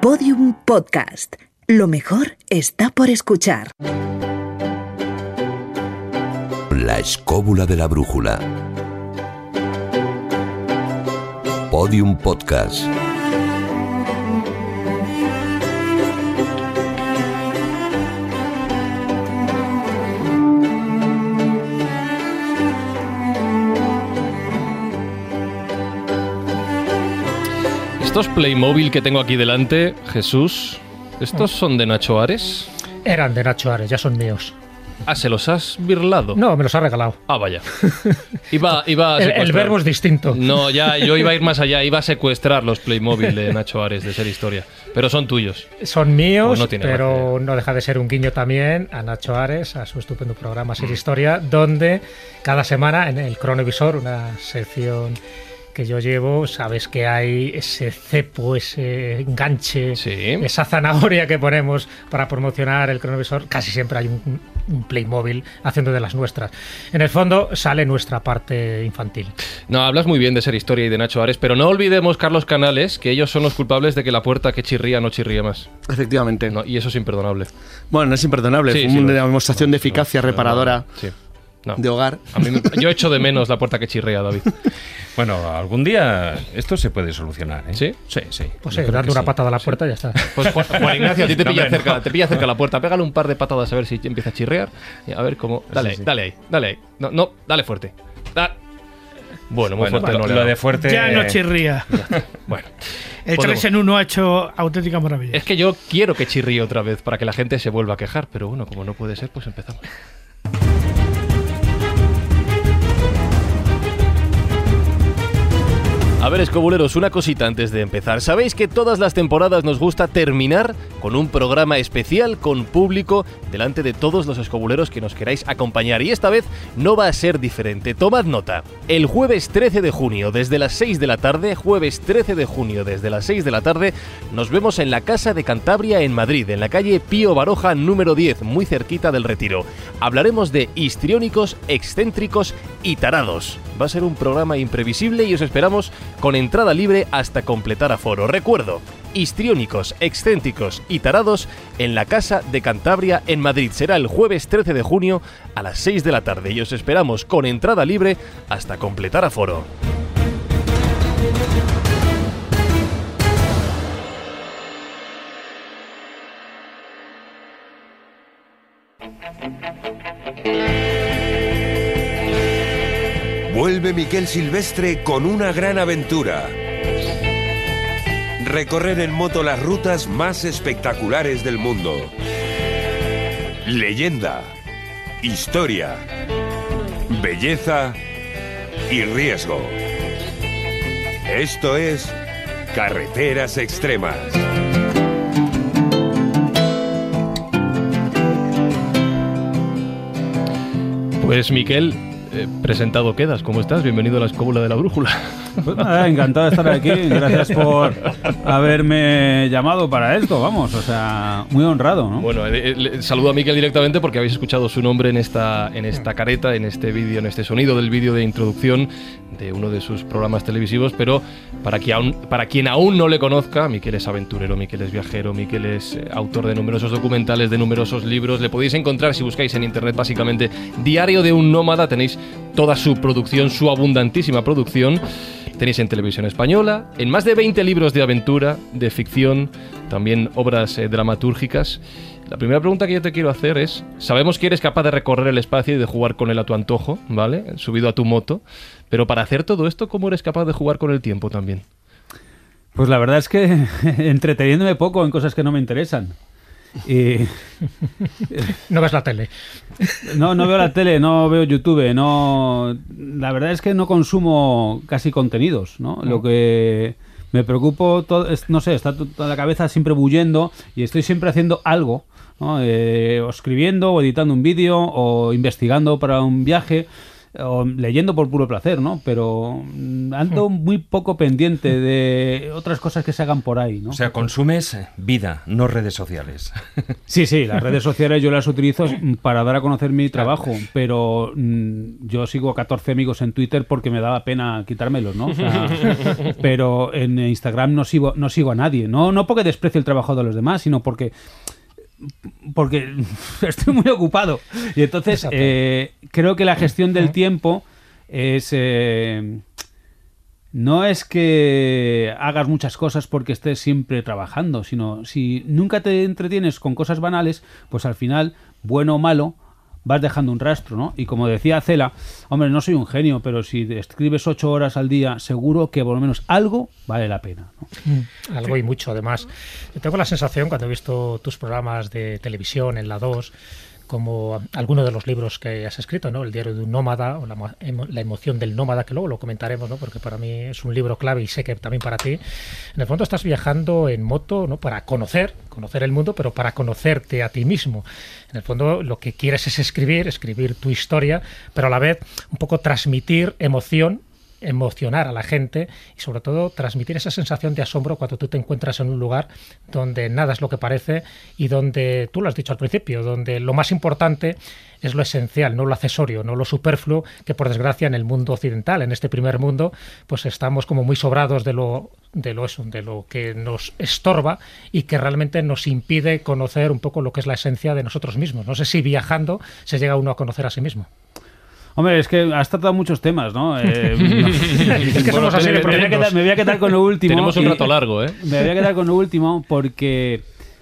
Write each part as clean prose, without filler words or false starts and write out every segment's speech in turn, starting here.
Podium Podcast. Lo mejor está por escuchar. La escóbula de la brújula. Podium Podcast. Estos Playmobil que tengo aquí delante, Jesús, ¿estos son de Nacho Ares? Eran de Nacho Ares, ya son míos. Ah, ¿se los has birlado? No, me los ha regalado. Ah, vaya. Iba a el verbo es distinto. No, ya, yo iba a ir más allá, iba a secuestrar los Playmobil de Nacho Ares de Ser Historia. Pero son tuyos. Son míos, no pero gracia. No deja de ser un guiño también a Nacho Ares, a su estupendo programa Ser Historia, donde cada semana en el Cronovisor, una sección que yo llevo, sabes que hay ese cepo, ese enganche, Sí. esa zanahoria que ponemos para promocionar el Cronovisor. Casi siempre hay un Playmobil haciendo de las nuestras. En el fondo sale nuestra parte infantil. No, hablas muy bien de Ser Historia y de Nacho Ares, pero no olvidemos, Carlos Canales, que ellos son los culpables de que la puerta que chirría no chirría más. Efectivamente. No, y eso es imperdonable. Bueno, no es imperdonable. Sí, Fue sí, una no, demostración de eficacia reparadora Sí. No. de hogar. Yo echo de menos la puerta que chirría, David. Bueno, algún día esto se puede solucionar, ¿eh? ¿Sí? Sí, sí. Pues Yo creo dando que una sí. patada a la puerta y ya está. Pues Juan Ignacio, a ti te No, pilla hombre, cerca, no. te pilla cerca la puerta. Pégale un par de patadas a ver si empieza a chirriar. Y a ver cómo. Dale, Sí, sí. dale ahí. No, dale fuerte. Bueno, muy fuerte no le he lo dado. de fuerte. Ya no chirría. Bueno, El podemos. 3 en 1 ha hecho auténtica maravilla. Es que yo quiero que chirríe otra vez para que la gente se vuelva a quejar, pero bueno, como no puede ser, pues empezamos. A ver, escobuleros, una cosita antes de empezar. ¿Sabéis que todas las temporadas nos gusta terminar con un programa especial con público delante de todos los escobuleros que nos queráis acompañar? Y esta vez no va a ser diferente. Tomad nota. El jueves 13 de junio desde las 6 de la tarde, nos vemos en la Casa de Cantabria en Madrid, en la calle Pío Baroja número 10, muy cerquita del Retiro. Hablaremos de histriónicos, excéntricos y tarados. Va a ser un programa imprevisible y os esperamos con entrada libre hasta completar aforo. Recuerdo, histriónicos, excéntricos y tarados en la Casa de Cantabria en Madrid. Será el jueves 13 de junio a las 6 de la tarde y os esperamos con entrada libre hasta completar aforo. Vuelve Miquel Silvestre con una gran aventura. Recorrer en moto las rutas más espectaculares del mundo. Leyenda, historia, belleza y riesgo. Esto es Carreteras Extremas. Pues Miquel, presentado quedas. ¿Cómo estás? Bienvenido a la escóbula de la brújula. Pues nada, encantado de estar aquí. Gracias por haberme llamado para esto, vamos, o sea, muy honrado, ¿no? Bueno, saludo a Miquel directamente porque habéis escuchado su nombre en esta careta, en este vídeo, en este sonido del vídeo de introducción de uno de sus programas televisivos, pero para quien aún no le conozca, Miquel es aventurero, Miquel es viajero, Miquel es autor de numerosos documentales, de numerosos libros. Le podéis encontrar, si buscáis en internet, básicamente Diario de un Nómada, tenéis toda su producción, su abundantísima producción. Tenéis en Televisión Española, en más de 20 libros de aventura, de ficción, también obras dramatúrgicas. La primera pregunta que yo te quiero hacer es, sabemos que eres capaz de recorrer el espacio y de jugar con él a tu antojo, ¿vale? Subido a tu moto, pero para hacer todo esto, ¿cómo eres capaz de jugar con el tiempo también? Pues la verdad es que entreteniéndome poco en cosas que no me interesan. Y No ves la tele. no veo la tele, no veo YouTube, no. La verdad es que no consumo casi contenidos, ¿no? Lo que me preocupo, no sé, está toda la cabeza siempre bullendo y estoy siempre haciendo algo, ¿no? O escribiendo, o editando un vídeo, o investigando para un viaje. o leyendo por puro placer, ¿no? Pero ando muy poco pendiente de otras cosas que se hagan por ahí, ¿no? O sea, consumes vida, no redes sociales. Sí, las redes sociales yo las utilizo para dar a conocer mi trabajo, pero yo sigo a 14 amigos en Twitter porque me daba pena quitármelos, ¿no? O sea, pero en Instagram no sigo a nadie, no porque desprecie el trabajo de los demás, sino porque estoy muy ocupado. Y entonces creo que la gestión del tiempo es... no es que hagas muchas cosas porque estés siempre trabajando, sino si nunca te entretienes con cosas banales, pues al final, bueno o malo, vas dejando un rastro, ¿no? Y como decía Cela, hombre, no soy un genio, pero si escribes 8 horas al día, seguro que por lo menos algo vale la pena, ¿no? Algo y mucho, además. Yo tengo la sensación, cuando he visto tus programas de televisión en La 2, como algunos de los libros que has escrito, ¿no? El diario de un nómada, o la emoción del nómada, que luego lo comentaremos, ¿no? Porque para mí es un libro clave y sé que también para ti. En el fondo estás viajando en moto, ¿no? Para conocer el mundo, pero para conocerte a ti mismo. En el fondo lo que quieres es escribir tu historia, pero a la vez un poco transmitir emocionar a la gente y sobre todo transmitir esa sensación de asombro cuando tú te encuentras en un lugar donde nada es lo que parece y donde, tú lo has dicho al principio, donde lo más importante es lo esencial, no lo accesorio, no lo superfluo, que por desgracia en el mundo occidental, en este primer mundo, pues estamos como muy sobrados de lo que nos estorba y que realmente nos impide conocer un poco lo que es la esencia de nosotros mismos. No sé si viajando se llega uno a conocer a sí mismo. Hombre, es que has tratado muchos temas, ¿no? Es que somos así de profundos. Me voy a quedar con lo último. Tenemos un rato largo, ¿eh? Me voy a quedar con lo último porque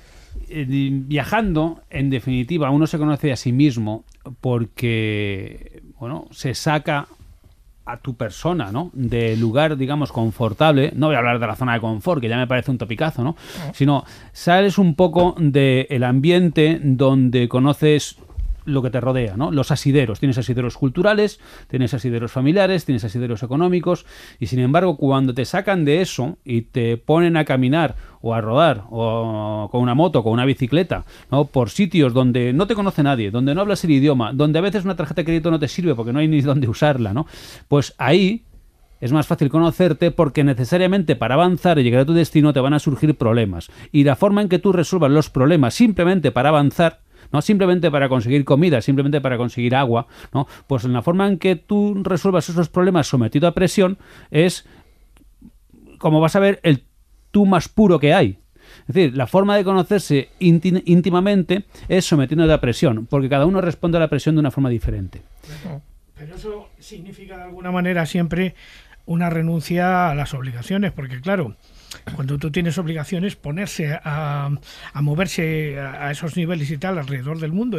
viajando, en definitiva, uno se conoce a sí mismo porque, bueno, se saca a tu persona, ¿no? Del lugar, digamos, confortable. No voy a hablar de la zona de confort, que ya me parece un topicazo, ¿no? Sino sales un poco del ambiente donde conoces lo que te rodea, ¿no? Los asideros. Tienes asideros culturales, tienes asideros familiares, tienes asideros económicos y sin embargo cuando te sacan de eso y te ponen a caminar o a rodar o con una moto, con una bicicleta, ¿no? Por sitios donde no te conoce nadie, donde no hablas el idioma, donde a veces una tarjeta de crédito no te sirve porque no hay ni dónde usarla, ¿no? Pues ahí es más fácil conocerte porque necesariamente para avanzar y llegar a tu destino te van a surgir problemas. Y la forma en que tú resuelvas los problemas simplemente para avanzar, no simplemente para conseguir comida, simplemente para conseguir agua, ¿no? Pues la forma en que tú resuelvas esos problemas sometido a presión es, como vas a ver, el tú más puro que hay. Es decir, la forma de conocerse íntimamente es sometiéndote a presión, porque cada uno responde a la presión de una forma diferente. Pero eso significa de alguna manera siempre una renuncia a las obligaciones, porque claro, cuando tú tienes obligaciones, ponerse a moverse a esos niveles y tal alrededor del mundo,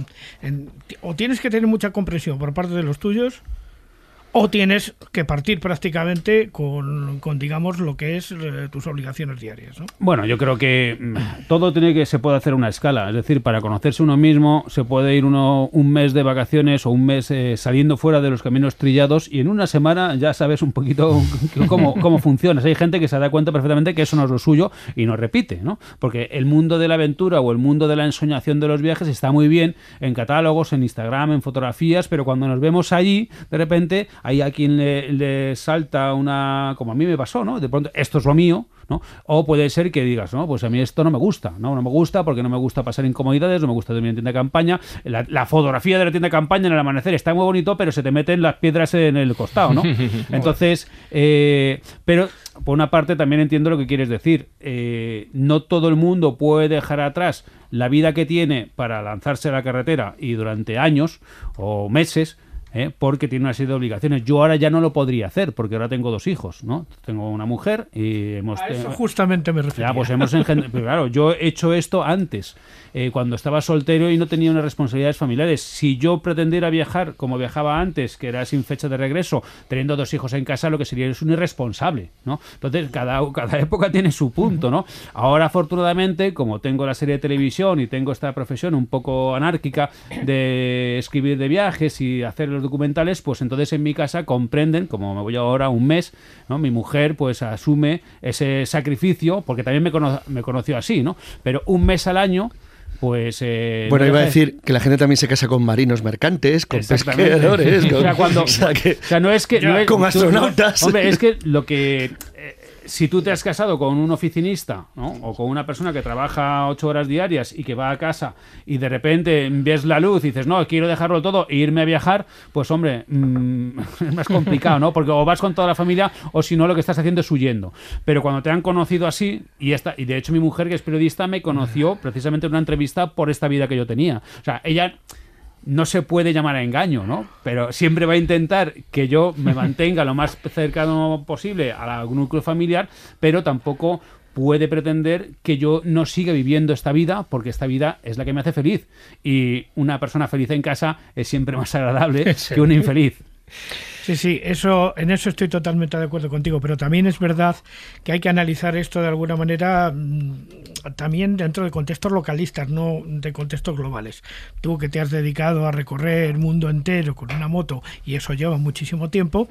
o tienes que tener mucha comprensión por parte de los tuyos, o tienes que partir prácticamente con digamos, lo que es tus obligaciones diarias, ¿no? Bueno, yo creo que todo se puede hacer a una escala. Es decir, para conocerse uno mismo se puede ir uno un mes de vacaciones o un mes saliendo fuera de los caminos trillados y en una semana ya sabes un poquito cómo funciona. Hay gente que se da cuenta perfectamente que eso no es lo suyo y no repite, ¿no? Porque el mundo de la aventura o el mundo de la ensoñación de los viajes está muy bien en catálogos, en Instagram, en fotografías, pero cuando nos vemos allí, de repente hay a quien le salta una... como a mí me pasó, ¿no? De pronto, esto es lo mío, ¿no? O puede ser que digas, no, pues a mí esto no me gusta, ¿no? No me gusta porque no me gusta pasar incomodidades, no me gusta dormir en tienda de campaña. La fotografía de la tienda de campaña en el amanecer está muy bonito, pero se te meten las piedras en el costado, ¿no? Entonces, pero por una parte también entiendo lo que quieres decir. No todo el mundo puede dejar atrás la vida que tiene para lanzarse a la carretera y durante años o meses, porque tiene una serie de obligaciones. Yo ahora ya no lo podría hacer porque ahora tengo 2 hijos, ¿no? Tengo una mujer y hemos... A eso justamente me refería. Ya, pues hemos engendrado... Pero claro, yo he hecho esto antes, cuando estaba soltero y no tenía unas responsabilidades familiares. Si yo pretendiera viajar como viajaba antes, que era sin fecha de regreso, teniendo 2 hijos en casa, lo que sería es un irresponsable, ¿no? Entonces, cada época tiene su punto, ¿no? Ahora, afortunadamente, como tengo la serie de televisión y tengo esta profesión un poco anárquica de escribir de viajes y hacer los documentales, pues entonces en mi casa comprenden, como me voy ahora un mes, ¿no? Mi mujer pues asume ese sacrificio, porque también me conoció así, ¿no? Pero un mes al año pues... Bueno, iba a decir que la gente también se casa con marinos mercantes, con pescadores, con, o sea, no es que... No es, con astronautas. Hombre, es que lo que... si tú te has casado con un oficinista, ¿no? O con una persona que trabaja 8 horas diarias y que va a casa y de repente ves la luz y dices, no, quiero dejarlo todo e irme a viajar, pues hombre, es más complicado, ¿no? Porque o vas con toda la familia o si no lo que estás haciendo es huyendo. Pero cuando te han conocido así, y de hecho mi mujer, que es periodista, me conoció precisamente en una entrevista por esta vida que yo tenía. O sea, ella... no se puede llamar a engaño, ¿no? Pero siempre va a intentar que yo me mantenga lo más cercano posible al núcleo familiar, pero tampoco puede pretender que yo no siga viviendo esta vida, porque esta vida es la que me hace feliz. Y una persona feliz en casa es siempre más agradable que una infeliz. Sí, en eso estoy totalmente de acuerdo contigo, pero también es verdad que hay que analizar esto de alguna manera también dentro de contextos localistas, no de contextos globales. Tú que te has dedicado a recorrer el mundo entero con una moto, y eso lleva muchísimo tiempo,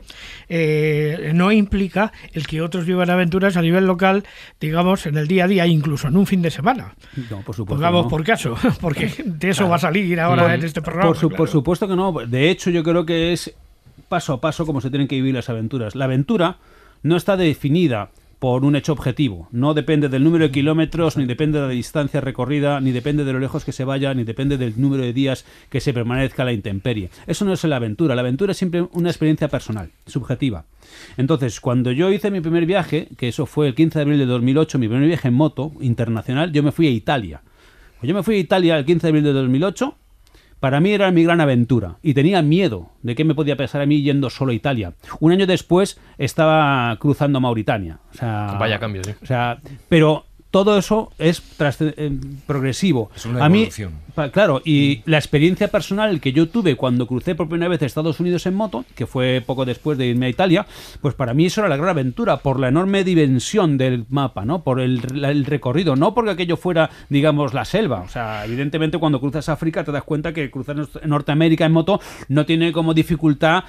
no implica el que otros vivan aventuras a nivel local, digamos, en el día a día, incluso en un fin de semana. No, por supuesto. Pongamos no. por caso, porque de eso va a salir ahora en este programa. Por supuesto que no. De hecho, yo creo que es paso a paso como se tienen que vivir las aventuras. La aventura no está definida por un hecho objetivo. No depende del número de kilómetros, ni depende de la distancia recorrida, ni depende de lo lejos que se vaya, ni depende del número de días que se permanezca a la intemperie. Eso no es la aventura. La aventura es siempre una experiencia personal, subjetiva. Entonces, cuando yo hice mi primer viaje, que eso fue el 15 de abril de 2008, mi primer viaje en moto internacional, yo me fui a Italia. Yo me fui a Italia el 15 de abril de 2008. Para mí era mi gran aventura y tenía miedo de qué me podía pasar a mí yendo solo a Italia. Un año después estaba cruzando Mauritania. O sea, vaya cambio, sí. O sea, pero todo eso es progresivo. Es una evolución. Claro, y la experiencia personal que yo tuve cuando crucé por primera vez a Estados Unidos en moto, que fue poco después de irme a Italia, pues para mí eso era la gran aventura, por la enorme dimensión del mapa, ¿no? Por el recorrido, no porque aquello fuera, digamos, la selva. O sea, evidentemente cuando cruzas África te das cuenta que cruzar Norteamérica en moto no tiene como dificultad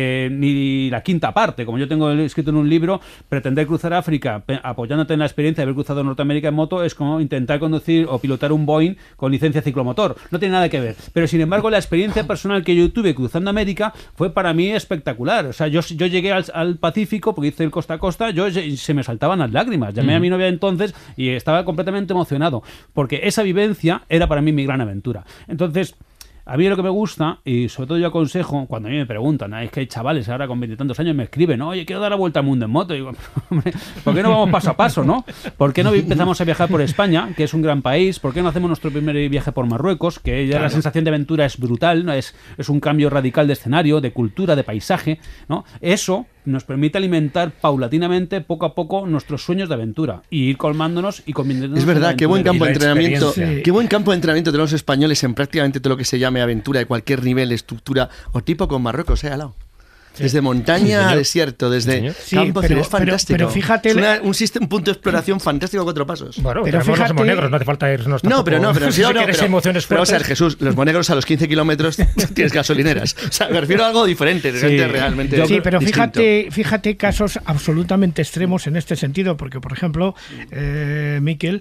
ni la quinta parte. Como yo tengo escrito en un libro, pretender cruzar África apoyándote en la experiencia de haber cruzado Norteamérica en moto es como intentar conducir o pilotar un Boeing con licencia ciclomotor. No tiene nada que ver. Pero sin embargo, la experiencia personal que yo tuve cruzando América fue para mí espectacular. O sea, yo llegué al Pacífico porque hice el costa a costa, se me saltaban las lágrimas. Llamé a mi novia entonces y estaba completamente emocionado porque esa vivencia era para mí mi gran aventura. Entonces, a mí lo que me gusta, y sobre todo yo aconsejo, cuando a mí me preguntan, es que hay chavales ahora con 20 y tantos años me escriben, oye, quiero dar la vuelta al mundo en moto. Y digo, hombre, ¿por qué no vamos paso a paso, no? ¿Por qué no empezamos a viajar por España, que es un gran país? ¿Por qué no hacemos nuestro primer viaje por Marruecos? Que ya la sensación de aventura es brutal, ¿no? Es un cambio radical de escenario, de cultura, de paisaje, ¿no? Eso nos permite alimentar paulatinamente, poco a poco, nuestros sueños de aventura y ir colmándonos y convirtiéndonos. Es verdad, qué buen campo de entrenamiento. Sí. Qué buen campo de entrenamiento tenemos los españoles en prácticamente todo lo que se llame aventura de cualquier nivel, estructura o tipo con Marruecos, al lado. Sí. Desde montaña a desierto, desde campo, pero, es fantástico. Pero fíjate, es un punto de exploración fantástico a 4 pasos. Bueno, pero fíjate, fíjate, los monegros, no hace falta irnos tampoco. Pero si quieres emociones pero, fuertes. o sea, Jesús, los monegros a los 15 kilómetros tienes gasolineras. O sea, me refiero a algo diferente, realmente. Sí, pero distinto. fíjate casos absolutamente extremos en este sentido, porque por ejemplo, Miquel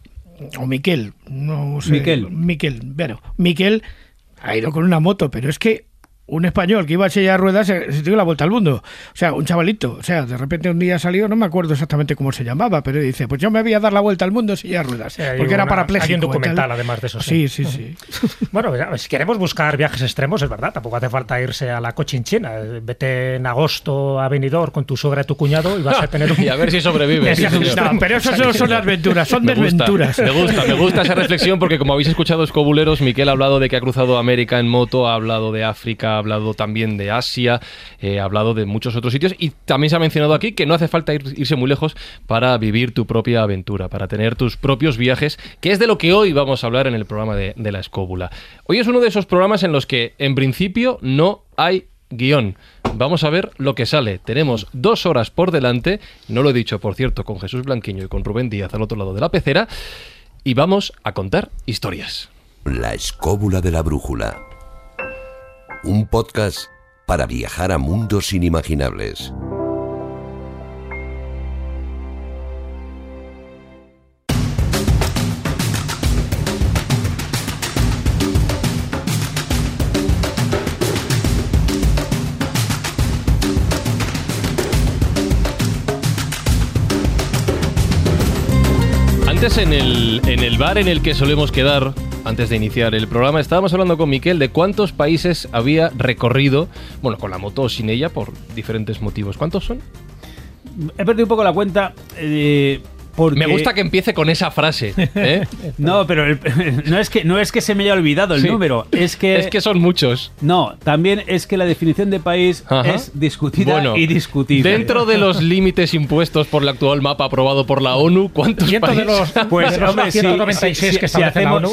ha ido con una moto, pero es que un español que iba a silla de ruedas se dio la vuelta al mundo. O sea, un chavalito. O sea, de repente un día salió, no me acuerdo exactamente cómo se llamaba, pero dice, pues yo me voy a dar la vuelta al mundo en silla de ruedas. Porque era parapléjico. Hay un documental, además de eso. Sí. Bueno, si queremos buscar viajes extremos, es verdad, tampoco hace falta irse a la Cochinchina. Vete en agosto a Benidorm con tu suegra y tu cuñado y vas a tener y a ver si sobrevives. No, pero eso no son aventuras, son desventuras. Me gusta esa reflexión porque como habéis escuchado, escobuleros, Miquel ha hablado de que ha cruzado América en moto, ha hablado de África, ha hablado también de Asia, ha hablado de muchos otros sitios y también se ha mencionado aquí que no hace falta irse muy lejos para vivir tu propia aventura, para tener tus propios viajes, que es de lo que hoy vamos a hablar en el programa de La Escóbula. Hoy es uno de esos programas en los que en principio no hay guión. Vamos a ver lo que sale. Tenemos 2 horas por delante, no lo he dicho, por cierto, con Jesús Blanquiño y con Rubén Díaz al otro lado de la pecera, y vamos a contar historias. La Escóbula de la Brújula. Un podcast para viajar a mundos inimaginables. Antes en el bar en el que solemos quedar, antes de iniciar el programa, estábamos hablando con Miquel de cuántos países había recorrido, bueno, con la moto o sin ella, por diferentes motivos. ¿Cuántos son? He perdido un poco la cuenta. Porque... Me gusta que empiece con esa frase, ¿eh? No, pero no es que se me haya olvidado el número, es que son muchos. No, también es que la definición de país es discutida y discutible. Dentro de los límites impuestos por el actual mapa aprobado por la ONU, ¿cuántos países? Pues hombre, 196 que establece la ONU.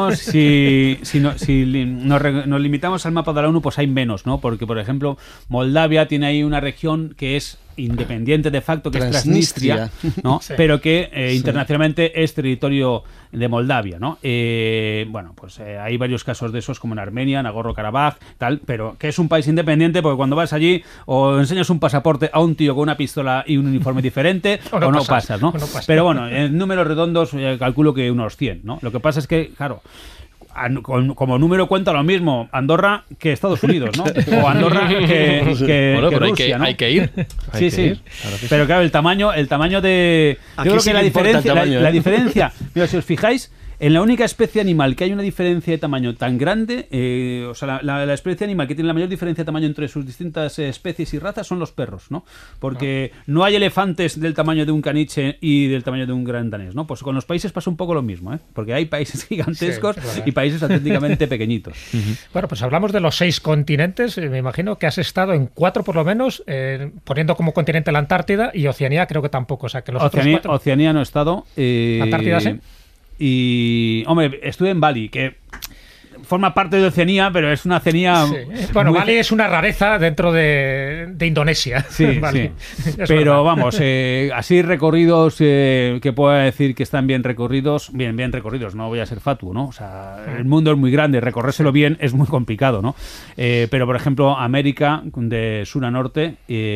Si nos limitamos al mapa de la ONU, pues hay menos, ¿no? Porque, por ejemplo, Moldavia tiene ahí una región que es independiente de facto, que es Transnistria, ¿no? Sí. Pero que internacionalmente es territorio de Moldavia, ¿no? Bueno, pues hay varios casos de esos, como en Armenia, Nagorno-Karabaj, tal, pero que es un país independiente, porque cuando vas allí o enseñas un pasaporte a un tío con una pistola y un uniforme diferente, o no pasas, ¿no? Pero bueno, en números redondos calculo que unos 100, ¿no? Lo que pasa es que, claro, como número cuenta lo mismo Andorra que Estados Unidos, ¿no? O Andorra que bueno, pero Rusia, ¿no? hay que ir. Pero claro, el tamaño de... Yo creo que la diferencia, mira, si os fijáis, en la única especie animal que hay una diferencia de tamaño tan grande, o sea, la especie animal que tiene la mayor diferencia de tamaño entre sus distintas especies y razas son los perros, ¿no? Porque no hay elefantes del tamaño de un caniche y del tamaño de un gran danés, ¿no? Pues con los países pasa un poco lo mismo, ¿eh? Porque hay países gigantescos y países auténticamente pequeñitos. Bueno, pues hablamos de los 6 continentes. Me imagino que has estado en 4 por lo menos, poniendo como continente la Antártida, y Oceanía creo que tampoco. O sea, que los otros 4... Oceanía no he estado. Antártida sí. Y, hombre, estuve en Bali, que forma parte de Oceanía, pero es una Oceanía... Sí. Bueno, Bali es una rareza dentro de Indonesia. Sí, Bali. Sí. Pero vamos, así recorridos que pueda decir que están bien recorridos, bien recorridos, no voy a ser fatuo, ¿no? O sea, el mundo es muy grande, recorrérselo bien es muy complicado, ¿no? Pero, por ejemplo, América de sur a norte,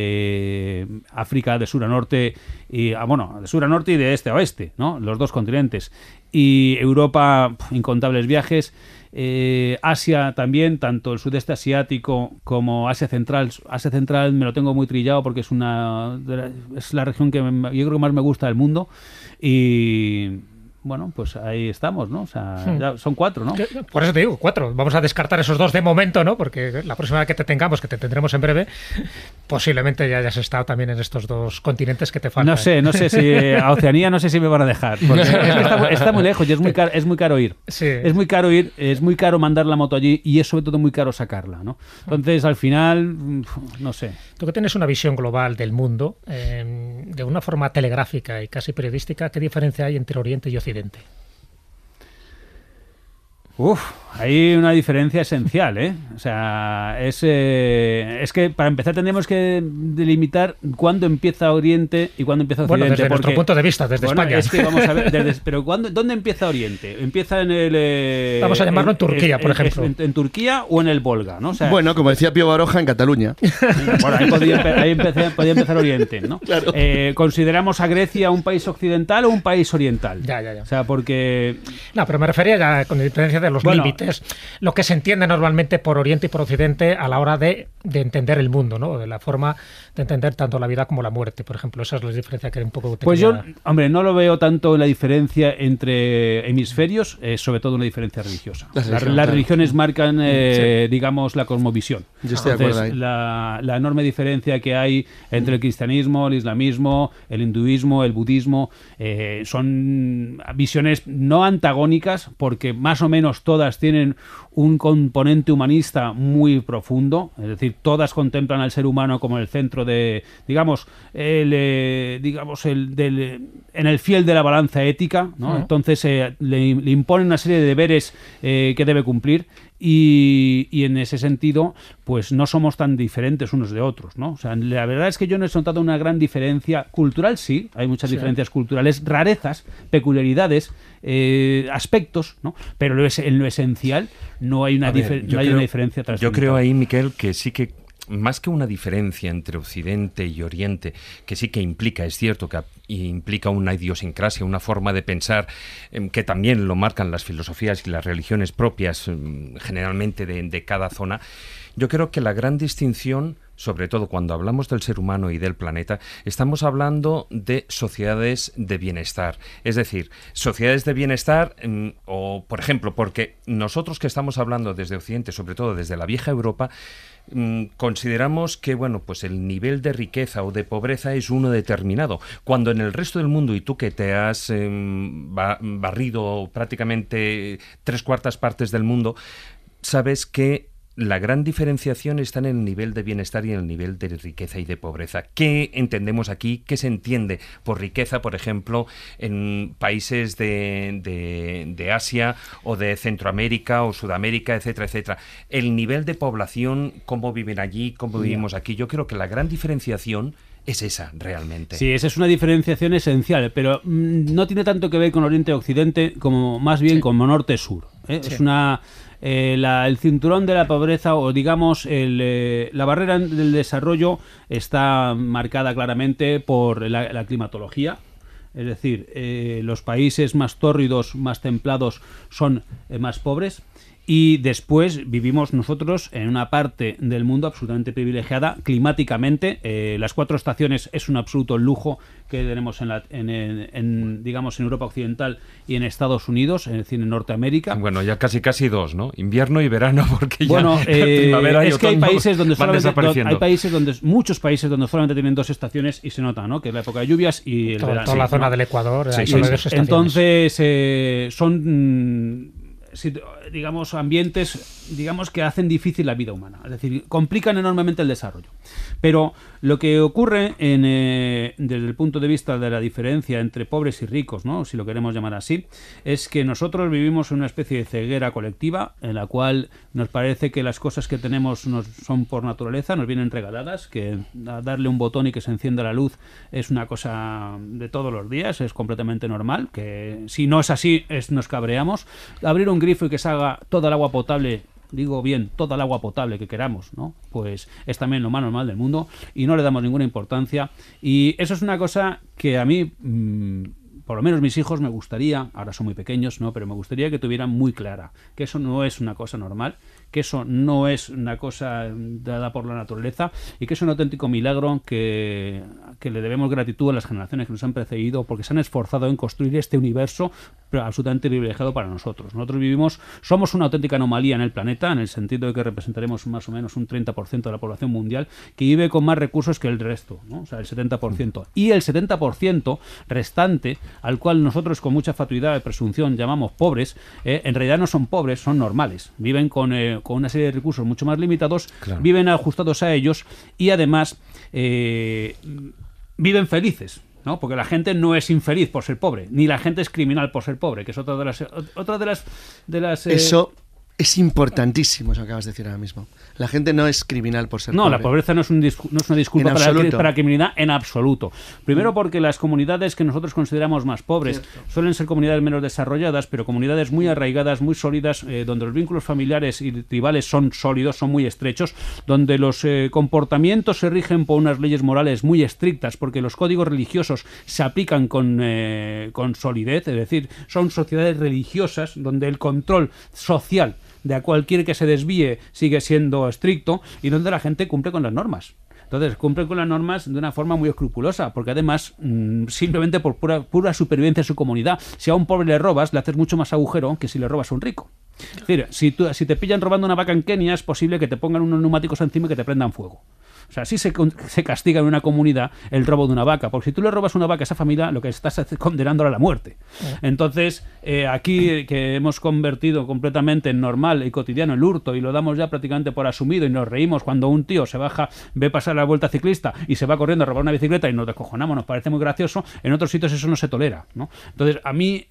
África de sur a norte, de sur a norte y de este a oeste, ¿no? Los 2 continentes. Y Europa, incontables viajes. Asia también, tanto el sudeste asiático como Asia Central. Asia Central me lo tengo muy trillado porque es la región que yo creo que más me gusta del mundo. Y bueno, pues ahí estamos, ¿no? O sea, ya son 4, ¿no? Por eso te digo, 4. Vamos a descartar esos 2 de momento, ¿no? Porque la próxima vez que te tengamos, que te tendremos en breve, posiblemente ya hayas estado también en estos 2 continentes que te faltan. No sé si a Oceanía no sé si me van a dejar. Porque es que está muy lejos y es muy caro ir. Sí. Es muy caro ir, es muy caro mandar la moto allí y es sobre todo muy caro sacarla, ¿no? Entonces, al final, no sé. Tú que tienes una visión global del mundo, de una forma telegráfica y casi periodística, ¿qué diferencia hay entre Oriente y Occidente? Hay una diferencia esencial, ¿eh? O sea, es que para empezar tendremos que delimitar cuándo empieza Oriente y cuándo empieza Occidente. Bueno, desde nuestro punto de vista, desde España. Es que vamos a ver, pero ¿dónde empieza Oriente? ¿Empieza en el... vamos a llamarlo en Turquía, por ejemplo. En Turquía o en el Volga, ¿no? O sea, bueno, como decía Pío Baroja, en Cataluña. Bueno, ahí podía empezar Oriente, ¿no? Claro. ¿Consideramos a Grecia un país occidental o un país oriental? Ya. O sea, porque... No, pero me refería ya con diferencia de los límites, lo que se entiende normalmente por Oriente y por Occidente a la hora de entender el mundo, ¿no? De la forma de entender tanto la vida como la muerte, por ejemplo. Esa es la diferencia que un poco... Pues yo, hombre, no lo veo tanto en la diferencia entre hemisferios, sobre todo una diferencia religiosa. Las religiones marcan, digamos, la cosmovisión. Yo estoy de acuerdo ahí. La enorme diferencia que hay entre el cristianismo, el islamismo, el hinduismo, el budismo, son visiones no antagónicas, porque más o menos todas tienen un componente humanista muy profundo, es decir, todas contemplan al ser humano como el centro de, en el fiel de la balanza ética, ¿no? Entonces le imponen una serie de deberes que debe cumplir y en ese sentido pues no somos tan diferentes unos de otros, ¿no? O sea, la verdad es que yo no he notado una gran diferencia cultural, sí, hay muchas diferencias culturales, rarezas, peculiaridades, aspectos, ¿no? Pero en lo esencial no hay una diferencia trascendental. Yo creo ahí, Miquel, que sí que más que una diferencia entre Occidente y Oriente, que sí que implica, es cierto que implica una idiosincrasia, una forma de pensar que también lo marcan las filosofías y las religiones propias generalmente de cada zona, yo creo que la gran distinción sobre todo cuando hablamos del ser humano y del planeta, estamos hablando de sociedades de bienestar. Es decir, sociedades de bienestar, o por ejemplo, porque nosotros que estamos hablando desde Occidente, sobre todo desde la vieja Europa, consideramos que pues el nivel de riqueza o de pobreza es uno determinado, cuando en el resto del mundo, y tú que te has barrido prácticamente 3/4 partes del mundo, sabes que la gran diferenciación está en el nivel de bienestar y en el nivel de riqueza y de pobreza. ¿Qué entendemos aquí? ¿Qué se entiende por riqueza, por ejemplo, en países de Asia o de Centroamérica o Sudamérica, etcétera, etcétera? El nivel de población, cómo viven allí, cómo vivimos aquí. Yo creo que la gran diferenciación es esa, realmente. Sí, esa es una diferenciación esencial, pero no tiene tanto que ver con Oriente y Occidente como más bien como Norte-Sur. Sí. Es una... el cinturón de la pobreza, o digamos la barrera del desarrollo, está marcada claramente por la climatología. Es decir, los países más tórridos, más templados, son más pobres. Y después vivimos nosotros en una parte del mundo absolutamente privilegiada climáticamente. Las 4 estaciones es un absoluto lujo que tenemos digamos, en Europa Occidental y en Estados Unidos, es decir, en Norteamérica. Bueno, ya casi 2, ¿no? Invierno y verano, porque bueno, ya primavera y es que hay países donde muchos países donde solamente tienen 2 estaciones y se nota, ¿no? Que es la época de lluvias y el verano. Toda la zona del Ecuador. Sí, solo 2 estaciones. Entonces, son... digamos, ambientes, digamos, que hacen difícil la vida humana, es decir, complican enormemente el desarrollo. Pero lo que ocurre desde el punto de vista de la diferencia entre pobres y ricos, ¿no?, si lo queremos llamar así, es que nosotros vivimos en una especie de ceguera colectiva en la cual nos parece que las cosas que tenemos son por naturaleza, nos vienen regaladas, que darle un botón y que se encienda la luz es una cosa de todos los días, es completamente normal, que si no es así nos cabreamos. Abrir un grifo y que salga toda el agua potable, digo bien, toda el agua potable que queramos, ¿no?, pues es también lo más normal del mundo y no le damos ninguna importancia. Y eso es una cosa que a mí, por lo menos mis hijos, me gustaría, ahora son muy pequeños, ¿no?, pero me gustaría que tuvieran muy clara que eso no es una cosa normal, que eso no es una cosa dada por la naturaleza y que es un auténtico milagro que le debemos gratitud a las generaciones que nos han precedido, porque se han esforzado en construir este universo absolutamente privilegiado para nosotros. Nosotros somos una auténtica anomalía en el planeta, en el sentido de que representaremos más o menos un 30% de la población mundial que vive con más recursos que el resto, ¿no? O sea, el 70%. Y el 70% restante, al cual nosotros con mucha fatuidad de presunción llamamos pobres, en realidad no son pobres, son normales. Viven con una serie de recursos mucho más limitados, claro, viven ajustados a ellos y además viven felices, ¿no? Porque la gente no es infeliz por ser pobre, ni la gente es criminal por ser pobre, que es otra de las Eso es importantísimo, eso que acabas de decir ahora mismo. La gente no es criminal por ser pobre. No, la pobreza no es una disculpa para la criminalidad en absoluto. Primero porque las comunidades que nosotros consideramos más pobres suelen ser comunidades menos desarrolladas, pero comunidades muy arraigadas, muy sólidas, donde los vínculos familiares y tribales son sólidos, son muy estrechos, donde los comportamientos se rigen por unas leyes morales muy estrictas, porque los códigos religiosos se aplican con solidez, es decir, son sociedades religiosas donde el control social de a cualquier que se desvíe sigue siendo estricto y donde la gente cumple con las normas. Entonces, cumple con las normas de una forma muy escrupulosa, porque además, simplemente por pura supervivencia de su comunidad, si a un pobre le robas, le haces mucho más agujero que si le robas a un rico. Es decir, si te pillan robando una vaca en Kenia, es posible que te pongan unos neumáticos encima y que te prendan fuego. O sea, así se castiga en una comunidad el robo de una vaca, porque si tú le robas una vaca a esa familia, lo que estás es condenándola a la muerte. Entonces, aquí que hemos convertido completamente en normal y cotidiano el hurto y lo damos ya prácticamente por asumido y nos reímos cuando un tío se baja, ve pasar la vuelta ciclista y se va corriendo a robar una bicicleta y nos descojonamos, nos parece muy gracioso, en otros sitios eso no se tolera, ¿no? Entonces, a mí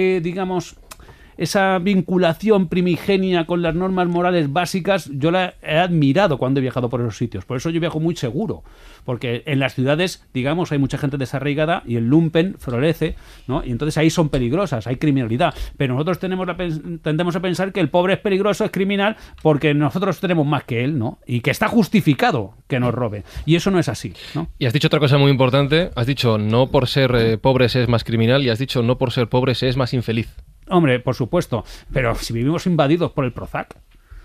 esa vinculación primigenia con las normas morales básicas, yo la he admirado cuando he viajado por esos sitios. Por eso yo viajo muy seguro, porque en las ciudades, digamos, hay mucha gente desarraigada y el lumpen florece, ¿no? Y entonces ahí son peligrosas, hay criminalidad. Pero nosotros tendemos a pensar que el pobre es peligroso, es criminal, porque nosotros tenemos más que él, ¿no? Y que está justificado que nos robe. Y eso no es así, ¿no? Y has dicho otra cosa muy importante. Has dicho no por ser pobre se es más criminal y has dicho no por ser pobre se es más infeliz. Hombre, por supuesto, pero si vivimos invadidos por el Prozac,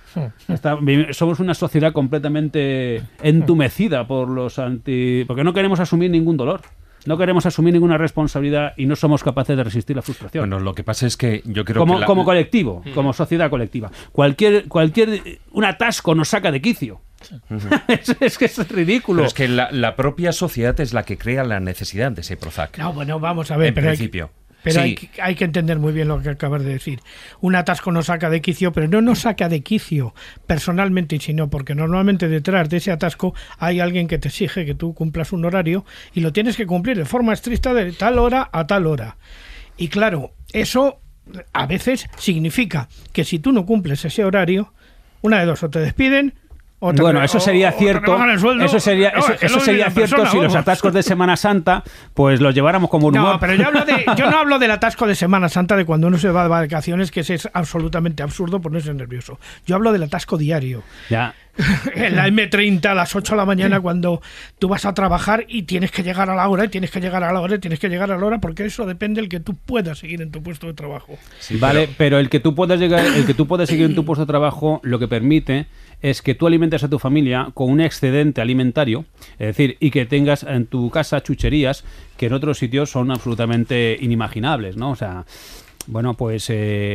Somos una sociedad completamente entumecida por porque no queremos asumir ningún dolor. No queremos asumir ninguna responsabilidad y no somos capaces de resistir la frustración. Bueno, lo que pasa es que yo creo como, que... como colectivo, como sociedad colectiva. Un atasco nos saca de quicio. Es que es ridículo. Pero es que la propia sociedad es la que crea la necesidad de ese Prozac. No, bueno, vamos a ver. En principio. Pero sí. hay que entender muy bien lo que acabas de decir. Un atasco nos saca de quicio, pero no nos saca de quicio personalmente, sino porque normalmente detrás de ese atasco hay alguien que te exige que tú cumplas un horario y lo tienes que cumplir de forma estricta de tal hora a tal hora. Y claro, eso a veces significa que si tú no cumples ese horario, una de dos, o te despiden. Bueno, eso sería cierto. Eso sería cierto si los atascos de Semana Santa, pues los lleváramos como un humor. No, pero yo no hablo del atasco de Semana Santa de cuando uno se va de vacaciones, que ese es absolutamente absurdo ponerse nervioso. Yo hablo del atasco diario. Ya. En la M30 a las 8 de la mañana cuando tú vas a trabajar y tienes que llegar a la hora, y tienes que llegar a la hora, y tienes que llegar a la hora, porque eso depende del que tú puedas seguir en tu puesto de trabajo. Sí, vale, pero el que tú puedas seguir en tu puesto de trabajo lo que permite es que tú alimentes a tu familia con un excedente alimentario, es decir, y que tengas en tu casa chucherías que en otros sitios son absolutamente inimaginables, ¿no? O sea, bueno, pues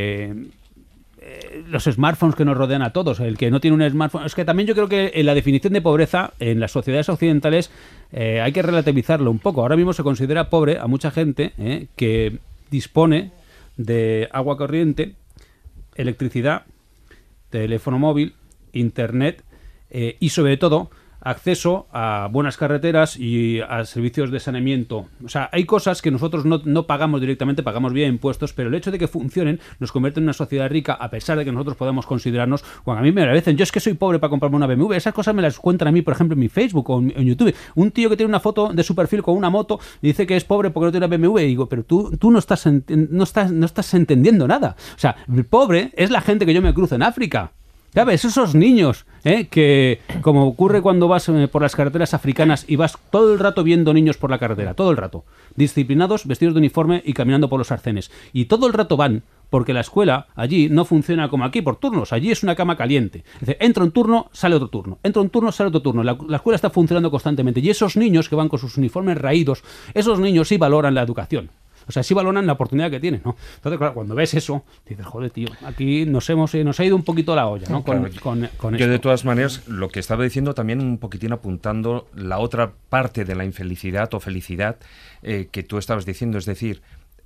los smartphones que nos rodean a todos, el que no tiene un smartphone, es que también yo creo que en la definición de pobreza en las sociedades occidentales hay que relativizarlo un poco. Ahora mismo se considera pobre a mucha gente que dispone de agua corriente, electricidad, teléfono móvil, internet y sobre todo acceso a buenas carreteras y a servicios de saneamiento. O sea, hay cosas que nosotros no pagamos directamente, pagamos vía impuestos, pero el hecho de que funcionen nos convierte en una sociedad rica, a pesar de que nosotros podamos considerarnos, bueno, a mí me lo dicen, yo es que soy pobre para comprarme una BMW, esas cosas me las cuentan a mí, por ejemplo, en mi Facebook o en YouTube. Un tío que tiene una foto de su perfil con una moto y dice que es pobre porque no tiene una BMW, y digo, pero tú no estás entendiendo nada. O sea, el pobre es la gente que yo me cruzo en África. ¿Sabes? Esos niños, que como ocurre cuando vas por las carreteras africanas y vas todo el rato viendo niños por la carretera, todo el rato, disciplinados, vestidos de uniforme y caminando por los arcenes. Y todo el rato van porque la escuela allí no funciona como aquí por turnos, allí es una cama caliente. Es decir, entra un turno, sale otro turno, entra un turno, sale otro turno. La escuela está funcionando constantemente y esos niños que van con sus uniformes raídos, esos niños sí valoran la educación. O sea, sí valoran la oportunidad que tienen, ¿no? Entonces, claro, cuando ves eso, dices, joder, tío, aquí nos ha ido un poquito la olla, ¿no? Con yo, esto. de todas maneras, lo que estaba diciendo también un poquitín apuntando la otra parte de la infelicidad o felicidad que tú estabas diciendo, es decir,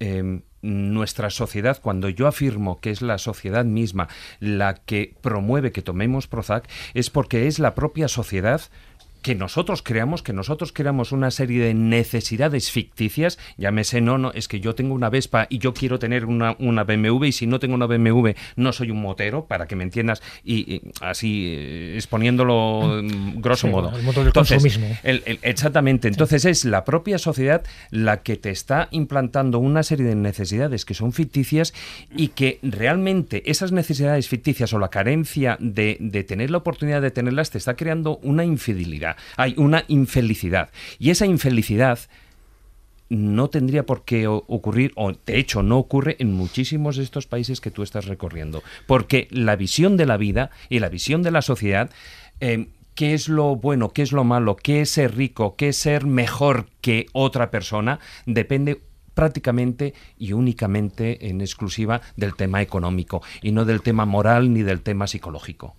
nuestra sociedad, cuando yo afirmo que es la sociedad misma la que promueve que tomemos Prozac, es porque es la propia sociedad que nosotros creamos una serie de necesidades ficticias, llámese, es que yo tengo una Vespa y yo quiero tener una BMW, y si no tengo una BMW no soy un motero, para que me entiendas, y así exponiéndolo grosso modo. El motor del consumismo. Exactamente, entonces es la propia sociedad la que te está implantando una serie de necesidades que son ficticias y que realmente esas necesidades ficticias o la carencia de tener la oportunidad de tenerlas te está creando una infidelidad. Hay una infelicidad, y esa infelicidad no tendría por qué ocurrir, o de hecho no ocurre en muchísimos de estos países que tú estás recorriendo, porque la visión de la vida y la visión de la sociedad, qué es lo bueno, qué es lo malo, qué es ser rico, qué es ser mejor que otra persona, depende prácticamente y únicamente en exclusiva del tema económico y no del tema moral ni del tema psicológico.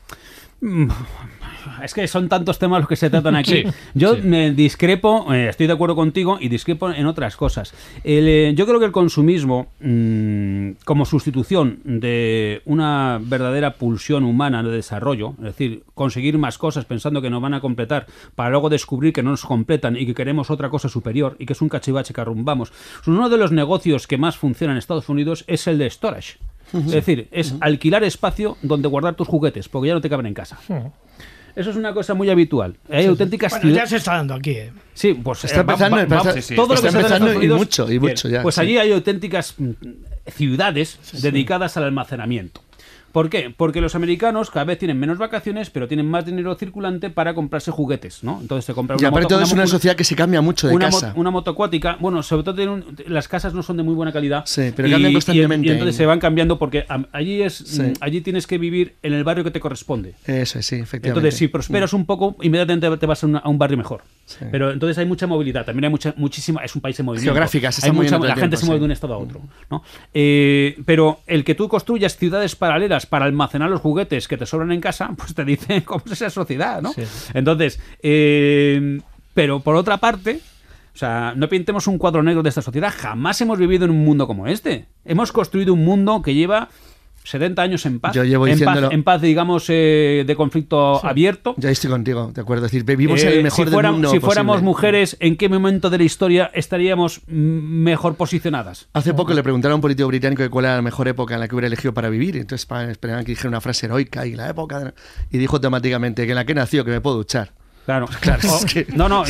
Es que son tantos temas los que se tratan aquí. Sí, yo me discrepo, estoy de acuerdo contigo, y discrepo en otras cosas. Yo creo que el consumismo, como sustitución de una verdadera pulsión humana de desarrollo, es decir, conseguir más cosas pensando que nos van a completar para luego descubrir que no nos completan y que queremos otra cosa superior y que es un cachivache que arrumbamos. Uno de los negocios que más funciona en Estados Unidos es el de storage. Es decir, es alquilar espacio donde guardar tus juguetes, porque ya no te caben en casa. Eso es una cosa muy habitual. Hay auténticas ciudades. Ya se está dando aquí. Sí, pues está empezando. Todo lo que está empezando y mucho ya. Pues allí hay auténticas ciudades dedicadas al almacenamiento. ¿Por qué? Porque los americanos cada vez tienen menos vacaciones, pero tienen más dinero circulante para comprarse juguetes, ¿no? Entonces se compra una moto. Y aparte es una sociedad que se cambia mucho de casa. Una moto acuática, bueno, sobre todo las casas no son de muy buena calidad. Sí, pero cambian constantemente. Y entonces se van cambiando porque allí tienes que vivir en el barrio que te corresponde. Eso, sí, efectivamente. Entonces, si prosperas un poco, inmediatamente te vas a un barrio mejor. Sí. Pero entonces hay mucha movilidad, también hay muchísima, es un país en movimiento. Geográfica, la gente se mueve de un estado a otro, ¿no? Pero el que tú construyas ciudades paralelas para almacenar los juguetes que te sobran en casa, pues te dice cómo es esa sociedad, ¿no? Sí. Entonces, pero por otra parte, o sea, no pintemos un cuadro negro de esta sociedad. Jamás hemos vivido en un mundo como este. Hemos construido un mundo que lleva 70 años en paz. Yo llevo diciéndolo. En paz, digamos, de conflicto abierto. Ya estoy contigo, de acuerdo. Es decir, vivimos en el mejor del mundo Si fuéramos mujeres, ¿en qué momento de la historia estaríamos mejor posicionadas? Hace poco le preguntaron a un político británico cuál era la mejor época en la que hubiera elegido para vivir. Entonces esperaban que dijera una frase heroica y la época. Y dijo automáticamente que en la que he nacido, que me puedo duchar. Claro, es que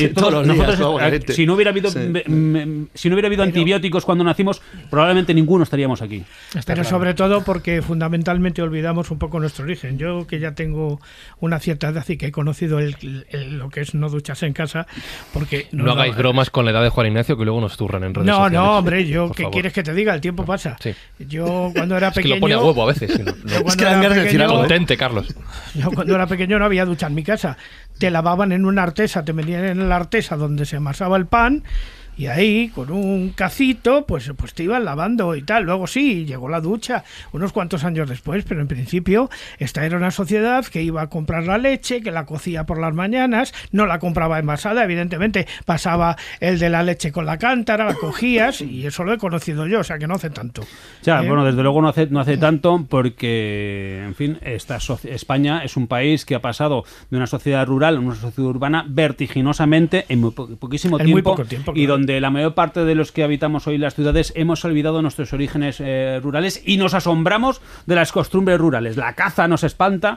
si no hubiera habido antibióticos cuando nacimos, probablemente ninguno estaríamos aquí. Pero sobre todo porque fundamentalmente olvidamos un poco nuestro origen. Yo, que ya tengo una cierta edad y que he conocido lo que es no ducharse en casa, porque no hagáis bromas con la edad de Juan Ignacio que luego nos zurran en redes sociales. No, hombre, ¿qué quieres que te diga? El tiempo pasa. Sí. Yo cuando era pequeño... Es que lo pone a huevo a veces. Es que dan ganas de decir algo. Contente, Carlos. Yo cuando era pequeño no había ducha en mi casa. Te lavaban en una artesa, te metían en la artesa donde se amasaba el pan y ahí con un cacito pues te iban lavando y tal. Luego sí, llegó la ducha unos cuantos años después, pero en principio esta era una sociedad que iba a comprar la leche, que la cocía por las mañanas, no la compraba envasada, evidentemente pasaba el de la leche con la cántara, la cogías, y eso lo he conocido yo, o sea que no hace tanto. Ya, bueno, desde luego no hace tanto porque, en fin, España es un país que ha pasado de una sociedad rural a una sociedad urbana vertiginosamente en muy poquísimo tiempo, muy poco tiempo, y donde la mayor parte de los que habitamos hoy las ciudades hemos olvidado nuestros orígenes rurales y nos asombramos de las costumbres rurales. La caza nos espanta,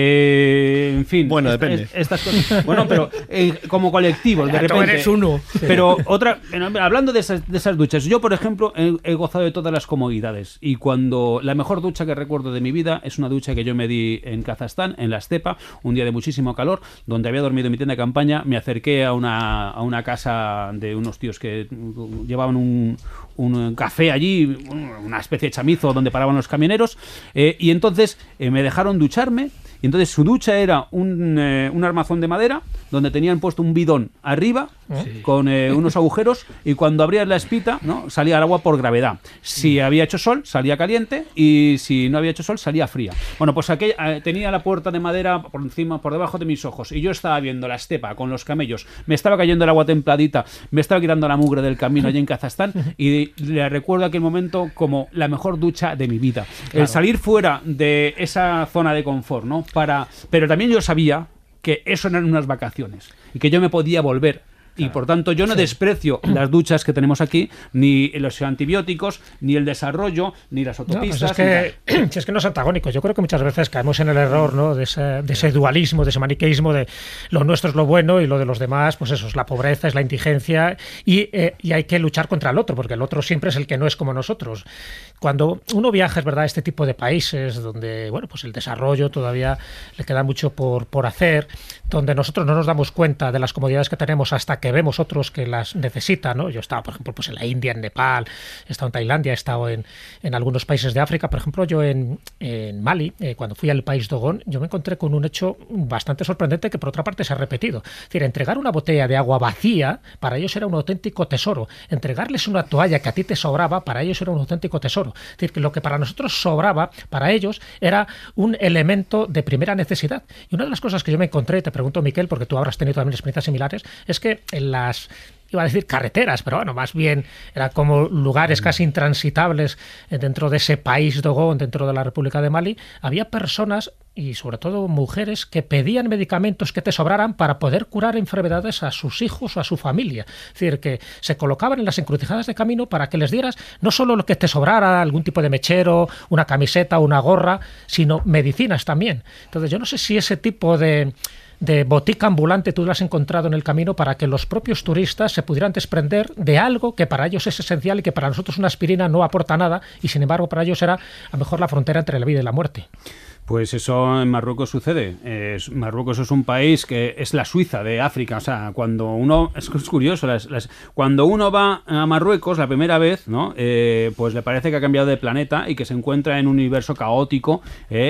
en fin. Bueno, depende. Estas cosas. Bueno, pero como colectivos, de repente. Tú eres uno. Pero hablando de esas duchas, yo, por ejemplo, he gozado de todas las comodidades. Y la mejor ducha que recuerdo de mi vida es una ducha que yo me di en Kazajstán, en la estepa, un día de muchísimo calor, donde había dormido en mi tienda de campaña. Me acerqué a una casa de unos tíos que llevaban un café allí, una especie de chamizo donde paraban los camioneros, y entonces me dejaron ducharme. Y entonces su ducha era un armazón de madera donde tenían puesto un bidón arriba con unos agujeros, y cuando abrías la espita, ¿no?, salía el agua por gravedad. Si había hecho sol, salía caliente, y si no había hecho sol, salía fría. Bueno, pues tenía la puerta de madera por debajo de mis ojos, y yo estaba viendo la estepa con los camellos, me estaba cayendo el agua templadita, me estaba quitando la mugre del camino allí en Kazajstán, y le recuerdo aquel momento como la mejor ducha de mi vida. Claro. El salir fuera de esa zona de confort, ¿no? Pero también yo sabía que eso eran unas vacaciones y que yo me podía volver. Y por tanto yo no desprecio las duchas que tenemos aquí, ni los antibióticos, ni el desarrollo, ni las autopistas. Es que no es antagónico. Yo creo que muchas veces caemos en el error, ¿no?, de ese dualismo, de ese maniqueísmo, de lo nuestro es lo bueno y lo de los demás, pues eso, es la pobreza, es la indigencia, y hay que luchar contra el otro, porque el otro siempre es el que no es como nosotros. Cuando uno viaja, es verdad, a este tipo de países donde, bueno, pues el desarrollo todavía le queda mucho por hacer, donde nosotros no nos damos cuenta de las comodidades que tenemos hasta que vemos otros que las necesitan, ¿no? Yo he estado, por ejemplo, pues en la India, en Nepal, he estado en Tailandia, he estado en algunos países de África. Por ejemplo, yo en Mali, cuando fui al país Dogón, yo me encontré con un hecho bastante sorprendente que por otra parte se ha repetido. Es decir, entregar una botella de agua vacía para ellos era un auténtico tesoro. Entregarles una toalla que a ti te sobraba, para ellos era un auténtico tesoro. Es decir, que lo que para nosotros sobraba, para ellos era un elemento de primera necesidad. Y una de las cosas que yo me encontré, te pregunto, Miquel, porque tú habrás tenido también experiencias similares, es que en las, iba a decir carreteras, pero bueno, más bien eran como lugares casi intransitables dentro de ese país Dogón, dentro de la República de Mali, había personas y sobre todo mujeres que pedían medicamentos que te sobraran para poder curar enfermedades a sus hijos o a su familia. Es decir, que se colocaban en las encrucijadas de camino para que les dieras no solo lo que te sobrara, algún tipo de mechero, una camiseta, una gorra, sino medicinas también. Entonces yo no sé si ese tipo de de botica ambulante tú lo has encontrado en el camino para que los propios turistas se pudieran desprender de algo que para ellos es esencial y que para nosotros una aspirina no aporta nada, y sin embargo para ellos era a lo mejor la frontera entre la vida y la muerte? Pues eso en Marruecos sucede. Marruecos es un país que es la Suiza de África. O sea, cuando uno... Es curioso, cuando uno va a Marruecos la primera vez, ¿no? Pues le parece que ha cambiado de planeta y que se encuentra en un universo caótico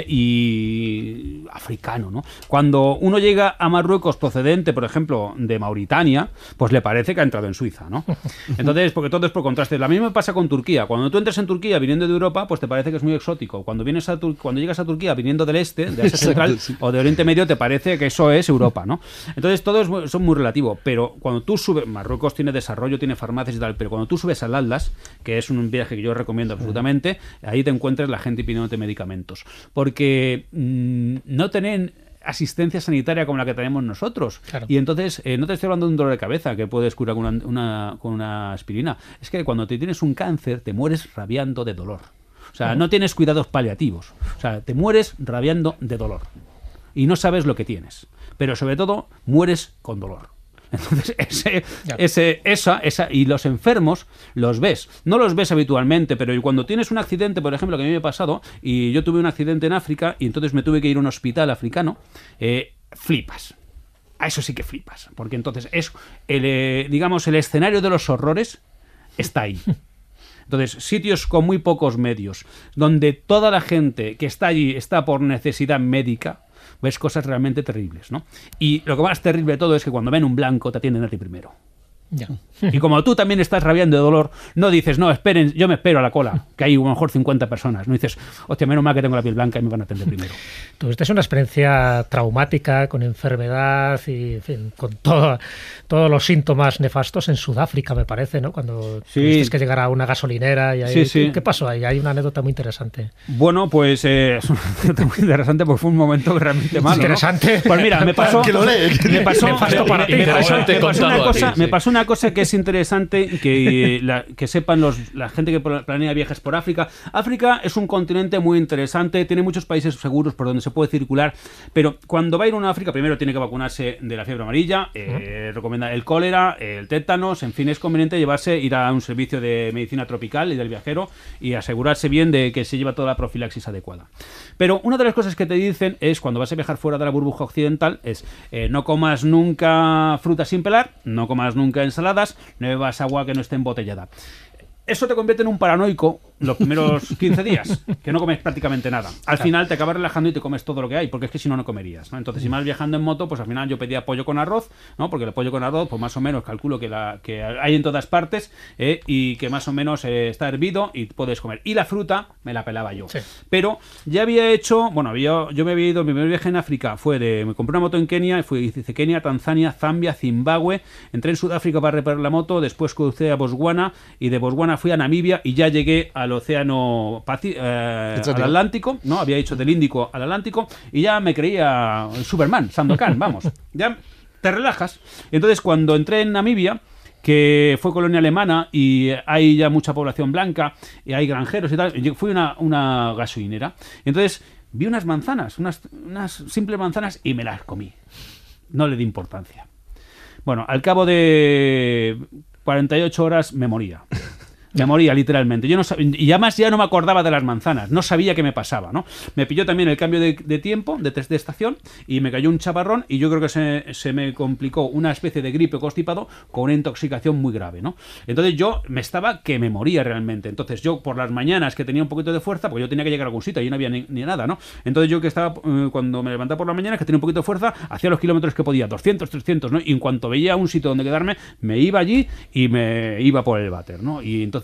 y africano, ¿no? Cuando uno llega a Marruecos procedente, por ejemplo, de Mauritania, pues le parece que ha entrado en Suiza, ¿no? Entonces, porque todo es por contraste. Lo mismo pasa con Turquía. Cuando tú entras en Turquía viniendo de Europa, pues te parece que es muy exótico. Cuando llegas a Turquía viniendo del este, de Asia Central o de Oriente Medio, te parece que eso es Europa, ¿no? Entonces todo es muy relativo, pero cuando tú subes, Marruecos tiene desarrollo, tiene farmacias y tal, pero cuando tú subes al Atlas, que es un viaje que yo recomiendo absolutamente, ahí te encuentras la gente pidiéndote medicamentos, porque no tienen asistencia sanitaria como la que tenemos nosotros. Claro. Y entonces no te estoy hablando de un dolor de cabeza que puedes curar con una aspirina. Es que cuando te tienes un cáncer te mueres rabiando de dolor. O sea, no tienes cuidados paliativos. O sea, te mueres rabiando de dolor. Y no sabes lo que tienes. Pero sobre todo, mueres con dolor. Entonces, esa y los enfermos los ves. No los ves habitualmente, pero cuando tienes un accidente, por ejemplo, que a mí me ha pasado, y yo tuve un accidente en África, y entonces me tuve que ir a un hospital africano, flipas. A eso sí que flipas. Porque entonces es, digamos, el escenario de los horrores está ahí. Entonces, sitios con muy pocos medios, donde toda la gente que está allí está por necesidad médica, ves cosas realmente terribles, ¿no? Y lo que más terrible de todo es que cuando ven un blanco te atienden a ti primero. Ya. Y como tú también estás rabiando de dolor, no dices, no, esperen, yo me espero a la cola, que hay a lo mejor 50 personas. No dices, hostia, menos mal que tengo la piel blanca y me van a atender primero. Tuviste una experiencia traumática, con enfermedad y, en fin, con todos los síntomas nefastos en Sudáfrica, me parece, ¿no? Cuando tuviste que llegar a una gasolinera y ahí, sí. ¿Qué pasó ahí? Hay una anécdota muy interesante. Bueno, pues es una anécdota muy interesante porque fue un momento realmente malo, interesante. ¿no? Pues mira, me pasó una cosa que es interesante que sepan la gente que planea viajes por África. África es un continente muy interesante, tiene muchos países seguros por donde se puede circular, pero cuando va a ir a África primero tiene que vacunarse de la fiebre amarilla, recomienda el cólera, el tétanos, en fin, es conveniente ir a un servicio de medicina tropical y del viajero y asegurarse bien de que se lleva toda la profilaxis adecuada. Pero una de las cosas que te dicen es, cuando vas a viajar fuera de la burbuja occidental, es no comas nunca fruta sin pelar, no comas nunca ensaladas, no bebas agua que no esté embotellada. Eso te convierte en un paranoico los primeros 15 días, que no comes prácticamente nada. Al final te acabas relajando y te comes todo lo que hay, porque es que si no, no comerías, ¿no? Entonces, si vas viajando en moto, pues al final yo pedía pollo con arroz, ¿no? Porque el pollo con arroz, pues más o menos calculo que hay en todas partes, y que más o menos está hervido y puedes comer. Y la fruta me la pelaba yo. Sí. Pero ya había hecho, yo me había ido, mi primer viaje en África me compré una moto en Kenia, hice Kenia, Tanzania, Zambia, Zimbabue, entré en Sudáfrica para reparar la moto, después crucé a Botswana y de Botswana fui a Namibia y ya llegué al océano al Atlántico, ¿no? Había hecho del Índico al Atlántico y ya me creía Superman, Sandokan, vamos. Ya te relajas. Entonces, cuando entré en Namibia, que fue colonia alemana y hay ya mucha población blanca y hay granjeros y tal, yo fui a una gasolinera. Entonces, vi unas manzanas, unas simples manzanas y me las comí. No le di importancia. Bueno, al cabo de 48 horas me moría. Me moría, literalmente. Yo no sabía, y además ya no me acordaba de las manzanas. No sabía qué me pasaba, ¿no? Me pilló también el cambio de tiempo, de estación, y me cayó un chaparrón, y yo creo que se me complicó una especie de gripe o constipado con una intoxicación muy grave, ¿no? Entonces yo que me moría realmente. Entonces yo, por las mañanas que tenía un poquito de fuerza, porque yo tenía que llegar a algún sitio, y no había ni nada, ¿no? Entonces yo que estaba, cuando me levantaba por las mañanas, que tenía un poquito de fuerza, hacía los kilómetros que podía, 200, 300, ¿no? Y en cuanto veía un sitio donde quedarme, me iba allí y me iba por el váter, ¿no? Y entonces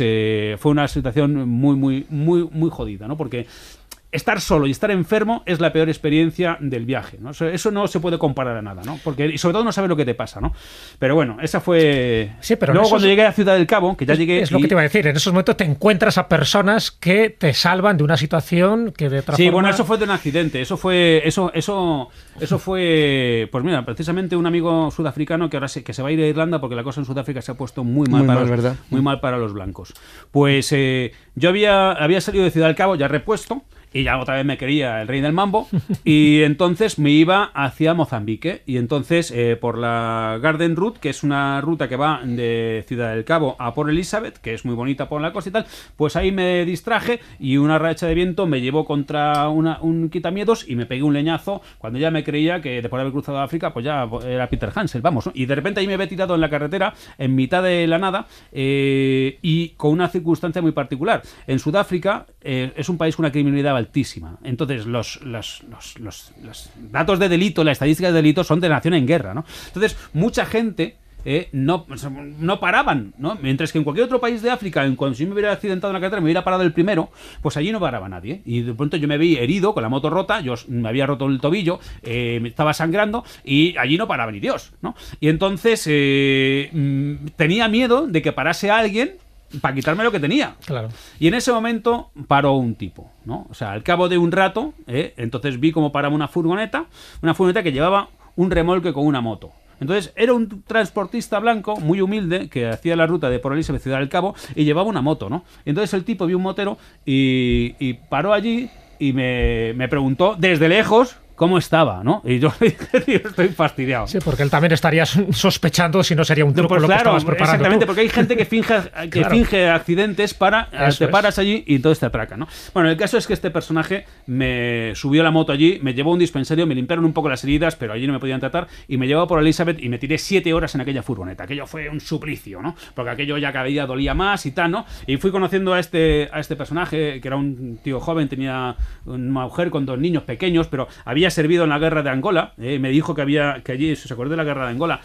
fue una situación muy, muy, muy, muy jodida, ¿no? Porque estar solo y estar enfermo es la peor experiencia del viaje, ¿no? Eso no se puede comparar a nada, ¿no? Porque, y sobre todo no sabes lo que te pasa, ¿no? Pero bueno, esa fue... Sí, pero luego cuando llegué a Ciudad del Cabo, que ya llegué... Es lo que te iba a decir, en esos momentos te encuentras a personas que te salvan de una situación que de otra forma... Sí, bueno, eso fue de un accidente, eso fue, pues mira, precisamente un amigo sudafricano que ahora que se va a ir a Irlanda porque la cosa en Sudáfrica se ha puesto muy mal para los blancos. Pues yo había salido de Ciudad del Cabo ya repuesto, y ya otra vez me quería el rey del mambo, y entonces me iba hacia Mozambique, y entonces por la Garden Route, que es una ruta que va de Ciudad del Cabo a Port Elizabeth, que es muy bonita por la costa y tal, pues ahí me distraje y una racha de viento me llevó contra un quitamiedos y me pegué un leñazo cuando ya me creía que después de haber cruzado África pues ya era Peter Hansel, vamos, ¿no? Y de repente ahí me había tirado en la carretera en mitad de la nada y con una circunstancia muy particular. En Sudáfrica es un país con una criminalidad altísima, entonces los datos de delito, las estadísticas de delito son de nación en guerra, ¿no? Entonces mucha gente no paraban, ¿no? Mientras que en cualquier otro país de África, cuando si me hubiera accidentado en la carretera, me hubiera parado el primero, pues allí no paraba nadie. Y de pronto yo me vi herido, con la moto rota, yo me había roto el tobillo, me estaba sangrando, y allí no paraba ni Dios, ¿no? Y entonces tenía miedo de que parase alguien para quitarme lo que tenía. Claro. Y en ese momento paró un tipo, ¿no? O sea, al cabo de un rato, entonces vi cómo paraba una furgoneta que llevaba un remolque con una moto. Entonces era un transportista blanco muy humilde que hacía la ruta de Port Elizabeth, Ciudad del Cabo, y llevaba una moto, ¿no? Entonces el tipo vio un motero y paró allí y me preguntó desde lejos cómo estaba, ¿no? Y yo le dije, tío, estoy fastidiado. Sí, porque él también estaría sospechando si no sería un truco pues lo claro, que estabas preparando exactamente, tú. porque hay gente que finge accidentes para te paras allí y entonces te atracan, ¿no? Bueno, el caso es que este personaje me subió la moto allí, me llevó a un dispensario, me limpiaron un poco las heridas, pero allí no me podían tratar, y me llevó por Elizabeth y me tiré 7 horas en aquella furgoneta. Aquello fue un suplicio, ¿no? Porque aquello ya cada día dolía más y tal, ¿no? Y fui conociendo a este personaje, que era un tío joven, tenía una mujer con 2 niños pequeños, pero había servido en la guerra de Angola. Me dijo que allí, si se acuerda de la guerra de Angola,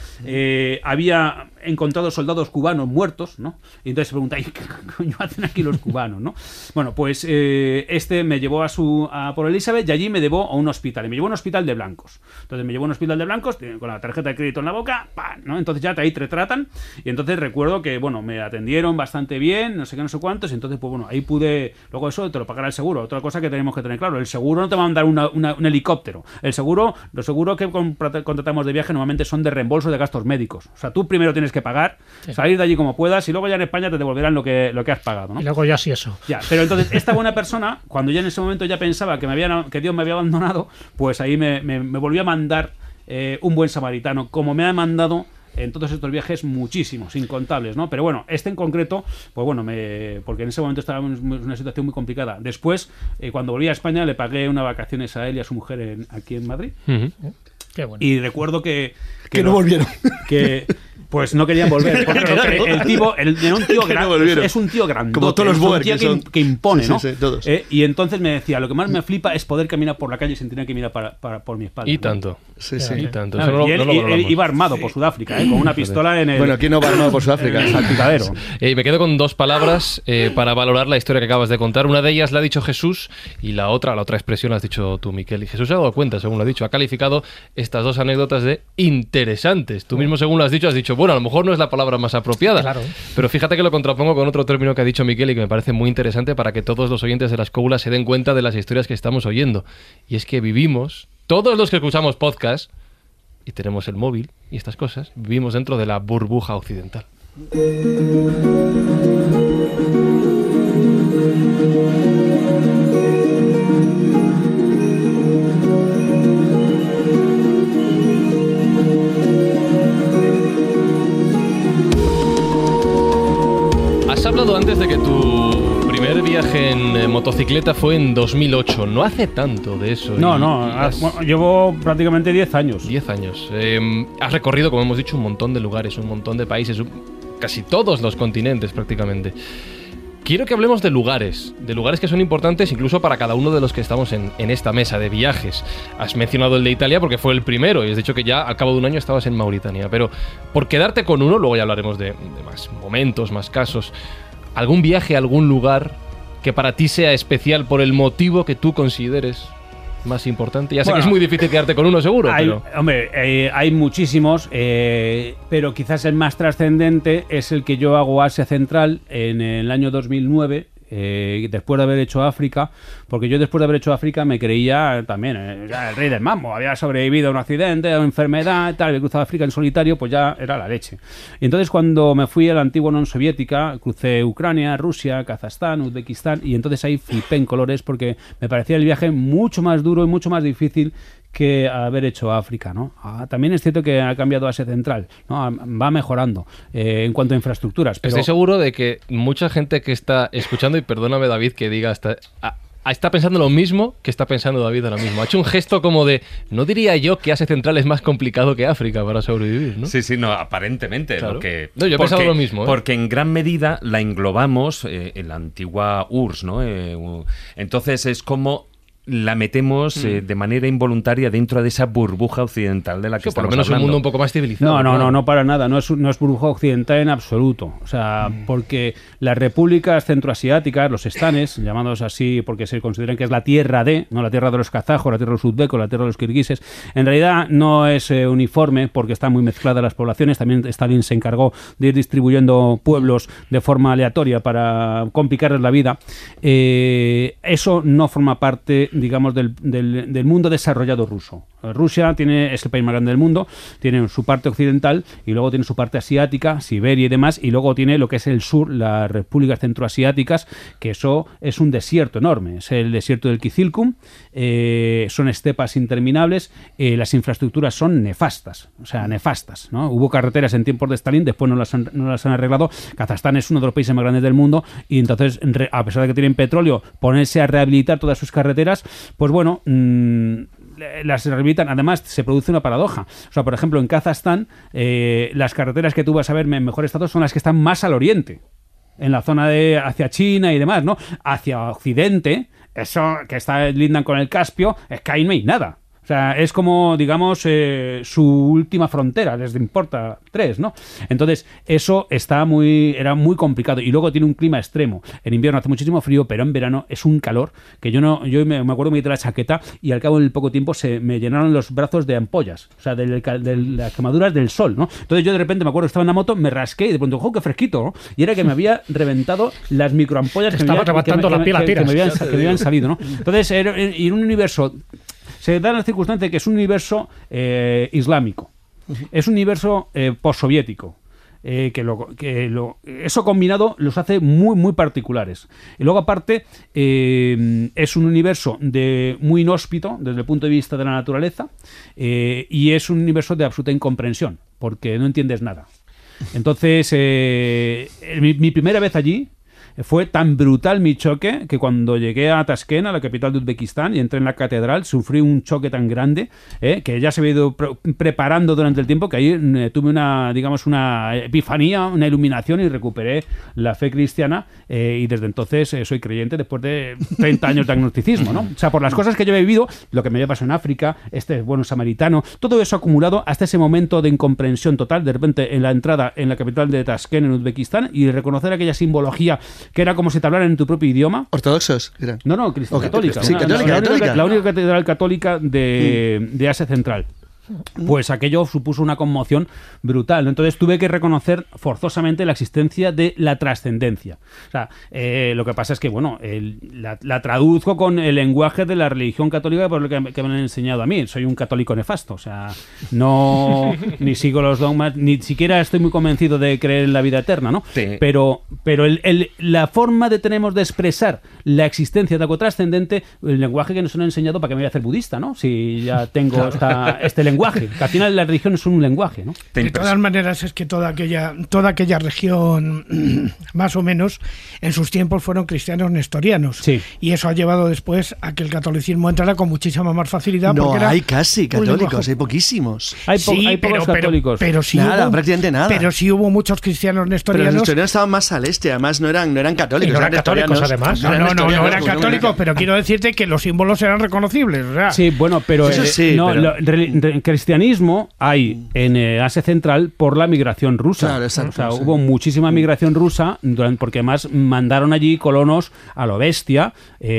había encontrado soldados cubanos muertos, ¿no? Y entonces se pregunta, ¿qué coño hacen aquí los cubanos, no? Bueno, pues este me llevó a Port Elizabeth y allí me llevó a un hospital. Y me llevó a un hospital de blancos. Entonces me llevó a un hospital de blancos con la tarjeta de crédito en la boca, ¡pam!, ¿no? Entonces ya ahí te tratan. Y entonces recuerdo que, bueno, me atendieron bastante bien, no sé qué, no sé cuántos. Y entonces, pues bueno, ahí pude. Luego eso te lo pagará el seguro. Otra cosa que tenemos que tener claro: el seguro no te va a mandar un helicóptero. Los seguros que contratamos de viaje normalmente son de reembolso de gastos médicos. O sea, tú primero tienes que pagar, salir de allí como puedas, y luego ya en España te devolverán lo que has pagado, ¿no? Y luego ya sí eso. Ya, pero entonces esta buena persona, cuando ya en ese momento ya pensaba que Dios me había abandonado, pues ahí me volvió a mandar un buen samaritano, como me ha mandado en todos estos viajes muchísimos, incontables, ¿no? Pero bueno, este en concreto, pues bueno, porque en ese momento estaba en una situación muy complicada. Después, cuando volví a España, le pagué unas vacaciones a él y a su mujer aquí en Madrid. Uh-huh. Qué bueno. Y recuerdo que no volvieron. Que pues no querían volver. Porque el tipo era un tío grande. Es un tío grandote. Como todos los Boer, que impone, ¿no? Sí, todos. Y entonces me decía, lo que más me flipa es poder caminar por la calle sin tener que mirar por mi espalda. Y tanto. Sí. Y tanto. Claro, y él iba armado por Sudáfrica, con una pistola en el... Bueno, ¿quién no va armado por Sudáfrica? En el salpicadero. Me quedo con 2 palabras para valorar la historia que acabas de contar. Una de ellas la ha dicho Jesús y la otra expresión la has dicho tú, Miquel. Y Jesús se ha dado cuenta, según lo ha dicho. Ha calificado estas 2 anécdotas de interesantes. Tú mismo, según lo has dicho, bueno, a lo mejor no es la palabra más apropiada. Claro. Pero fíjate que lo contrapongo con otro término que ha dicho Miquel y que me parece muy interesante para que todos los oyentes de La Escóbula se den cuenta de las historias que estamos oyendo. Y es que vivimos, todos los que escuchamos podcast y tenemos el móvil y estas cosas, vivimos dentro de la burbuja occidental. Has hablado antes de que tu primer viaje en motocicleta fue en 2008. No hace tanto de eso. Llevo prácticamente 10 años. 10 años. Has recorrido, como hemos dicho, un montón de lugares, un montón de países, casi todos los continentes prácticamente. Quiero que hablemos de lugares que son importantes incluso para cada uno de los que estamos en esta mesa de viajes. Has mencionado el de Italia porque fue el primero y has dicho que ya al cabo de un año estabas en Mauritania, pero por quedarte con uno, luego ya hablaremos de más momentos, más casos. ¿Algún viaje, algún lugar que para ti sea especial por el motivo que tú consideres más importante? Ya sé que es muy difícil quedarte con uno seguro, pero... Hombre, hay muchísimos, pero quizás el más trascendente es el que yo hago Asia Central en el año 2009, después de haber hecho África, porque yo después de haber hecho África me creía también el rey del mambo, había sobrevivido a un accidente, a una enfermedad, tal, había cruzado África en solitario, pues ya era la leche. Y entonces cuando me fui a la antigua Unión Soviética, crucé Ucrania, Rusia, Kazajstán, Uzbekistán, y entonces ahí flipé en colores porque me parecía el viaje mucho más duro y mucho más difícil que haber hecho África, ¿no? También es cierto que ha cambiado Asia Central, ¿no? Va mejorando en cuanto a infraestructuras. Pero... Estoy seguro de que mucha gente que está escuchando, y perdóname David que diga está pensando lo mismo que está pensando David ahora mismo. Ha hecho un gesto como de, no diría yo que Asia Central es más complicado que África para sobrevivir, ¿no? Sí, no, aparentemente. Claro. No, yo he pensado lo mismo. Porque en gran medida la englobamos en la antigua URSS, ¿no? Entonces es como la metemos de manera involuntaria dentro de esa burbuja occidental de la que estamos por lo menos hablando. Un mundo un poco más civilizado. No, para nada. No es burbuja occidental en absoluto. O sea, porque las repúblicas centroasiáticas, los estanes, llamados así porque se consideran que es la tierra de, no la tierra de los kazajos, la tierra de los uzbecos, la tierra de los kirguises, en realidad no es uniforme porque están muy mezcladas las poblaciones. También Stalin se encargó de ir distribuyendo pueblos de forma aleatoria para complicarles la vida. Eso no forma parte, digamos, del mundo desarrollado ruso. Rusia es el país más grande del mundo, tiene su parte occidental y luego tiene su parte asiática, Siberia y demás, y luego tiene lo que es el sur, las repúblicas centroasiáticas, que eso es un desierto enorme, es el desierto del Kizilkum, son estepas interminables, las infraestructuras son nefastas, ¿no? Hubo carreteras en tiempos de Stalin, después no las han arreglado. Kazajstán es uno de los países más grandes del mundo y entonces, a pesar de que tienen petróleo, ponerse a rehabilitar todas sus carreteras, pues bueno, las rehabilitan. Además, se produce una paradoja. O sea, por ejemplo, en Kazajstán, las carreteras que tú vas a ver en mejor estado son las que están más al oriente, en la zona de hacia China y demás, ¿no? Hacia Occidente, eso que lindan con el Caspio, es que ahí no hay nada. O sea, es como, digamos, su última frontera, les importa 3, ¿no? Entonces, eso era muy complicado. Y luego tiene un clima extremo. En invierno hace muchísimo frío, pero en verano es un calor que yo me acuerdo, me quité la chaqueta y al cabo del poco tiempo se me llenaron los brazos de ampollas, o sea, de las quemaduras del sol, ¿no? Entonces yo de repente me acuerdo que estaba en la moto, me rasqué y de pronto, ¡oh, qué fresquito!, ¿no? Y era que me había reventado las microampollas que me habían salido, ¿no? Entonces, era un universo... Se da la circunstancia de que es un universo islámico, es un universo postsoviético, eso combinado los hace muy, muy particulares. Y luego, aparte, es un universo muy inhóspito desde el punto de vista de la naturaleza, y es un universo de absoluta incomprensión, porque no entiendes nada. Entonces, mi primera vez allí fue tan brutal mi choque que cuando llegué a Tashkent, a la capital de Uzbekistán, y entré en la catedral, sufrí un choque tan grande que ya se había ido preparando durante el tiempo, que ahí tuve una epifanía, una iluminación y recuperé la fe cristiana, y desde entonces soy creyente después de 30 años de agnosticismo, ¿no? O sea, por las cosas que yo he vivido, lo que me había pasado en África, este bueno samaritano, todo eso acumulado hasta ese momento de incomprensión total, de repente en la entrada en la capital de Tashkent, en Uzbekistán, y reconocer aquella simbología que era como si te hablaran en tu propio idioma. ¿Ortodoxos? No, cristiana, católica. Sí, católica. La única catedral católica de Asia Central. Pues aquello supuso una conmoción brutal, ¿no? Entonces tuve que reconocer forzosamente la existencia de la trascendencia. O sea, lo que pasa es que, bueno, la traduzco con el lenguaje de la religión católica por lo que me han enseñado a mí. Soy un católico nefasto, o sea, no ni sigo los dogmas, ni siquiera estoy muy convencido de creer en la vida eterna, ¿no? Sí. Pero la forma tenemos de expresar la existencia de algo trascendente, el lenguaje que nos han enseñado, ¿para qué me voy a hacer budista, no? Si ya tengo este lenguaje. Que al final la religión es un lenguaje, ¿no? De todas maneras, es que toda aquella región, más o menos, en sus tiempos fueron cristianos nestorianos. Sí. Y eso ha llevado después a que el catolicismo entrara con muchísima más facilidad. No hay casi católicos, hay poquísimos. Hay pocos católicos. Pero sí prácticamente nada. Pero sí hubo muchos cristianos nestorianos. Pero los nestorianos estaban más al este, además no eran católicos. No eran católicos, además. No eran católicos, pero quiero decirte que los símbolos eran reconocibles. O sea. Sí, bueno, pero... Eso sí, cristianismo hay en Asia Central por la migración rusa. Claro, exacto, o sea, sí. hubo muchísima migración rusa porque además mandaron allí colonos a lo bestia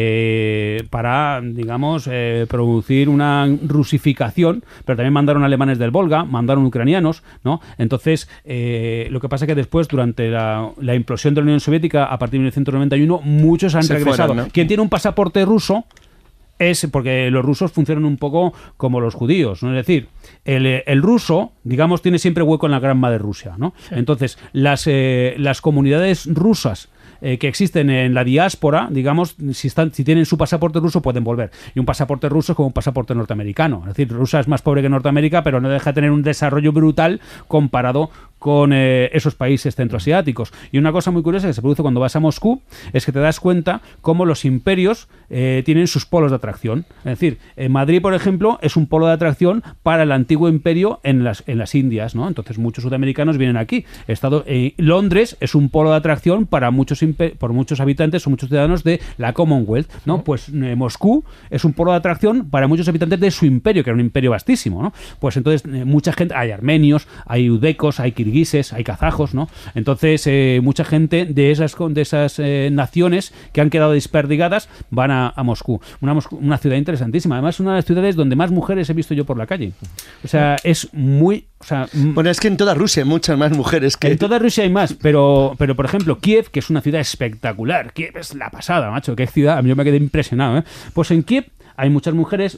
para, digamos, producir una rusificación, pero también mandaron alemanes del Volga, mandaron ucranianos, ¿no? Entonces, lo que pasa es que después, durante la implosión de la Unión Soviética, a partir de 1991, muchos han regresado. Fueron, ¿no? Quien tiene un pasaporte ruso es porque los rusos funcionan un poco como los judíos, ¿no? Es decir, el ruso, digamos, tiene siempre hueco en la gran madre Rusia, ¿no? Sí. Entonces, las comunidades rusas que existen en la diáspora, digamos, si tienen su pasaporte ruso pueden volver. Y un pasaporte ruso es como un pasaporte norteamericano. Es decir, Rusia es más pobre que Norteamérica, pero no deja de tener un desarrollo brutal comparado con esos países centroasiáticos. Y una cosa muy curiosa que se produce cuando vas a Moscú es que te das cuenta cómo los imperios tienen sus polos de atracción. Es decir, Madrid, por ejemplo, es un polo de atracción para el antiguo imperio en las Indias, ¿no? Entonces muchos sudamericanos vienen aquí. Londres es un polo de atracción para muchos habitantes o muchos ciudadanos de la Commonwealth, ¿no? Pues Moscú es un polo de atracción para muchos habitantes de su imperio, que era un imperio vastísimo, ¿no? Pues entonces mucha gente, hay armenios, hay udecos, hay kirguises, hay kazajos, ¿no? Entonces mucha gente de esas naciones que han quedado desperdigadas van a Moscú. Una ciudad interesantísima. Además, una de las ciudades donde más mujeres he visto yo por la calle. O sea, es muy... O sea, bueno, es que en toda Rusia hay muchas más mujeres que... En toda Rusia hay más, pero por ejemplo, Kiev, que es una ciudad espectacular. Kiev es la pasada, macho. Qué ciudad. A mí yo me quedé impresionado, ¿eh? Pues en Kiev hay muchas mujeres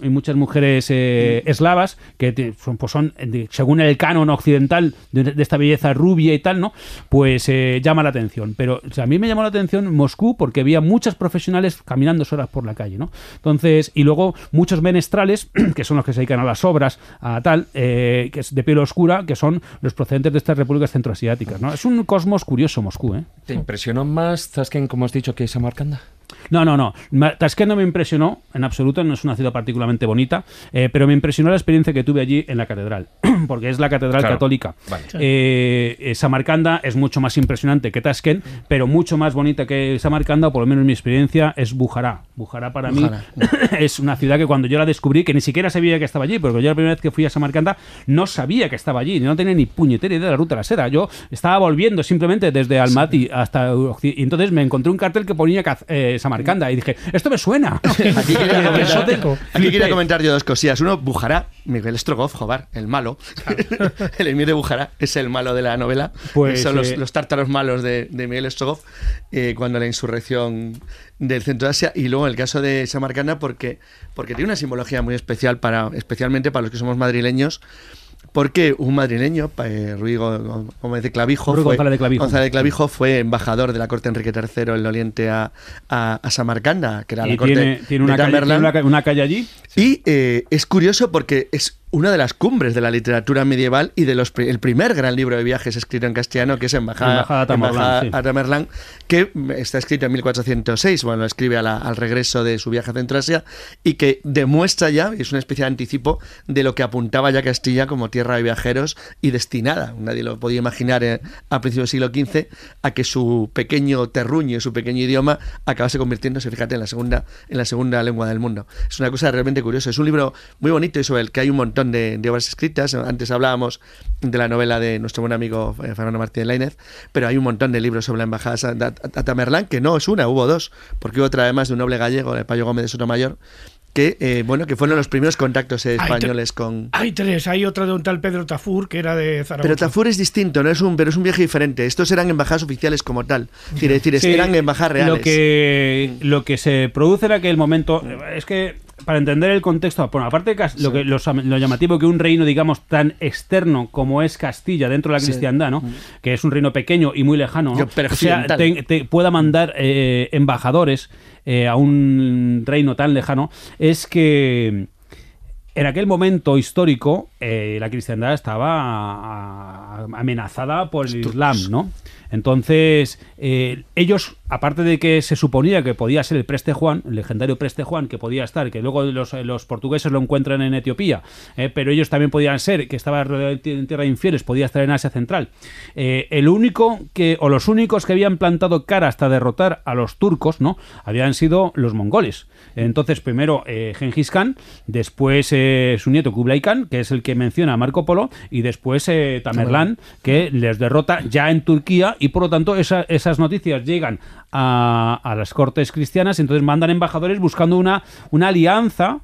eslavas que son según el canon occidental de esta belleza rubia y tal, ¿no? Pues llama la atención. Pero o sea, a mí me llamó la atención Moscú porque había muchas profesionales caminando solas por la calle, ¿no? Entonces, y luego muchos menestrales, que son los que se dedican a las obras, a tal, que es de piel oscura, que son los procedentes de estas repúblicas centroasiáticas, ¿no? Es un cosmos curioso Moscú, ¿eh? ¿Te impresionó más Tashkent, como has dicho, que Samarcanda? No. Tashkent no me impresionó en absoluto, no es una ciudad particularmente bonita, pero me impresionó la experiencia que tuve allí en la catedral, porque es la catedral católica. Vale. Samarcanda es mucho más impresionante que Tashkent, pero mucho más bonita que Samarcanda, o por lo menos mi experiencia, es Bujará. Bujará para mí es una ciudad que cuando yo la descubrí, que ni siquiera sabía que estaba allí, porque yo la primera vez que fui a Samarcanda no sabía que estaba allí, no tenía ni puñetera idea de la ruta de la seda. Yo estaba volviendo simplemente desde Almaty hasta Occidente, y entonces me encontré un cartel que ponía Samarcanda y dije, esto me suena. Aquí quería comentar yo dos cosillas. Uno, Bujará, Miguel Strogoff, Jobar, el malo. El emir de Bujará es el malo de la novela. Pues, son los tártaros malos de Miguel Strogoff cuando la insurrección del Centro de Asia. Y luego el caso de Samarcanda porque tiene una simbología muy especial especialmente para los que somos madrileños. Porque un madrileño, Ruy Gómez de Clavijo, González de Clavijo fue embajador de la corte Enrique III en Oriente a Samarcanda, que era la corte tiene una de Tamerlán. Calle, una calle allí. Sí. Y es curioso porque es una de las cumbres de la literatura medieval y el primer gran libro de viajes escrito en castellano, que es Embajada a Tamerlán, que está escrito en 1406, bueno, lo escribe al regreso de su viaje a Centroasia, y que demuestra ya, es una especie de anticipo de lo que apuntaba ya Castilla como tierra de viajeros y destinada, nadie lo podía imaginar a principios del siglo XV, a que su pequeño terruño y su pequeño idioma acabase convirtiéndose, fíjate, en la segunda lengua del mundo. Es una cosa realmente curiosa, es un libro muy bonito y sobre el que hay un montón de obras escritas. Antes hablábamos de la novela de nuestro buen amigo Fernando Martínez Lainez, pero hay un montón de libros sobre la embajada a Tamerlán, que no es una, hubo dos, porque hubo otra además de un noble gallego, el Payo Gómez de Sotomayor, que fueron los primeros contactos españoles con... Hay tres, hay otra de un tal Pedro Tafur, que era de Zaragoza. Pero Tafur es distinto, pero es un viaje diferente. Estos eran embajadas oficiales como tal. Es decir, eran embajadas reales. Lo que se produce en aquel momento es que, para entender el contexto, bueno, aparte de lo llamativo que un reino, digamos, tan externo como es Castilla dentro de la cristiandad, ¿no? Que es un reino pequeño y muy lejano, ¿no? Pero te pueda mandar embajadores a un reino tan lejano, es que en aquel momento histórico la cristiandad estaba amenazada por el Islam, ¿no? Entonces, ellos, aparte de que se suponía que podía ser el Preste Juan, el legendario Preste Juan, que podía estar, que luego los portugueses lo encuentran en Etiopía, pero ellos también podían ser, que estaba en tierra de infieles, podía estar en Asia Central. Los únicos que habían plantado cara hasta derrotar a los turcos, ¿no? Habían sido los mongoles. Entonces, primero Gengis Khan, después su nieto Kublai Khan, que es el que menciona Marco Polo, y después Tamerlán, que les derrota ya en Turquía, y por lo tanto esas noticias llegan a las cortes cristianas, entonces mandan embajadores buscando una alianza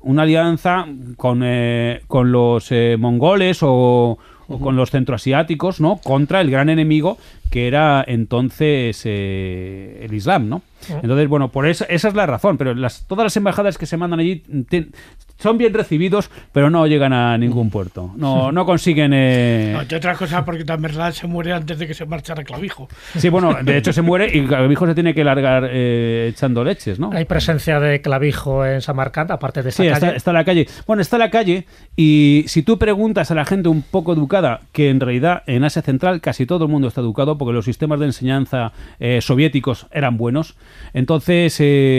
con los mongoles o con los centroasiáticos, ¿no? Contra el gran enemigo que era entonces el Islam, ¿no? Entonces, bueno, por esa es la razón, pero todas las embajadas que se mandan allí son bien recibidos, pero no llegan a ningún puerto. No consiguen... Entre otras cosas porque Tamerlán se muere antes de que se marchara Clavijo. Sí, bueno, de hecho se muere y Clavijo se tiene que largar echando leches, ¿no? Hay presencia de Clavijo en Samarcanda, aparte de esta calle. Está la calle. Bueno, está la calle, y si tú preguntas a la gente un poco educada, que en realidad en Asia Central casi todo el mundo está educado, porque los sistemas de enseñanza soviéticos eran buenos, entonces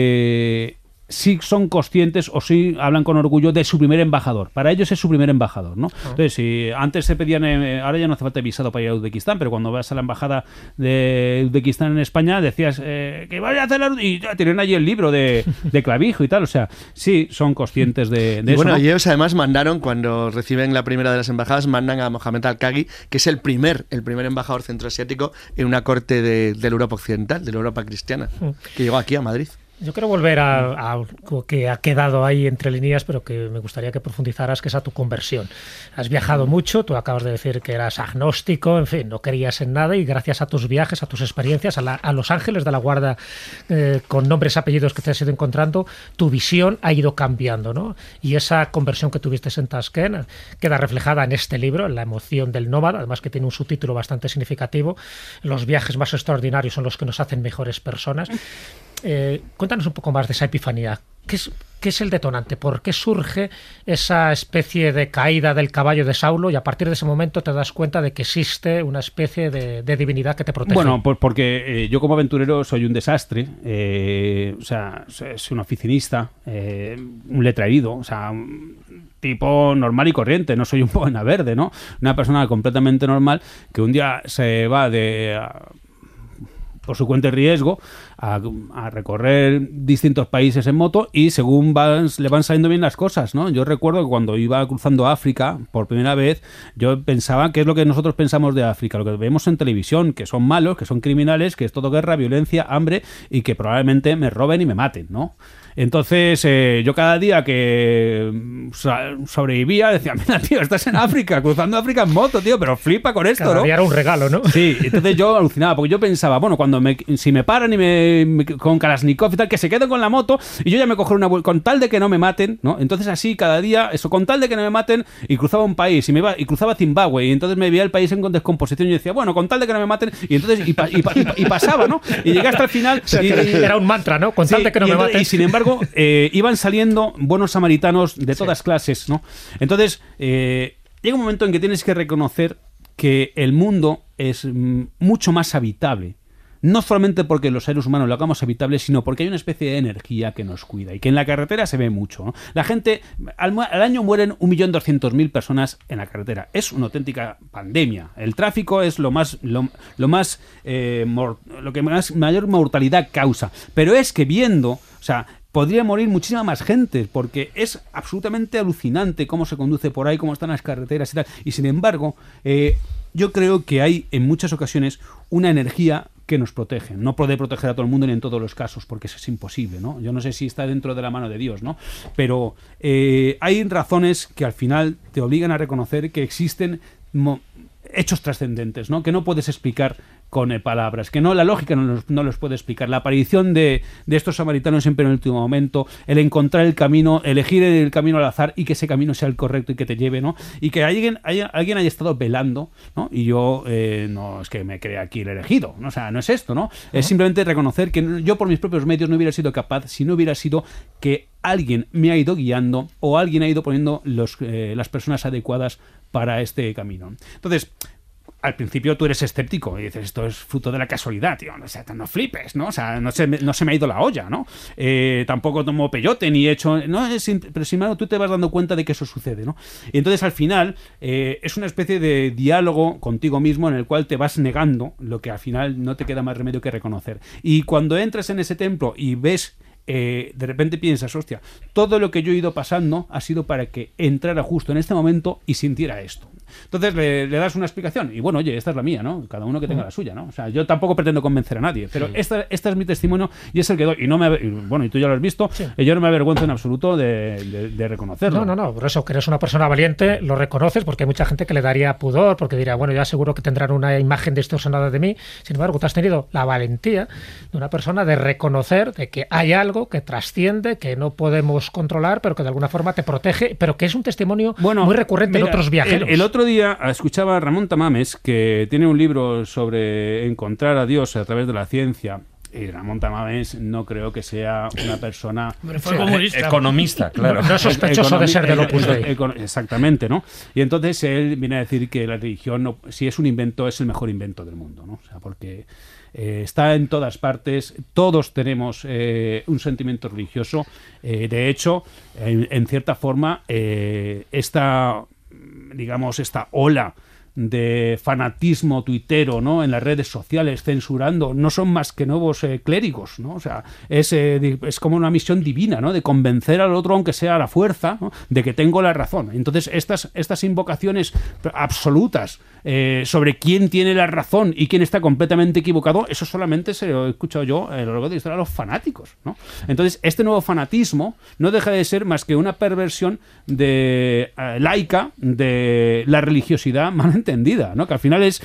sí son conscientes o sí hablan con orgullo de su primer embajador. Para ellos es su primer embajador, ¿no? Entonces, si antes se pedían, ahora ya no hace falta visado para ir a Uzbekistán, pero cuando vas a la embajada de Uzbekistán en España decías que vaya a hacer y ya tienen allí el libro de Clavijo y tal. O sea, sí son conscientes de eso. Bueno, ¿no? Y ellos además mandaron, cuando reciben la primera de las embajadas, mandan a Mohamed Al-Kagi, que es el primer embajador centroasiático en una corte de la Europa occidental, de la Europa cristiana, que llegó aquí a Madrid. Yo quiero volver a algo que ha quedado ahí entre líneas, pero que me gustaría que profundizaras, que es a tu conversión. Has viajado mucho, tú acabas de decir que eras agnóstico, en fin, no creías en nada, y gracias a tus viajes, a tus experiencias, a los ángeles de la guarda con nombres y apellidos que te has ido encontrando, tu visión ha ido cambiando, ¿no? Y esa conversión que tuviste en Tashkent queda reflejada en este libro, en La emoción del nómada, además que tiene un subtítulo bastante significativo: los viajes más extraordinarios son los que nos hacen mejores personas. Cuéntanos un poco más de esa epifanía. ¿Qué es el detonante? ¿Por qué surge esa especie de caída del caballo de Saulo y a partir de ese momento te das cuenta de que existe una especie de divinidad que te protege? Bueno, porque yo como aventurero soy un desastre, o sea, soy un oficinista, un letraído, o sea, un tipo normal y corriente, no soy un boina verde, ¿no? Una persona completamente normal que un día se va por su cuenta y riesgo a recorrer distintos países en moto, y según le van saliendo bien las cosas, ¿no? Yo recuerdo que cuando iba cruzando África por primera vez, yo pensaba que es lo que nosotros pensamos de África, lo que vemos en televisión, que son malos, que son criminales, que es todo guerra, violencia, hambre, y que probablemente me roben y me maten, ¿no? Entonces, yo cada día que sobrevivía decía, mira, tío, estás en África, cruzando África en moto, tío, pero flipa con esto, cada ¿no? día era un regalo, ¿no? Sí, entonces yo alucinaba, porque yo pensaba, bueno, si me paran y con Kalashnikov y tal, que se queden con la moto, y yo ya me cogeré una vuelta, con tal de que no me maten, ¿no? Entonces así, cada día, eso, con tal de que no me maten, y cruzaba un país, y cruzaba Zimbabue, y entonces me veía el país en descomposición, y yo decía, bueno, con tal de que no me maten, y entonces, y pasaba, ¿no? Y llegué hasta el final. Era un mantra, ¿no? Con tal de que no me maten. Y sin embargo, iban saliendo buenos samaritanos de todas clases, ¿no? Entonces, llega un momento en que tienes que reconocer que el mundo es mucho más habitable. No solamente porque los seres humanos lo hagamos habitable, sino porque hay una especie de energía que nos cuida, y que en la carretera se ve mucho, ¿no? La gente, al año mueren 1.200.000 personas en la carretera. Es una auténtica pandemia. El tráfico es lo que mayor mortalidad causa. Pero es que viendo, o sea, podría morir muchísima más gente, porque es absolutamente alucinante cómo se conduce por ahí, cómo están las carreteras y tal. Y sin embargo, yo creo que hay en muchas ocasiones una energía que nos protege. No puede proteger a todo el mundo ni en todos los casos, porque eso es imposible, ¿no? Yo no sé si está dentro de la mano de Dios, ¿no? Pero hay razones que al final te obligan a reconocer que existen hechos trascendentes, ¿no? Que no puedes explicar con palabras, que no, la lógica no los puede explicar. La aparición de estos samaritanos siempre en el último momento, el encontrar el camino, elegir el camino al azar y que ese camino sea el correcto y que te lleve, ¿no? Y que alguien haya estado velando, ¿no? Y yo no es que me crea aquí el elegido, ¿no? O sea, no es esto, ¿no? Es simplemente reconocer que yo por mis propios medios no hubiera sido capaz si no hubiera sido que alguien me ha ido guiando o alguien ha ido poniendo las personas adecuadas para este camino. Entonces, al principio tú eres escéptico y dices, esto es fruto de la casualidad, tío, o sea, no flipes, ¿no? O sea, no se me ha ido la olla, ¿no? Tampoco tomo peyote ni he hecho... ¿no? Pero sin embargo tú te vas dando cuenta de que eso sucede, ¿no? Y entonces al final es una especie de diálogo contigo mismo en el cual te vas negando lo que al final no te queda más remedio que reconocer. Y cuando entras en ese templo y ves de repente piensas, hostia, todo lo que yo he ido pasando ha sido para que entrara justo en este momento y sintiera esto. Entonces le das una explicación y bueno, oye, esta es la mía, ¿no? Cada uno que tenga la suya, ¿no? O sea, yo tampoco pretendo convencer a nadie, pero este es mi testimonio y es el que doy. Y tú ya lo has visto, yo no me avergüenzo en absoluto de reconocerlo. No, por eso que eres una persona valiente, lo reconoces, porque hay mucha gente que le daría pudor, porque dirá, bueno, ya seguro que tendrán una imagen distorsionada de mí. Sin embargo, tú has tenido la valentía de una persona de reconocer de que hay algo que trasciende, que no podemos controlar, pero que de alguna forma te protege, pero que es un testimonio muy recurrente en otros viajeros. El otro día escuchaba a Ramón Tamames, que tiene un libro sobre encontrar a Dios a través de la ciencia. Y Ramón Tamames no creo que sea una persona economista, claro. No es sospechoso de ser del Opus Dei. Exactamente, ¿no? Y entonces él viene a decir que la religión, si es un invento, es el mejor invento del mundo, ¿no? O sea, porque está en todas partes, todos tenemos un sentimiento religioso. De hecho, en cierta forma, esta ola de fanatismo tuitero, ¿no?, en las redes sociales, censurando, no son más que nuevos clérigos, ¿no? O sea, es como una misión divina, ¿no?, de convencer al otro, aunque sea a la fuerza, ¿no?, de que tengo la razón. Entonces, estas invocaciones absolutas sobre quién tiene la razón y quién está completamente equivocado, eso solamente se lo he escuchado yo a lo largo de la historia a los fanáticos, ¿no? Entonces, este nuevo fanatismo no deja de ser más que una perversión laica de la religiosidad mal entendida, ¿no? Que al final es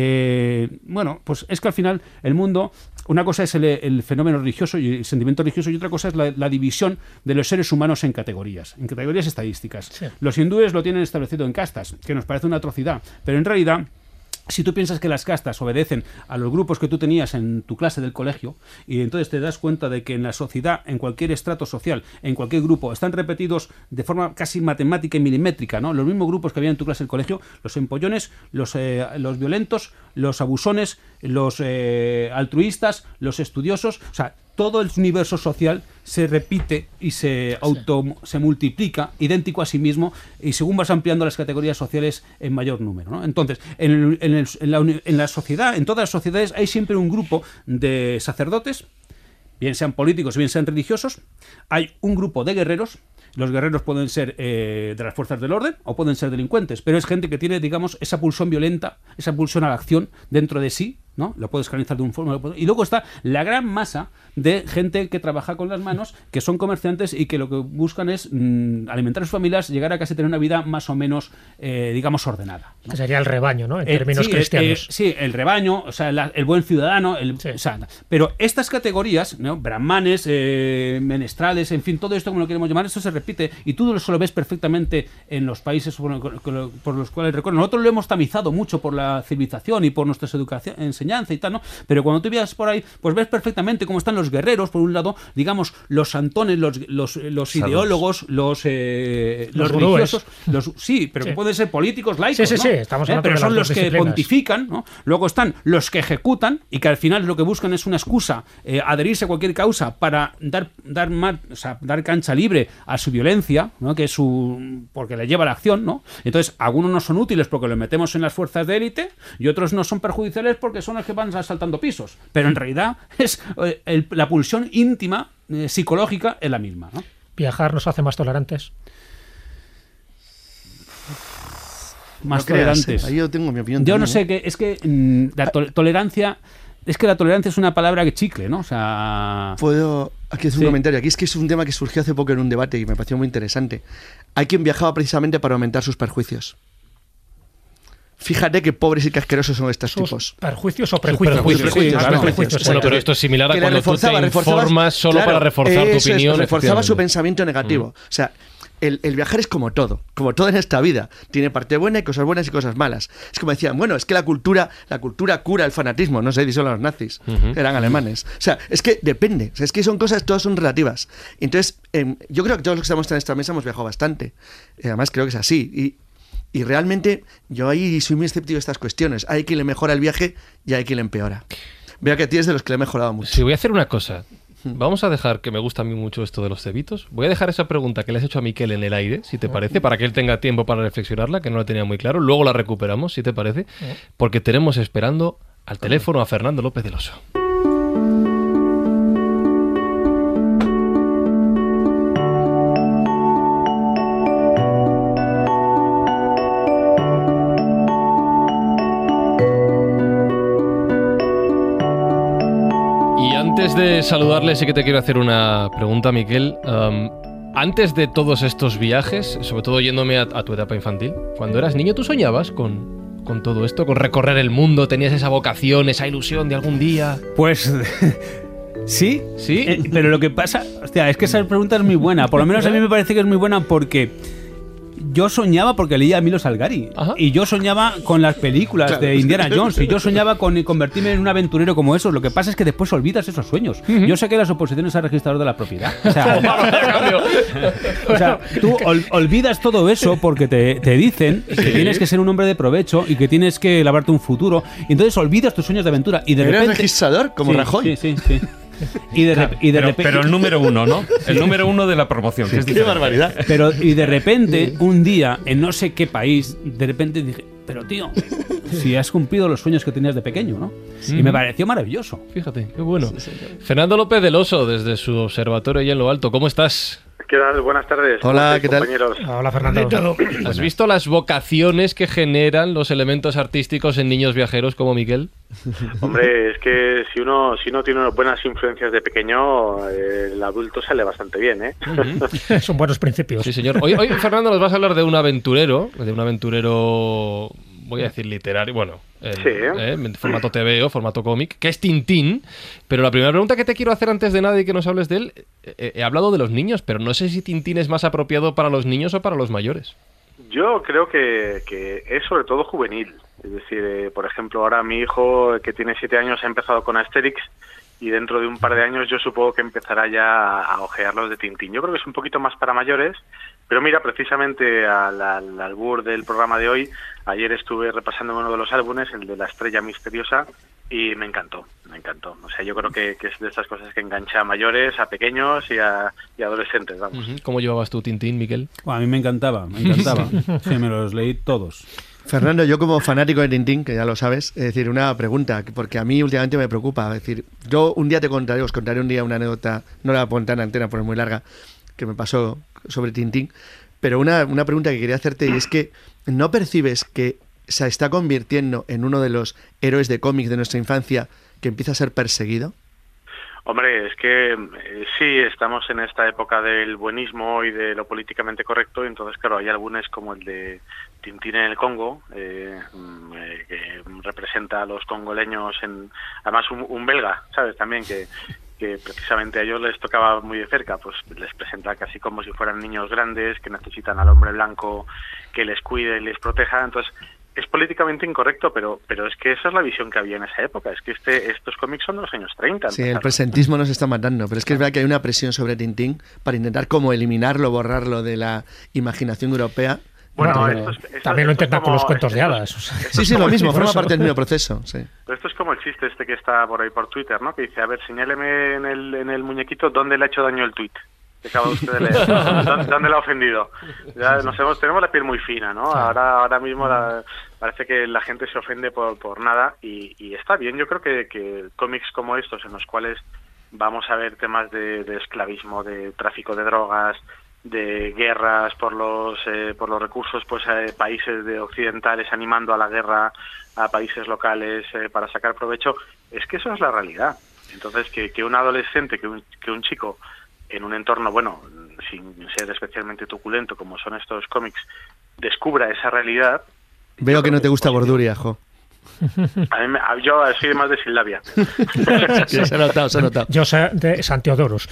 pues es que al final el mundo, una cosa es el fenómeno religioso y el sentimiento religioso, y otra cosa es la división de los seres humanos en categorías estadísticas. Sí. Los hindúes lo tienen establecido en castas, que nos parece una atrocidad, pero en realidad, si tú piensas que las castas obedecen a los grupos que tú tenías en tu clase del colegio, y entonces te das cuenta de que en la sociedad, en cualquier estrato social, en cualquier grupo, están repetidos de forma casi matemática y milimétrica, ¿no?, los mismos grupos que había en tu clase del colegio: los empollones, los violentos, los abusones, los altruistas, los estudiosos. O sea, todo el universo social se repite y se multiplica, idéntico a sí mismo, y según vas ampliando las categorías sociales en mayor número, ¿no? Entonces, en la sociedad, en todas las sociedades, hay siempre un grupo de sacerdotes, bien sean políticos, bien sean religiosos. Hay un grupo de guerreros. Los guerreros pueden ser de las fuerzas del orden o pueden ser delincuentes, pero es gente que tiene, digamos, esa pulsión violenta, esa pulsión a la acción dentro de sí, ¿no? Lo puedes canalizar de un forma. Y luego está la gran masa de gente que trabaja con las manos, que son comerciantes y que lo que buscan es alimentar a sus familias, llegar a casi tener una vida más o menos, digamos, ordenada, ¿no? Que sería el rebaño, ¿no?, en términos cristianos. Sí, el rebaño, o sea, el buen ciudadano. O sea, pero estas categorías, ¿no?, brahmanes, menestrales, en fin, todo esto, como lo queremos llamar, eso se repite y tú eso lo ves perfectamente en los países por los cuales recorren. Nosotros lo hemos tamizado mucho por la civilización y por nuestras enseñanza y tal, ¿no? Pero cuando tú viajas por ahí, pues ves perfectamente cómo están los guerreros, por un lado, digamos, los santones, los ideólogos, los religiosos, sí, pero que pueden ser políticos, laicos, sí, estamos hablando pero de son las los que pontifican, ¿no? Luego están los que ejecutan y que al final lo que buscan es una excusa, adherirse a cualquier causa para dar cancha libre a su violencia, ¿no?, que es porque le lleva a la acción, ¿no? Entonces, algunos no son útiles porque los metemos en las fuerzas de élite y otros no son perjudiciales porque son los que van saltando pisos, pero en realidad es la pulsión íntima, psicológica, es la misma, ¿no? ¿Viajar nos hace más tolerantes? Más tolerantes. Ahí yo tengo mi opinión. Yo no sé, es que la tolerancia... Es que la tolerancia es una palabra que chicle, ¿no? O sea... Puedo aquí hacer un comentario. Aquí es que es un tema que surgió hace poco en un debate y me pareció muy interesante. Hay quien viajaba precisamente para aumentar sus perjuicios. Fíjate qué pobres y qué asquerosos son estos tipos. ¿Perjuicios o prejuicios? Prejuicios. Bueno, pero esto es similar a cuando tú te informas solo para reforzar tu opinión. Reforzaba su pensamiento negativo. O sea, el viajar es como todo en esta vida. Tiene parte buena y cosas buenas y cosas malas. Es como decían, bueno, es que la cultura cura el fanatismo. No sé, dicen los nazis, eran alemanes. O sea, es que depende. O sea, es que son cosas, todas son relativas. Entonces, yo creo que todos los que estamos en esta mesa hemos viajado bastante. Además, creo que es así. Y realmente yo ahí soy muy escéptico de estas cuestiones. Hay quien le mejora el viaje y hay quien le empeora. Veo que a ti es de los que le he mejorado mucho. Sí, voy a hacer una cosa. Vamos a dejar, que me gusta a mí mucho esto de los cebitos, voy a dejar esa pregunta que le has hecho a Miquel en el aire, si te parece, para que él tenga tiempo para reflexionarla, que no la tenía muy claro. Luego la recuperamos, si te parece, porque tenemos esperando al teléfono a Fernando López del Oso. de saludarle, sí que te quiero hacer una pregunta, Miquel. Antes de todos estos viajes, sobre todo yéndome a tu etapa infantil, cuando eras niño, ¿tú soñabas con todo esto? ¿Con recorrer el mundo? ¿Tenías esa vocación, esa ilusión de algún día? Pues... sí, pero lo que pasa, hostia, es que esa pregunta es muy buena. Por lo menos a mí me parece que es muy buena porque yo soñaba porque leía a Milo Salgari. Ajá. Y yo soñaba con las películas de Indiana Jones y yo soñaba con convertirme en un aventurero como esos. Lo que pasa es que después olvidas esos sueños. Yo saqué las oposiciones al registrador de la propiedad. O sea, tú olvidas todo eso porque te dicen que tienes que ser un hombre de provecho y que tienes que lavarte un futuro. Y entonces olvidas tus sueños de aventura. Y de repente, ¿eres registrador como Rajoy? Sí. Y de repente, pero el número uno, ¿no? El número uno de la promoción. Sí, qué barbaridad. Pero y de repente, un día, en no sé qué país, de repente dije, pero tío, si has cumplido los sueños que tenías de pequeño, ¿no? Y me pareció maravilloso. Fíjate, qué bueno. Fernando López del Oso, desde su observatorio allá en lo alto, ¿cómo estás? ¿Qué tal? Buenas tardes. Hola, ¿qué tal? Compañeros? Hola, Fernando. ¿Has visto las vocaciones que generan los elementos artísticos en niños viajeros como Miquel? Hombre, es que si uno tiene unas buenas influencias de pequeño, el adulto sale bastante bien, ¿eh? Son buenos principios. Sí, señor. Hoy, Fernando, nos vas a hablar de un aventurero, voy a decir literario, bueno, en formato TVO, formato cómic, que es Tintín. Pero la primera pregunta que te quiero hacer antes de nada y que nos hables de él, he hablado de los niños, pero no sé si Tintín es más apropiado para los niños o para los mayores. Yo creo que es sobre todo juvenil. Es decir, por ejemplo, ahora mi hijo, que tiene 7 años, ha empezado con Asterix y dentro de un par de años yo supongo que empezará ya a ojear los de Tintín. Yo creo que es un poquito más para mayores, pero mira, precisamente al albur del programa de hoy, ayer estuve repasando uno de los álbumes, el de La Estrella Misteriosa, y me encantó. O sea, yo creo que es de estas cosas que engancha a mayores, a pequeños y a adolescentes, vamos. ¿Cómo llevabas tú Tintín, Miquel? Bueno, a mí me encantaba. Sí, me los leí todos. Fernando, yo como fanático de Tintín, que ya lo sabes, es decir, una pregunta, porque a mí últimamente me preocupa. Es decir, yo un día os contaré un día una anécdota, no la voy a poner en antena porque es muy larga, que me pasó sobre Tintín, pero una pregunta que quería hacerte, y es que ¿no percibes que se está convirtiendo en uno de los héroes de cómic de nuestra infancia que empieza a ser perseguido? Hombre, es que sí, estamos en esta época del buenismo y de lo políticamente correcto, y entonces, claro, hay álbumes como el de Tintín en el Congo, que representa a los congoleños, además un belga, ¿sabes? También que precisamente a ellos les tocaba muy de cerca, pues les presenta casi como si fueran niños grandes que necesitan al hombre blanco que les cuide y les proteja. Entonces, es políticamente incorrecto, pero es que esa es la visión que había en esa época. Es que estos cómics son de los años 30. Sí, el presentismo nos está matando, pero es que es verdad que hay una presión sobre Tintín para intentar como eliminarlo, borrarlo de la imaginación europea. Bueno, también lo intentan con los cuentos de hadas. Sí, lo mismo, forma parte del mismo proceso. Sí. Pero esto es como el chiste que está por ahí por Twitter, ¿no? Que dice, a ver, señáleme en el muñequito dónde le ha hecho daño el tuit. Que acaba usted de leer. ¿Dónde le ha ofendido? Ya tenemos la piel muy fina, ¿no? Sí. Ahora mismo parece que la gente se ofende por nada y está bien. Yo creo que cómics como estos, en los cuales vamos a ver temas de esclavismo, de tráfico de drogas, de guerras por los recursos, pues países occidentales animando a la guerra a países locales para sacar provecho, es que eso es la realidad. Entonces que un adolescente, que un chico en un entorno, bueno, sin ser especialmente truculento como son estos cómics, descubra esa realidad. Veo que no te gusta Borduria, Jo. Yo soy más de Silvia. Se ha notado. Yo soy de Santiadoros.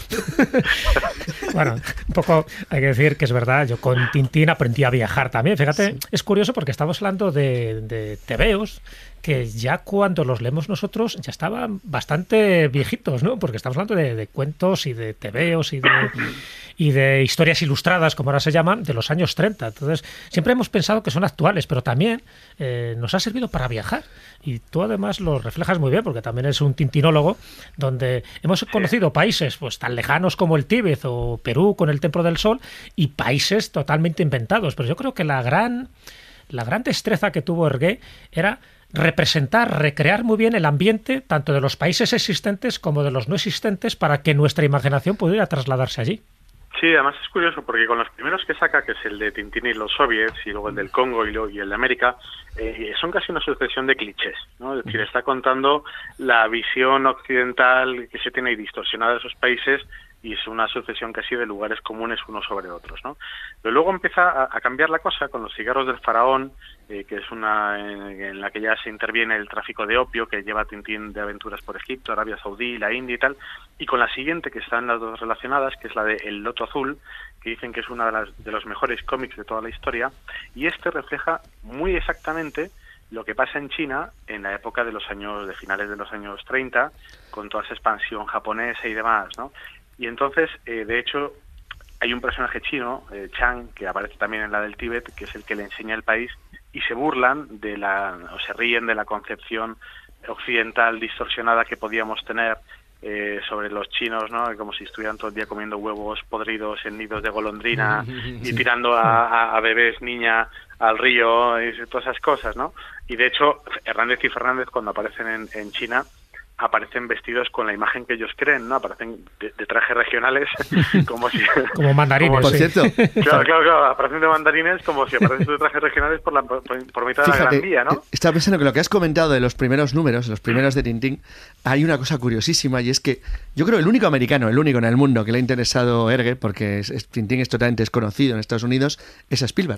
Bueno, un poco hay que decir que es verdad, yo con Tintín aprendí a viajar también. Fíjate, sí. Es curioso porque estamos hablando de tebeos que ya cuando los leemos nosotros ya estaban bastante viejitos, ¿no? Porque estamos hablando de cuentos y de tebeos y de historias ilustradas, como ahora se llaman, de los años 30. Entonces, siempre hemos pensado que son actuales, pero también nos ha servido para viajar. Y tú además lo reflejas muy bien, porque también eres un tintinólogo, donde hemos conocido países pues tan lejanos como el Tíbet o Perú con el Templo del Sol, y países totalmente inventados. Pero yo creo que la gran destreza que tuvo Hergé era representar, recrear muy bien el ambiente tanto de los países existentes como de los no existentes para que nuestra imaginación pudiera trasladarse allí. Sí, además es curioso porque con los primeros que saca, que es el de Tintín y los soviets, y luego el del Congo y el de América, son casi una sucesión de clichés, ¿no? Es decir, está contando la visión occidental que se tiene y distorsionada de esos países, y es una sucesión casi de lugares comunes unos sobre otros, ¿no? Pero luego empieza a cambiar la cosa con los cigarros del faraón, que es una en la que ya se interviene el tráfico de opio que lleva a Tintín de aventuras por Egipto, Arabia Saudí, la India y tal, y con la siguiente, que están las dos relacionadas, que es la de El Loto Azul, que dicen que es una de los mejores cómics de toda la historia, y este refleja muy exactamente lo que pasa en China en la época de finales de los años 30, con toda esa expansión japonesa y demás, ¿no? Y entonces, de hecho, hay un personaje chino, Chang, que aparece también en la del Tíbet, que es el que le enseña el país, y se burlan o se ríen de la concepción occidental distorsionada que podíamos tener sobre los chinos, ¿no? Como si estuvieran todo el día comiendo huevos podridos en nidos de golondrina y tirando a bebés, niña, al río y todas esas cosas, ¿no? Y de hecho, Hernández y Fernández, cuando aparecen en China, aparecen vestidos con la imagen que ellos creen, ¿no? Aparecen de trajes regionales como si... Como mandarines, por cierto. Claro, aparecen de mandarines como si aparecen de trajes regionales por mitad de la Gran Vía, ¿no? Estaba pensando que lo que has comentado de los primeros números, los primeros de Tintín, hay una cosa curiosísima, y es que yo creo el único americano, el único en el mundo que le ha interesado Hergé, porque Tintín es totalmente desconocido en Estados Unidos, es a Spielberg.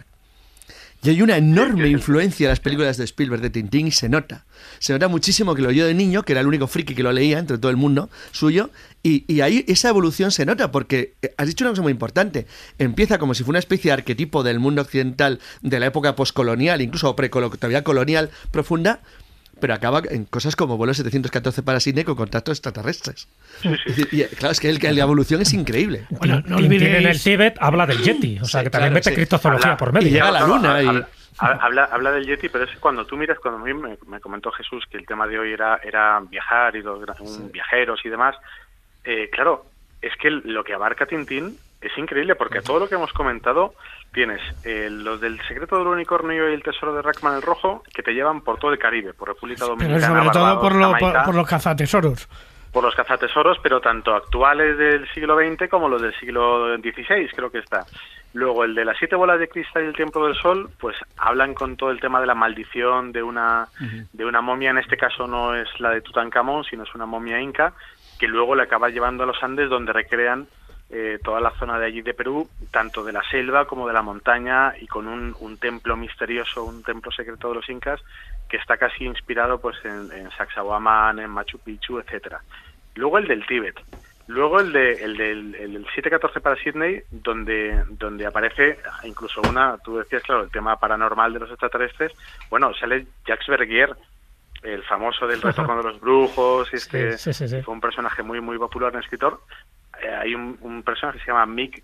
Y hay una enorme influencia en las películas de Spielberg de Tintín, y se nota. Se nota muchísimo que lo oyó de niño, que era el único friki que lo leía entre todo el mundo suyo, y ahí esa evolución se nota, porque has dicho una cosa muy importante. Empieza como si fuera una especie de arquetipo del mundo occidental de la época poscolonial, incluso todavía colonial profunda, pero acaba en cosas como vuelo 714 para Sydney con contactos extraterrestres. Y claro, es que la evolución es increíble. Bueno, no olvides, en el Tíbet habla del Yeti, o sea, que también mete criptozoología por medio. Y llega a la luna. Habla del Yeti, pero es que cuando tú miras, cuando a mí me comentó Jesús que el tema de hoy era viajar y viajeros y demás, claro, es que lo que abarca Tintín es increíble, porque todo lo que hemos comentado tienes los del Secreto del Unicornio y el Tesoro de Rackman el Rojo, que te llevan por todo el Caribe, por República Dominicana, pero sobre todo Jamaica, por los cazatesoros. Por los cazatesoros, pero tanto actuales del siglo XX como los del siglo XVI, creo que está. Luego, el de las 7 bolas de cristal y el Templo del Sol, pues hablan con todo el tema de la maldición de una momia. En este caso no es la de Tutankamón, sino es una momia inca, que luego le acaba llevando a los Andes, donde recrean toda la zona de allí de Perú, tanto de la selva como de la montaña, y con un templo misterioso, un templo secreto de los incas, que está casi inspirado pues en Sacsayhuamán, en Machu Picchu, etcétera. Luego el del Tíbet. Luego el del 714 para Sydney, donde aparece incluso tú decías, claro, el tema paranormal de los extraterrestres. Bueno, sale Jacques Vergier, el famoso del Retorno de los Brujos, sí. Fue un personaje muy muy popular en escritor. Hay un personaje que se llama Mick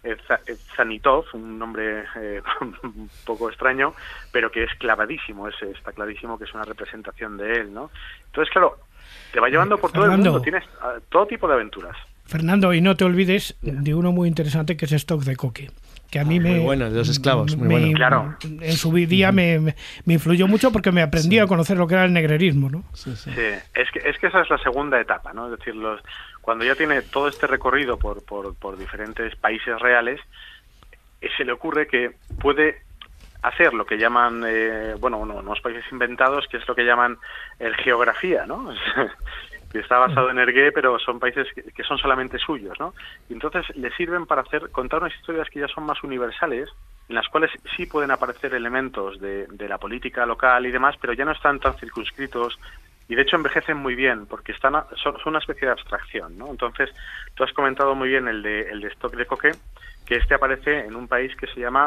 Zanitov, un nombre un poco extraño, pero que es clavadísimo, está clarísimo que es una representación de él, ¿no? Entonces, claro, te va llevando por todo el mundo, tienes todo tipo de aventuras. Fernando, y no te olvides de uno muy interesante que es Stock de Coque, que a mí muy bueno, de los esclavos, muy bueno. Claro. En su día me influyó mucho porque me aprendí a conocer lo que era el negrerismo, ¿no? Sí. Es que esa es la segunda etapa, ¿no? Es decir, cuando ya tiene todo este recorrido por diferentes países reales, se le ocurre que puede hacer lo que llaman, unos países inventados, que es lo que llaman el geografía, ¿no? Que está basado en Hergé, pero son países que son solamente suyos, ¿no? Y entonces le sirven para contar unas historias que ya son más universales, en las cuales sí pueden aparecer elementos de la política local y demás, pero ya no están tan circunscritos, y de hecho envejecen muy bien, porque son una especie de abstracción, ¿no? Entonces, tú has comentado muy bien el de Stock de Coque, que aparece en un país que se llama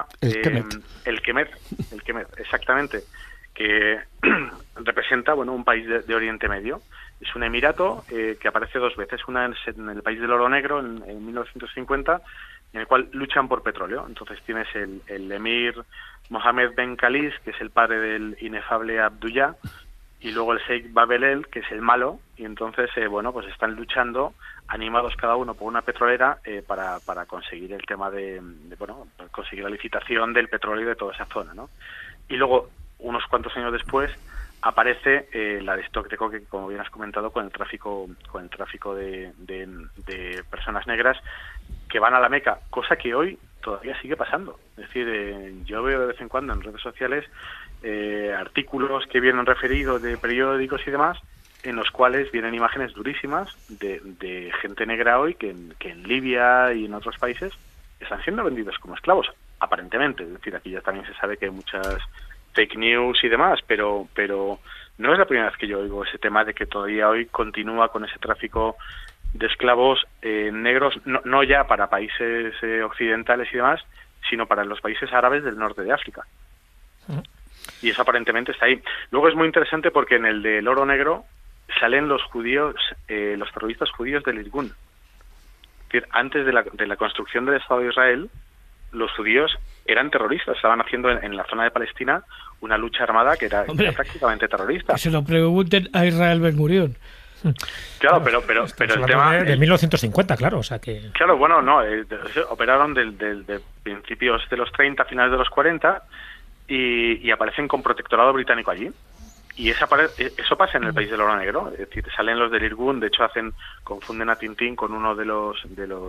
el Kemet, exactamente, que representa un país de Oriente Medio. Es un emirato que aparece dos veces, una en el país del oro negro en 1950, en el cual luchan por petróleo. Entonces tienes el emir Mohammed Ben Khalis, que es el padre del inefable Abdullah, y luego el Sheikh Babelel, que es el malo, y entonces pues están luchando, animados cada uno por una petrolera, para conseguir el tema para conseguir la licitación del petróleo de toda esa zona, ¿no? Y luego, unos cuantos años después, aparece la de Stock de Coque, como bien has comentado, con el tráfico de personas negras, que van a la Meca, cosa que hoy todavía sigue pasando. Es decir, yo veo de vez en cuando en redes sociales artículos que vienen referidos de periódicos y demás, en los cuales vienen imágenes durísimas de gente negra hoy que en Libia y en otros países están siendo vendidos como esclavos, aparentemente. Es decir, aquí ya también se sabe que hay muchas fake news y demás, pero no es la primera vez que yo oigo ese tema de que todavía hoy continúa con ese tráfico de esclavos negros, no ya para países occidentales y demás, sino para los países árabes del norte de África. Y eso aparentemente está ahí. Luego es muy interesante porque en el del oro negro salen los judíos, los terroristas judíos del Irgun. Es decir, antes de la construcción del Estado de Israel, los judíos eran terroristas, estaban haciendo en la zona de Palestina una lucha armada que era prácticamente terrorista. Que se lo pregunten a Israel Ben Gurión. Claro, pero el tema de 1950, claro, o sea que... Claro, bueno, no, operaron de principios de los 30, finales de los 40 y aparecen con protectorado británico allí. Y eso pasa en el país del oro negro, es decir, salen los del Irgun, de hecho confunden a Tintín con uno de los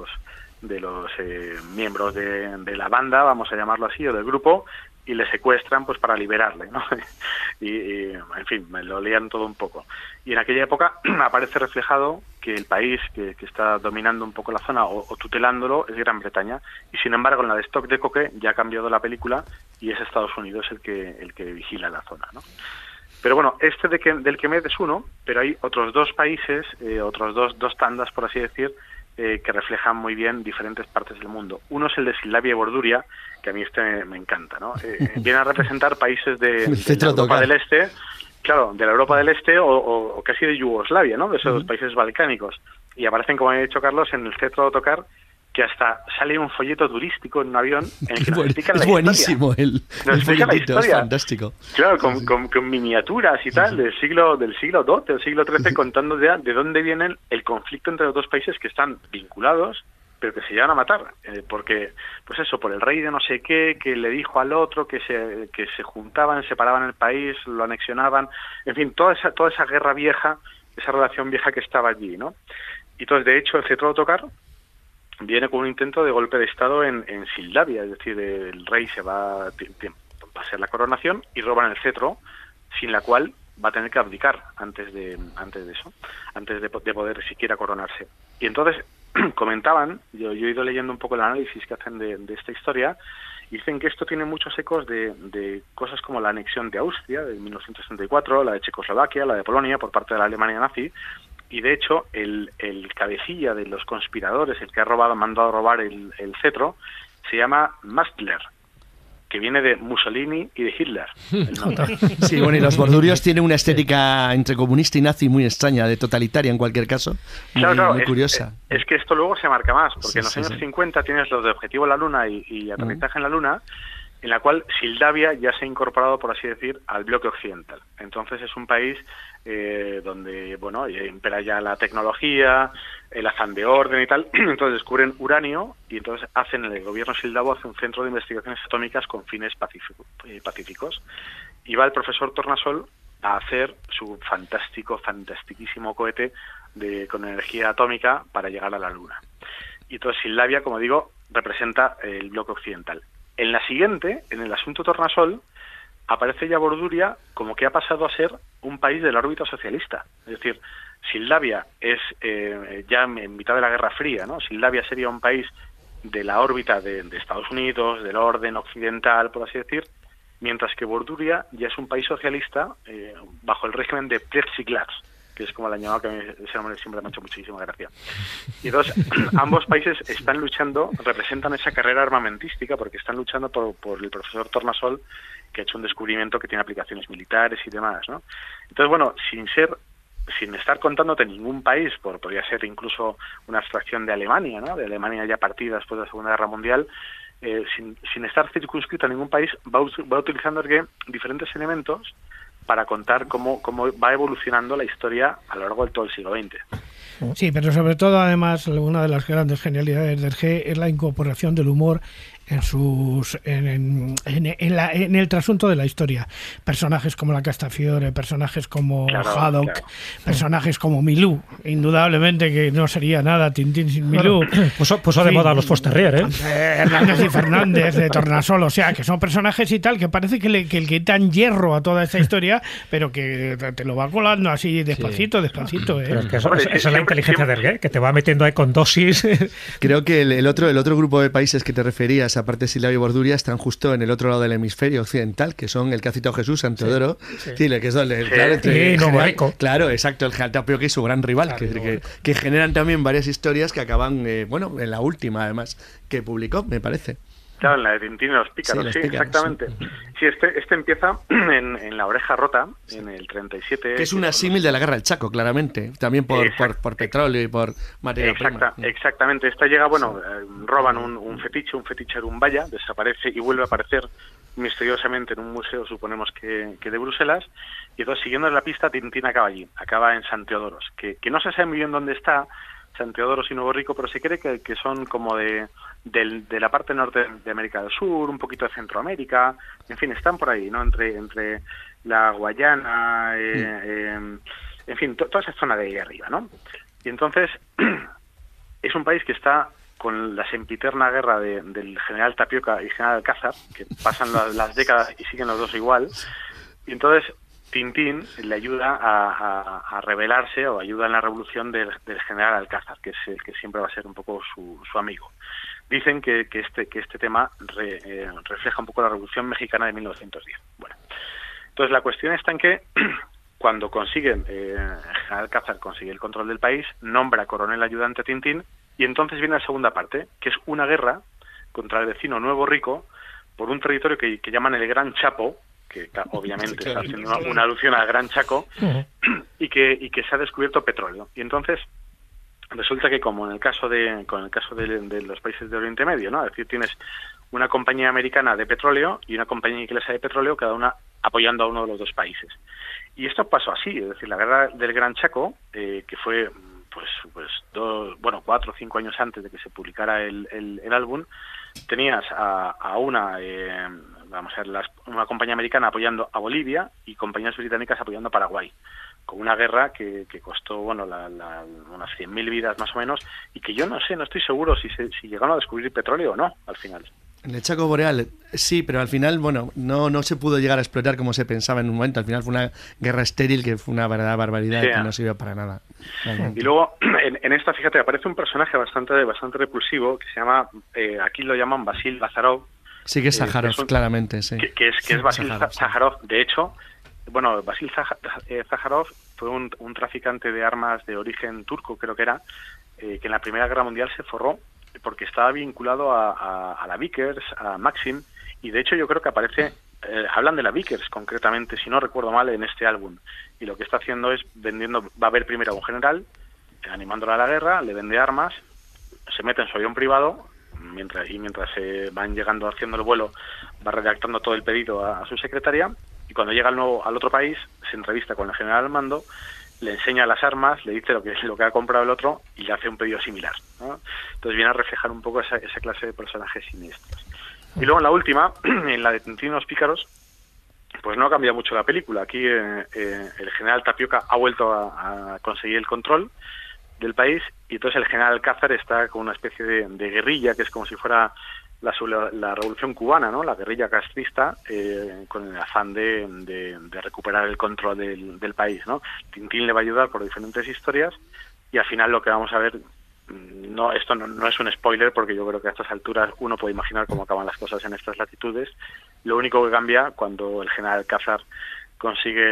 miembros de la banda, vamos a llamarlo así, o del grupo, y le secuestran pues para liberarle, ¿no? y en fin, me lo lían todo un poco. Y en aquella época aparece reflejado que el país que está dominando un poco la zona o tutelándolo es Gran Bretaña, y sin embargo en la de Stock de Coque ya ha cambiado la película y es Estados Unidos el que vigila la zona, ¿no? Pero bueno, del Kemet es uno, pero hay otros dos países, otros dos tandas, por así decir, que reflejan muy bien diferentes partes del mundo. Uno es el de Sildavia y Borduria, que a mí me encanta, ¿no? Viene a representar países de la Europa del Este, claro, de la Europa del Este o casi de Yugoslavia, ¿no? De esos dos países balcánicos. Y aparecen, como ha dicho Carlos, en el Cetro de Autocar, que hasta sale un folleto turístico en un avión en el que nos explican la historia. Es buenísimo el folletito, es fantástico. Claro, con miniaturas y tal del siglo XII, del siglo XIII, contando de dónde viene el conflicto entre los dos países que están vinculados, pero que se llevan a matar, porque, pues eso, por el rey de no sé qué, que le dijo al otro que se juntaban, separaban el país, lo anexionaban, en fin, toda esa guerra vieja, esa relación vieja que estaba allí, ¿no? Y entonces, de hecho, el Cetro de Autocar viene con un intento de golpe de Estado en Sildavia, es decir, el rey se va a hacer la coronación y roban el cetro, sin la cual va a tener que abdicar antes de eso, antes de poder siquiera coronarse. Y entonces comentaban, yo he ido leyendo un poco el análisis que hacen de esta historia, y dicen que esto tiene muchos ecos de cosas como la anexión de Austria de 1964, la de Checoslovaquia, la de Polonia por parte de la Alemania nazi. Y de hecho, el cabecilla de los conspiradores, el que mandado a robar el cetro, se llama Mastler, que viene de Mussolini y de Hitler. Sí, bueno, y los Bordurios tienen una estética entre comunista y nazi muy extraña, de totalitaria en cualquier caso, muy curiosa. Es que esto luego se marca más, porque en los años 50 tienes los de Objetivo a la Luna y Aterrizaje en la Luna, en la cual Sildavia ya se ha incorporado, por así decir, al bloque occidental. Entonces es un país donde, bueno, impera ya la tecnología, el afán de orden y tal. Entonces descubren uranio y entonces el gobierno sildavo hace un centro de investigaciones atómicas con fines pacíficos. Y va el profesor Tornasol a hacer su fantastiquísimo cohete con energía atómica para llegar a la Luna. Y entonces Sildavia, como digo, representa el bloque occidental. En la siguiente, en el asunto Tornasol, aparece ya Borduria como que ha pasado a ser un país de la órbita socialista. Es decir, Sildavia es ya en mitad de la Guerra Fría, ¿no? Sildavia sería un país de la órbita de Estados Unidos, del orden occidental, por así decir, mientras que Borduria ya es un país socialista bajo el régimen de Plexiglas, que es como la llamaba, que a mí ese nombre siempre me ha hecho muchísima gracia. Y entonces, ambos países están luchando, representan esa carrera armamentística, porque están luchando por el profesor Tornasol, que ha hecho un descubrimiento que tiene aplicaciones militares y demás, ¿no? Entonces, bueno, sin estar contándote ningún país, podría ser incluso una abstracción de Alemania, ¿no? De Alemania ya partida después de la Segunda Guerra Mundial, sin estar circunscrito a ningún país, va utilizando diferentes elementos para contar cómo va evolucionando la historia a lo largo de todo el siglo XX. Sí, pero sobre todo, además, una de las grandes genialidades del G es la incorporación del humor en el trasunto de la historia. Personajes como la Castafiore, personajes como Haddock, personajes como Milú, indudablemente que no sería nada Tintín sin Milú. Puso de moda los Fosterrier, Hernández y Fernández de Tornasol, o sea, que son personajes y tal, que parece que le quitan hierro a toda esta historia, pero que te lo va colando así despacito. Pero es que eso es la inteligencia del gay, que te va metiendo ahí con dosis. Creo que el otro grupo de países que te referías, aparte de Silao y Borduria, están justo en el otro lado del hemisferio occidental, que son el que ha citado Jesús, San Teodoro, Chile, que es claro, exacto, el General Tapioca y su gran rival, que generan también varias historias que acaban, en la última además que publicó, me parece. Claro, en la de Tintín y los Pícaros, sí, exactamente. Sí, este empieza en La Oreja Rota, en el 37. Que es una símil de la Guerra del Chaco, claramente, también por petróleo y por materia prima. Exactamente, esta llega, roban un fetiche Urumbaya, desaparece y vuelve a aparecer misteriosamente en un museo, suponemos que de Bruselas, y entonces siguiendo la pista, Tintín acaba allí, acaba en San Teodoros, que no se sabe muy bien dónde está San Teodoros y Nuevo Rico, pero se cree que son como de la parte norte de América del Sur, un poquito de Centroamérica, en fin, están por ahí, ¿no? Entre la Guayana, en fin, toda esa zona de ahí arriba, ¿no? Y entonces es un país que está con la sempiterna guerra del general Tapioca y general Alcázar, que pasan las décadas y siguen los dos igual, y entonces Tintín le ayuda a rebelarse o ayuda en la revolución del general Alcázar, que es el que siempre va a ser un poco su amigo. Dicen que este tema refleja un poco la Revolución Mexicana de 1910. Bueno, entonces la cuestión está en que cuando el general Alcázar consigue el control del país, nombra coronel ayudante a Tintín, y entonces viene la segunda parte, que es una guerra contra el vecino Nuevo Rico por un territorio que llaman el Gran Chapo, que obviamente está haciendo una alusión al Gran Chaco, y que se ha descubierto petróleo. Y entonces resulta que, como en el caso de los países de Oriente Medio, ¿no? Es decir, tienes una compañía americana de petróleo y una compañía inglesa de petróleo, cada una apoyando a uno de los dos países. Y esto pasó así, es decir, la guerra del Gran Chaco, que fue 4 o 5 años antes de que se publicara el álbum, tenías a una una compañía americana apoyando a Bolivia y compañías británicas apoyando a Paraguay, con una guerra que costó unas 100.000 vidas más o menos, y que yo no estoy seguro si llegaron a descubrir petróleo o no al final. En el Chaco Boreal sí, pero al final no se pudo llegar a explotar como se pensaba en un momento. Al final fue una guerra estéril que fue una verdadera barbaridad, que no sirvió para nada. Y luego en esta, fíjate, aparece un personaje bastante repulsivo que se llama, aquí lo llaman Basil Bazarov. Sí, que es Sájarov, claramente, sí. Que es Basil Sájarov. De hecho, Basil Sájarov fue un traficante de armas de origen turco, creo que era, que en la Primera Guerra Mundial se forró porque estaba vinculado a la Vickers, a Maxim, y de hecho yo creo que aparece, hablan de la Vickers concretamente, si no recuerdo mal, en este álbum, y lo que está haciendo es va a ver primero a un general, animándolo a la guerra, le vende armas, se mete en su avión privado, mientras se van llegando haciendo el vuelo, va redactando todo el pedido a su secretaria, y cuando llega al otro país, se entrevista con el general al mando, le enseña las armas, le dice lo que ha comprado el otro y le hace un pedido similar, ¿no? Entonces viene a reflejar un poco esa clase de personajes siniestros. Y luego en la última, en la de Tintín y los Pícaros, pues no ha cambiado mucho la película. Aquí el general Tapioca ha vuelto a conseguir el control del país, y entonces el general Alcázar está con una especie de guerrilla, que es como si fuera la revolución cubana, ¿no? La guerrilla castrista, con el afán de recuperar el control del país, ¿no? Tintín le va a ayudar por diferentes historias, y al final lo que vamos a ver, esto no es un spoiler, porque yo creo que a estas alturas uno puede imaginar cómo acaban las cosas en estas latitudes. Lo único que cambia cuando el general Alcázar consigue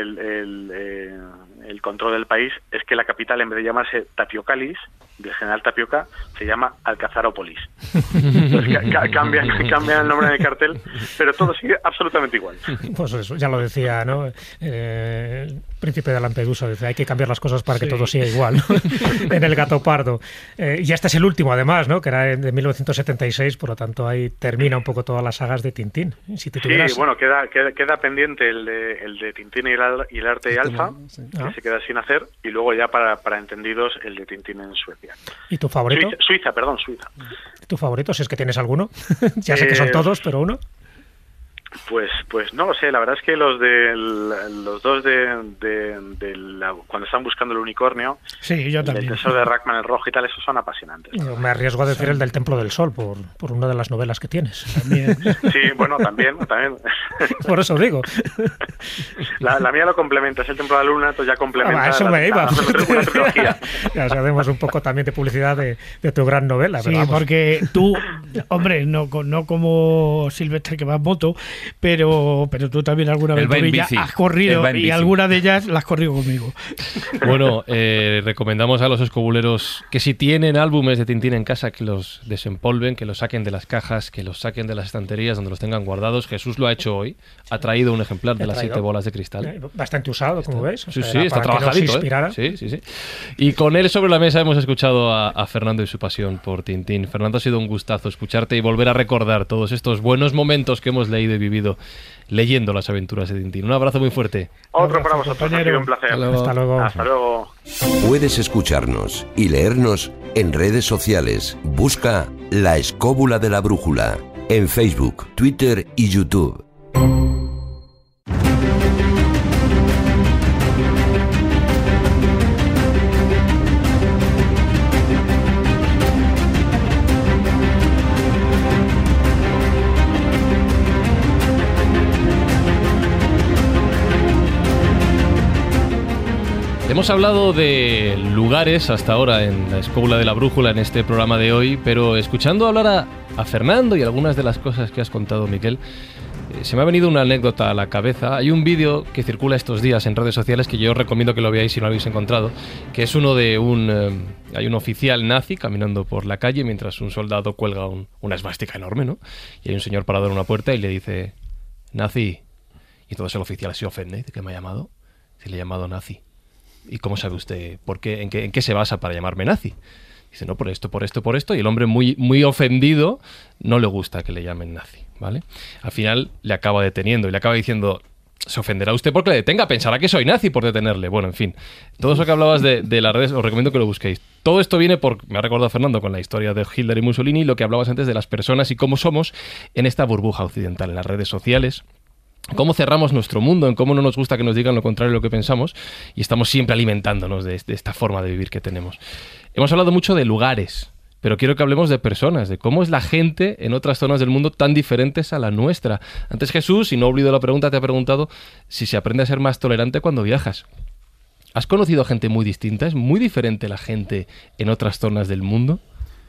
el control del país es que la capital, en vez de llamarse Tapiocalis, del general Tapioca, se llama Alcazarópolis. Entonces, cambian el nombre del cartel, pero todo sigue absolutamente igual. Pues eso, ya lo decía, ¿no? Príncipe de Lampedusa, dice, hay que cambiar las cosas para que todo siga igual, ¿no? En El gato pardo. Y este es el último, además, ¿no? Que era de 1976, por lo tanto ahí termina un poco todas las sagas de Tintín. Si te tuvieras... Sí, bueno, queda pendiente el de Tintín y el arte de Alfa, que se queda sin hacer, y luego ya para entendidos el de Tintín en Suecia. ¿Y tu favorito? Suiza. ¿Tu favorito, si es que tienes alguno? Ya sé que son todos, pero uno. Pues no lo sé, la verdad es que los dos cuando están buscando el unicornio, sí, yo también. El tesoro de Rackman, el rojo y tal, esos son apasionantes. Yo me arriesgo a decir el del Templo del Sol por una de las novelas que tienes. También. Sí, bueno, también. Por eso digo. La mía lo complementa, es el Templo de la Luna, entonces ya complementa. Eso me iba. Una trilogía. Ya sabemos un poco también de publicidad de tu gran novela. Sí, porque tú, hombre, no como Silvestre que va en moto, pero tú también alguna aventurilla has corrido y alguna de ellas la has corrido conmigo. Bueno, recomendamos a los escobuleros que si tienen álbumes de Tintín en casa, que los desempolven, que los saquen de las cajas, que los saquen de las estanterías donde los tengan guardados. Jesús lo ha hecho hoy, ha traído un ejemplar de las 7 bolas de cristal. Bastante usado, como ves. Sí, está trabajadito. Sí. Y con él sobre la mesa hemos escuchado a Fernando y su pasión por Tintín. Fernando, ha sido un gustazo escucharte y volver a recordar todos estos buenos momentos que hemos leído y vivido leyendo las aventuras de Tintín. Un abrazo muy fuerte. Otro para vosotros, ha sido un placer. Hasta luego. Hasta luego. Puedes escucharnos y leernos en redes sociales. Busca La Escóbula de la Brújula en Facebook, Twitter y YouTube. Hemos hablado de lugares hasta ahora en La Escóbula de la Brújula en este programa de hoy, pero escuchando hablar a Fernando y algunas de las cosas que has contado, Miquel, se me ha venido una anécdota a la cabeza. Hay un vídeo que circula estos días en redes sociales que yo os recomiendo que lo veáis si no lo habéis encontrado, que es uno de hay un oficial nazi caminando por la calle mientras un soldado cuelga una esvástica enorme, ¿no? Y hay un señor parado en una puerta y le dice, nazi. Y entonces el oficial se ofende, dice, ¿qué me ha llamado? Si le he llamado nazi. ¿Y cómo sabe usted por qué, en qué se basa para llamarme nazi? Dice, no, por esto, y el hombre muy ofendido no le gusta que le llamen nazi, ¿vale? Al final le acaba deteniendo y le acaba diciendo, se ofenderá usted porque le detenga, pensará que soy nazi por detenerle. Bueno, en fin, todo eso que hablabas de las redes, os recomiendo que lo busquéis. Todo esto viene me ha recordado Fernando con la historia de Hitler y Mussolini, lo que hablabas antes de las personas y cómo somos en esta burbuja occidental, en las redes sociales. Cómo cerramos nuestro mundo, en cómo no nos gusta que nos digan lo contrario de lo que pensamos y estamos siempre alimentándonos de esta forma de vivir que tenemos. Hemos hablado mucho de lugares, pero quiero que hablemos de personas, de cómo es la gente en otras zonas del mundo tan diferentes a la nuestra. Antes Jesús, y no olvido la pregunta, te ha preguntado si se aprende a ser más tolerante cuando viajas. ¿Has conocido a gente muy distinta? ¿Es muy diferente la gente en otras zonas del mundo?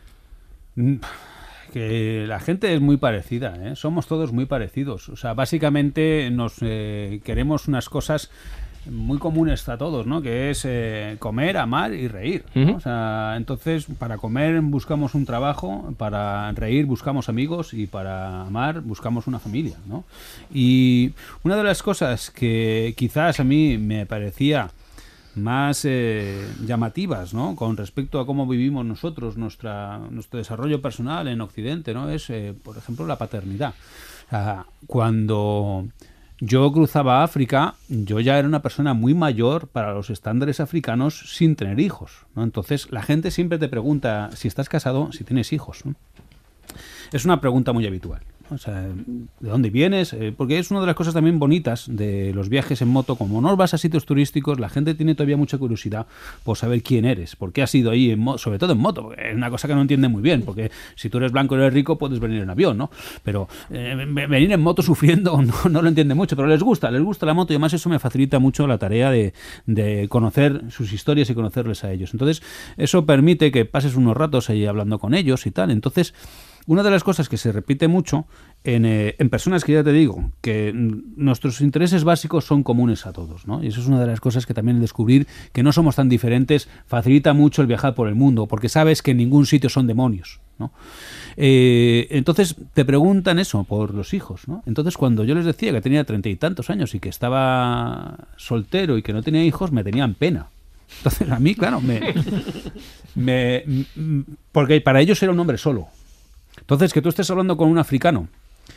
Que la gente es muy parecida, ¿eh? Somos todos muy parecidos. O sea, básicamente nos queremos unas cosas muy comunes a todos, ¿no? Que es comer, amar y reír, ¿no? O sea, entonces para comer buscamos un trabajo, para reír buscamos amigos y para amar buscamos una familia, ¿no? Y una de las cosas que quizás a mí me parecía más llamativas, ¿no? Con respecto a cómo vivimos nosotros nuestro desarrollo personal en Occidente, ¿no? Es, por ejemplo, la paternidad. Cuando yo cruzaba África, yo ya era una persona muy mayor para los estándares africanos sin tener hijos, ¿no? Entonces, la gente siempre te pregunta si estás casado, si tienes hijos, ¿no? Es una pregunta muy habitual. O sea, ¿de dónde vienes? Porque es una de las cosas también bonitas de los viajes en moto. Como no vas a sitios turísticos, la gente tiene todavía mucha curiosidad por saber quién eres, por qué has ido ahí, sobre todo en moto, porque es una cosa que no entiende muy bien, porque si tú eres blanco y eres rico, puedes venir en avión, ¿no? Pero venir en moto sufriendo no lo entiende mucho, pero les gusta la moto y además eso me facilita mucho la tarea de conocer sus historias y conocerles a ellos. Entonces, eso permite que pases unos ratos ahí hablando con ellos y tal. Entonces, una de las cosas que se repite mucho en personas que ya te digo, que nuestros intereses básicos son comunes a todos, ¿no? Y eso es una de las cosas que también el descubrir que no somos tan diferentes facilita mucho el viajar por el mundo, porque sabes que en ningún sitio son demonios. ¿no? Entonces te preguntan eso por los hijos, ¿no? Entonces cuando yo les decía que tenía 30 y tantos años y que estaba soltero y que no tenía hijos, me tenían pena. Entonces a mí, claro, porque para ellos era un hombre solo. Entonces que tú estés hablando con un africano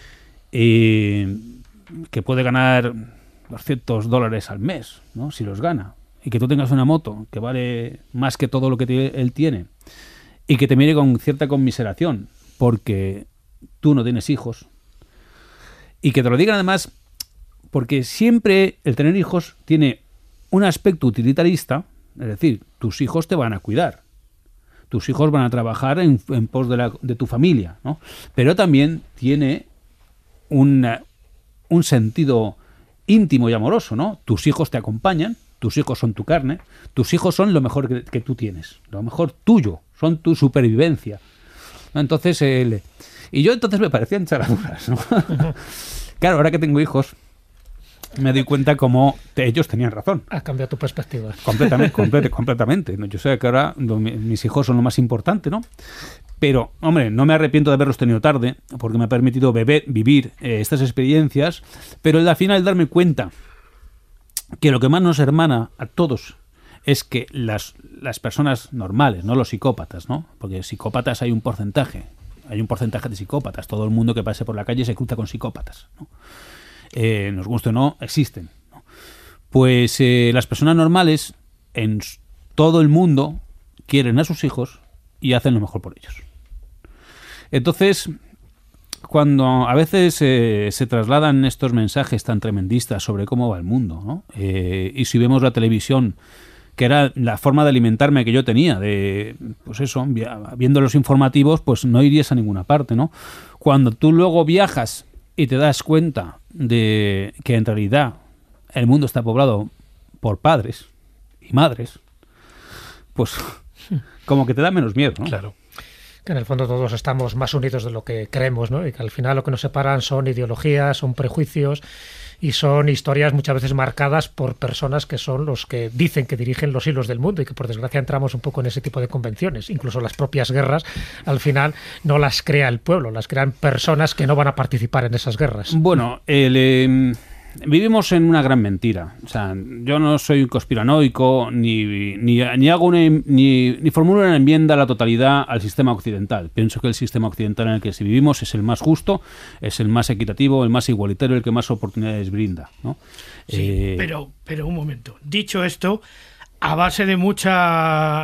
que puede ganar $200 al mes, ¿no? Si los gana, y que tú tengas una moto que vale más que todo lo que él tiene, y que te mire con cierta conmiseración porque tú no tienes hijos, y que te lo digan además porque siempre el tener hijos tiene un aspecto utilitarista, es decir, tus hijos te van a cuidar, tus hijos van a trabajar en pos de tu familia, ¿no? Pero también tiene un sentido íntimo y amoroso, ¿no? Tus hijos te acompañan, tus hijos son tu carne, tus hijos son lo mejor que tú tienes, lo mejor tuyo, son tu supervivencia, ¿no? Entonces, y yo entonces me parecían charaduras, ¿no? Claro, ahora que tengo hijos, me doy cuenta como ellos tenían razón. Ha cambiado tu perspectiva. Completamente. Yo sé que ahora mis hijos son lo más importante, ¿no? Pero, hombre, no me arrepiento de haberlos tenido tarde, porque me ha permitido vivir estas experiencias, pero al final darme cuenta que lo que más nos hermana a todos es que las personas normales, no los psicópatas, ¿no? Porque psicópatas hay un porcentaje de psicópatas. Todo el mundo que pase por la calle se cruza con psicópatas, ¿no? Nos guste o no, existen, ¿no? Pues las personas normales en todo el mundo quieren a sus hijos y hacen lo mejor por ellos. Entonces, cuando a veces se trasladan estos mensajes tan tremendistas sobre cómo va el mundo, ¿no? Y si vemos la televisión, que era la forma de alimentarme que yo tenía, pues eso, viendo los informativos, pues no irías a ninguna parte, ¿no? Cuando tú luego viajas y te das cuenta de que en realidad el mundo está poblado por padres y madres, pues como que te da menos miedo, ¿no? Claro. Que en el fondo todos estamos más unidos de lo que creemos, ¿no? Y que al final lo que nos separan son ideologías, son prejuicios y son historias muchas veces marcadas por personas que son los que dicen que dirigen los hilos del mundo, y que por desgracia entramos un poco en ese tipo de convenciones. Incluso las propias guerras al final no las crea el pueblo, las crean personas que no van a participar en esas guerras. Bueno, vivimos en una gran mentira. O sea, yo no soy conspiranoico ni hago ni formulo una enmienda a la totalidad al sistema occidental. Pienso que el sistema occidental en el que vivimos es el más justo, es el más equitativo, el más igualitario, el que más oportunidades brinda, ¿no? Sí, pero un momento. Dicho esto, a base de mucha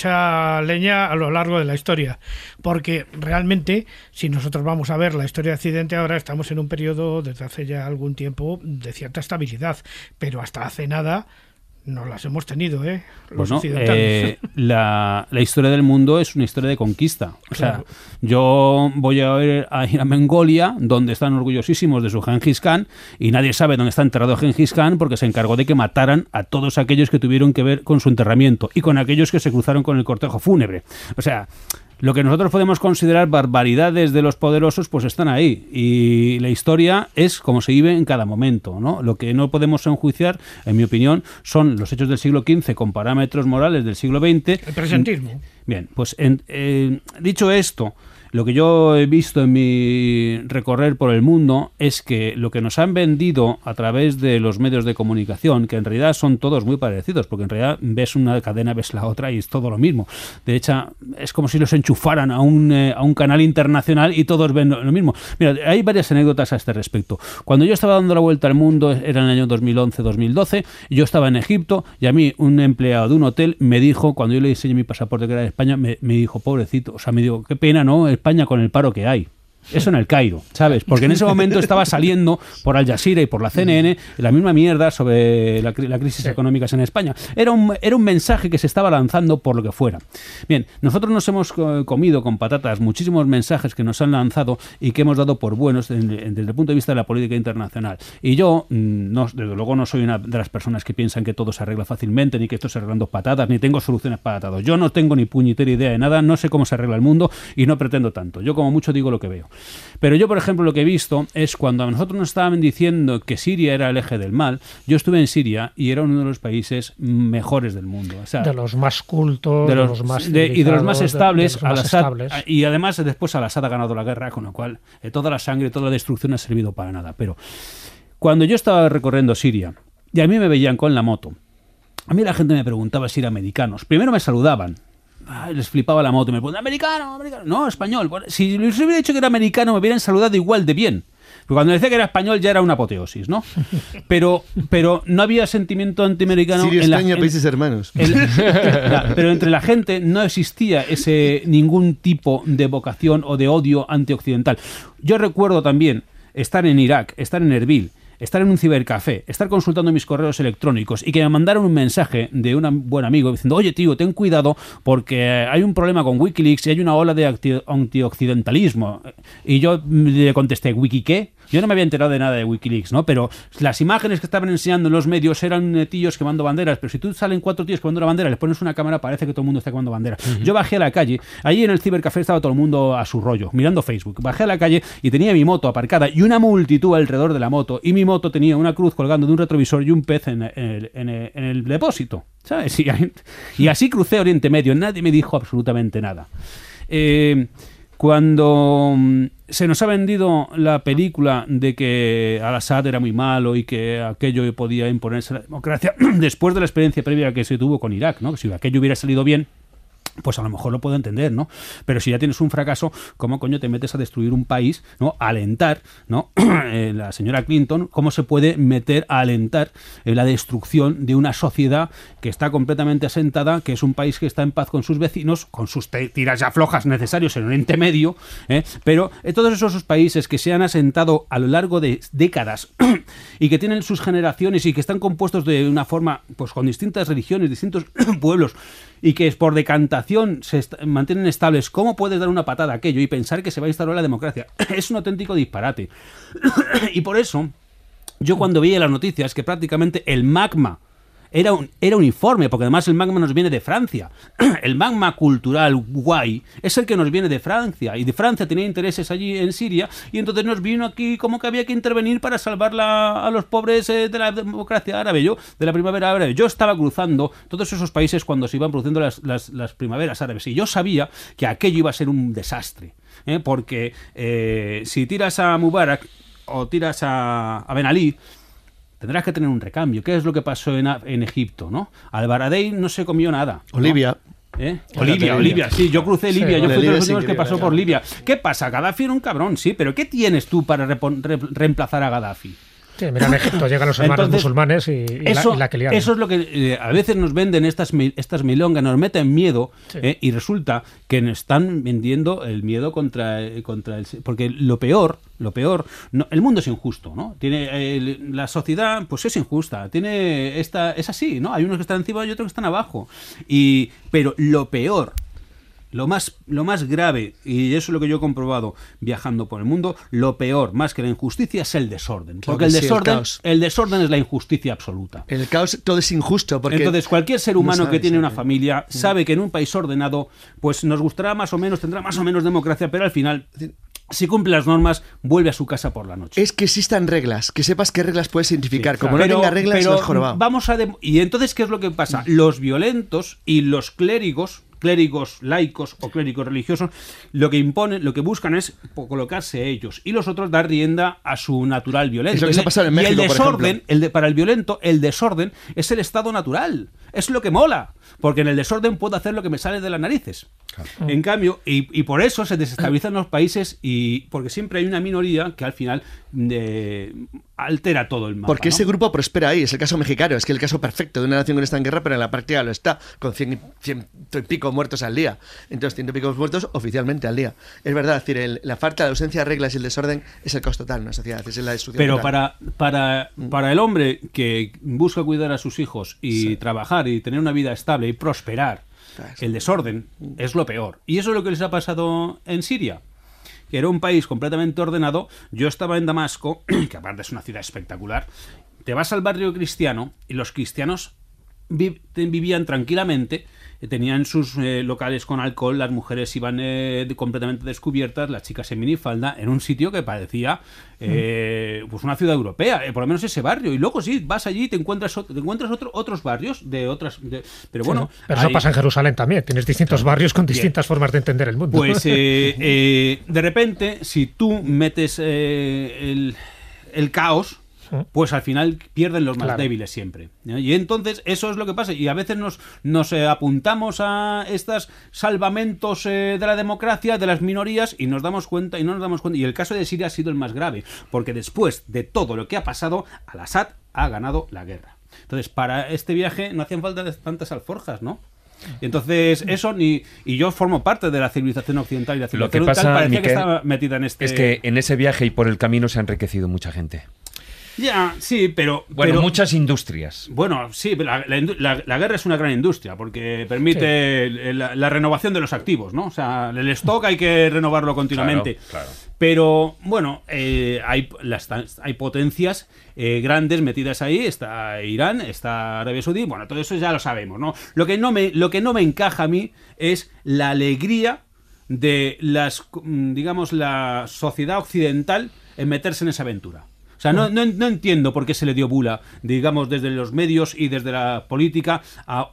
leña a lo largo de la historia, porque realmente, si nosotros vamos a ver la historia de Occidente, ahora estamos en un periodo desde hace ya algún tiempo de cierta estabilidad, pero hasta hace nada no las hemos tenido, los occidentales. La historia del mundo es una historia de conquista. O Claro. sea, yo voy a ir a Mongolia, donde están orgullosísimos de su Gengis Khan, y nadie sabe dónde está enterrado Gengis Khan, porque se encargó de que mataran a todos aquellos que tuvieron que ver con su enterramiento y con aquellos que se cruzaron con el cortejo fúnebre. O sea, lo que nosotros podemos considerar barbaridades de los poderosos, pues están ahí. Y la historia es como se vive en cada momento, ¿no? Lo que no podemos enjuiciar, en mi opinión, son los hechos del siglo XV con parámetros morales del siglo XX. El presentismo. Bien, pues dicho esto, lo que yo he visto en mi recorrer por el mundo es que lo que nos han vendido a través de los medios de comunicación, que en realidad son todos muy parecidos, porque en realidad ves una cadena, ves la otra y es todo lo mismo. De hecho, es como si los enchufaran a un canal internacional y todos ven lo mismo. Mira, hay varias anécdotas a este respecto. Cuando yo estaba dando la vuelta al mundo, era en el año 2011-2012, yo estaba en Egipto y a mí un empleado de un hotel me dijo, cuando yo le enseñé mi pasaporte que era de España, me dijo, pobrecito, o sea, me dijo, qué pena, ¿no? España con el paro que hay. Eso en el Cairo, ¿sabes? Porque en ese momento estaba saliendo por Al Jazeera y por la CNN la misma mierda sobre la crisis económica en España. Era un mensaje que se estaba lanzando por lo que fuera. Bien, nosotros nos hemos comido con patatas muchísimos mensajes que nos han lanzado y que hemos dado por buenos desde el punto de vista de la política internacional. Y yo, desde luego, no soy una de las personas que piensan que todo se arregla fácilmente, ni que esto se arreglando patatas, ni tengo soluciones para todo. Yo no tengo ni puñetera idea de nada, no sé cómo se arregla el mundo y no pretendo tanto. Yo como mucho digo lo que veo. Pero yo, por ejemplo, lo que he visto es cuando a nosotros nos estaban diciendo que Siria era el eje del mal, yo estuve en Siria y era uno de los países mejores del mundo. O sea, de los más cultos, de los más y de los más estables. De los más estables. Y además después Al-Assad ha ganado la guerra, con lo cual toda la sangre, toda la destrucción ha servido para nada. Pero cuando yo estaba recorriendo Siria y a mí me veían con la moto, a mí la gente me preguntaba si eran americanos. Primero me saludaban. Les flipaba la moto y me preguntaban, ¿americano? No, español. Bueno, si les hubiera dicho que era americano me hubieran saludado igual de bien. Porque cuando decía que era español ya era una apoteosis, ¿no? Pero no había sentimiento antiamericano. Siria, España, países hermanos. Pero entre la gente no existía ningún tipo de vocación o de odio antioccidental. Yo recuerdo también estar en Irak, estar en Erbil, estar en un cibercafé, estar consultando mis correos electrónicos y que me mandaron un mensaje de un buen amigo diciendo, oye tío, ten cuidado porque hay un problema con Wikileaks y hay una ola de antioccidentalismo. Y yo le contesté, ¿Wiki qué? Yo no me había enterado de nada de Wikileaks, ¿no? Pero las imágenes que estaban enseñando en los medios eran tíos quemando banderas, pero si tú salen 4 tíos quemando una bandera, les pones una cámara, parece que todo el mundo está quemando bandera. Yo bajé a la calle, allí en el cibercafé estaba todo el mundo a su rollo, mirando Facebook. Bajé a la calle y tenía mi moto aparcada y una multitud alrededor de la moto, y mi moto tenía una cruz colgando de un retrovisor y un pez en el depósito, ¿sabes? Y así crucé Oriente Medio, nadie me dijo absolutamente nada. Cuando se nos ha vendido la película de que Al-Assad era muy malo y que aquello podía imponerse la democracia, después de la experiencia previa que se tuvo con Irak, ¿no? Que si aquello hubiera salido bien, pues a lo mejor lo puedo entender, ¿no? Pero si ya tienes un fracaso, ¿cómo coño te metes a destruir un país, ¿no? A alentar, ¿no? La señora Clinton, ¿cómo se puede meter a alentar la destrucción de una sociedad que está completamente asentada, que es un país que está en paz con sus vecinos, con sus tiras y aflojas necesarios en Oriente Medio, pero todos esos países que se han asentado a lo largo de décadas y que tienen sus generaciones y que están compuestos de una forma, pues con distintas religiones, distintos pueblos, y que por decantación se mantienen estables, ¿cómo puedes dar una patada a aquello y pensar que se va a instaurar la democracia? Es un auténtico disparate. Y por eso, yo cuando veía las noticias que prácticamente el magma era uniforme, porque además el magma nos viene de Francia. El magma cultural guay es el que nos viene de Francia, y de Francia tenía intereses allí en Siria, y entonces nos vino aquí como que había que intervenir para salvar a los pobres de la democracia árabe, de la primavera árabe. Yo estaba cruzando todos esos países cuando se iban produciendo las primaveras árabes, y yo sabía que aquello iba a ser un desastre, porque si tiras a Mubarak o tiras a Ben Ali, tendrás que tener un recambio. ¿Qué es lo que pasó en Egipto, no? Al-Baradei no se comió nada, ¿no? Olivia, sí, yo crucé Libia, yo fui de los últimos que pasó por Libia. Libia. ¿Qué pasa? Gaddafi era un cabrón, sí, pero ¿qué tienes tú para reemplazar a Gaddafi? Sí, mira, en Egipto llegan los hermanos musulmanes y la que liaron. Eso es lo que a veces nos venden estas milongas, nos meten miedo, sí. Y resulta que nos están vendiendo el miedo contra el... Porque lo peor, no, el mundo es injusto, ¿no? La sociedad, pues es injusta, es así, ¿no? Hay unos que están encima y otros que están abajo. Pero lo peor, lo más grave, y eso es lo que yo he comprobado viajando por el mundo, lo peor, más que la injusticia, es el desorden. Porque el desorden es la injusticia absoluta. En el caos todo es injusto. Porque entonces cualquier ser humano que tiene una familia sabe que en un país ordenado, pues nos gustará más o menos, tendrá más o menos democracia, pero al final, si cumple las normas, vuelve a su casa por la noche. Es que existan reglas, que sepas qué reglas puedes identificar. Como no tenga reglas, lo has jorobado. Y entonces, ¿qué es lo que pasa? Los violentos y los clérigos laicos o clérigos religiosos, lo que buscan es colocarse ellos, y los otros dar rienda a su natural violencia. Es lo que se ha pasado en México, y el desorden, para el violento, el desorden es el estado natural. Es lo que mola, porque en el desorden puedo hacer lo que me sale de las narices. Claro. En cambio, y por eso se desestabilizan los países, y porque siempre hay una minoría que al final altera todo el mapa. Porque ese ¿no? grupo prospera ahí. Es el caso mexicano, es que el caso perfecto de una nación que está en guerra, pero en la práctica lo está, con 100 y pico muertos al día. Entonces, 100 y pico muertos oficialmente al día. Es verdad, es decir, la falta de ausencia de reglas y el desorden es el caos total en una sociedad, es la destrucción pero total. para el hombre que busca cuidar a sus hijos y trabajar y tener una vida estable y prosperar, el desorden es lo peor. Y eso es lo que les ha pasado en Siria, que era un país completamente ordenado. Yo estaba en Damasco, que aparte es una ciudad espectacular. Te vas al barrio cristiano y los cristianos vivían tranquilamente tenían sus locales con alcohol, las mujeres iban completamente descubiertas, las chicas en minifalda, en un sitio que parecía pues una ciudad europea, por lo menos ese barrio. Y luego sí, vas allí y te encuentras otros barrios de otras... pero bueno... Sí, pero eso pasa en Jerusalén también, tienes distintos barrios con distintas formas de entender el mundo. Pues de repente, si tú metes el caos, pues al final pierden los más débiles siempre, ¿no? Y entonces eso es lo que pasa, y a veces nos apuntamos a estos salvamentos de la democracia, de las minorías, y nos damos cuenta y no nos damos cuenta. Y el caso de Siria ha sido el más grave, porque después de todo lo que ha pasado, Al-Assad ha ganado la guerra. Entonces, para este viaje no hacían falta tantas alforjas, ¿no? Entonces, y yo formo parte de la civilización occidental, y la civilización occidental parecía Miquel, que estaba metida en este... Es que en ese viaje y por el camino se ha enriquecido mucha gente. Ya, sí, pero... muchas industrias. Bueno, sí, la guerra es una gran industria, porque permite la renovación de los activos, ¿no? O sea, el stock hay que renovarlo continuamente. Claro. Pero, bueno, hay potencias grandes metidas ahí. Está Irán, está Arabia Saudí, bueno, todo eso ya lo sabemos, ¿no? Lo que no me encaja a mí es la alegría de la sociedad occidental en meterse en esa aventura. O sea, no entiendo por qué se le dio bula, digamos, desde los medios y desde la política a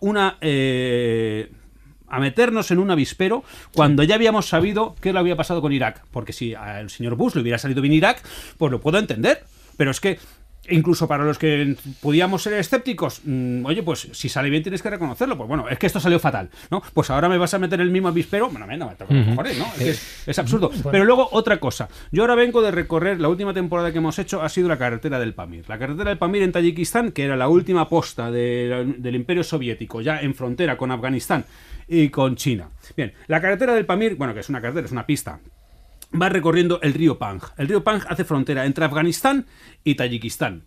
meternos en un avispero cuando ya habíamos sabido qué le había pasado con Irak. Porque si al señor Bush le hubiera salido bien Irak, pues lo puedo entender. Pero es que incluso para los que podíamos ser escépticos, oye, pues si sale bien tienes que reconocerlo. Pues bueno, es que esto salió fatal, ¿no? Pues ahora me vas a meter el mismo avispero. Bueno, no me toca los mejores, ¿no? Es absurdo. Bueno. Pero luego, otra cosa. Yo ahora vengo de recorrer, la última temporada que hemos hecho ha sido la carretera del Pamir. La carretera del Pamir en Tayikistán, que era la última posta del Imperio Soviético, ya en frontera con Afganistán y con China. Bien, la carretera del Pamir, bueno, que es una carretera, es una pista, va recorriendo el río Pang. El río Pang hace frontera entre Afganistán y Tayikistán.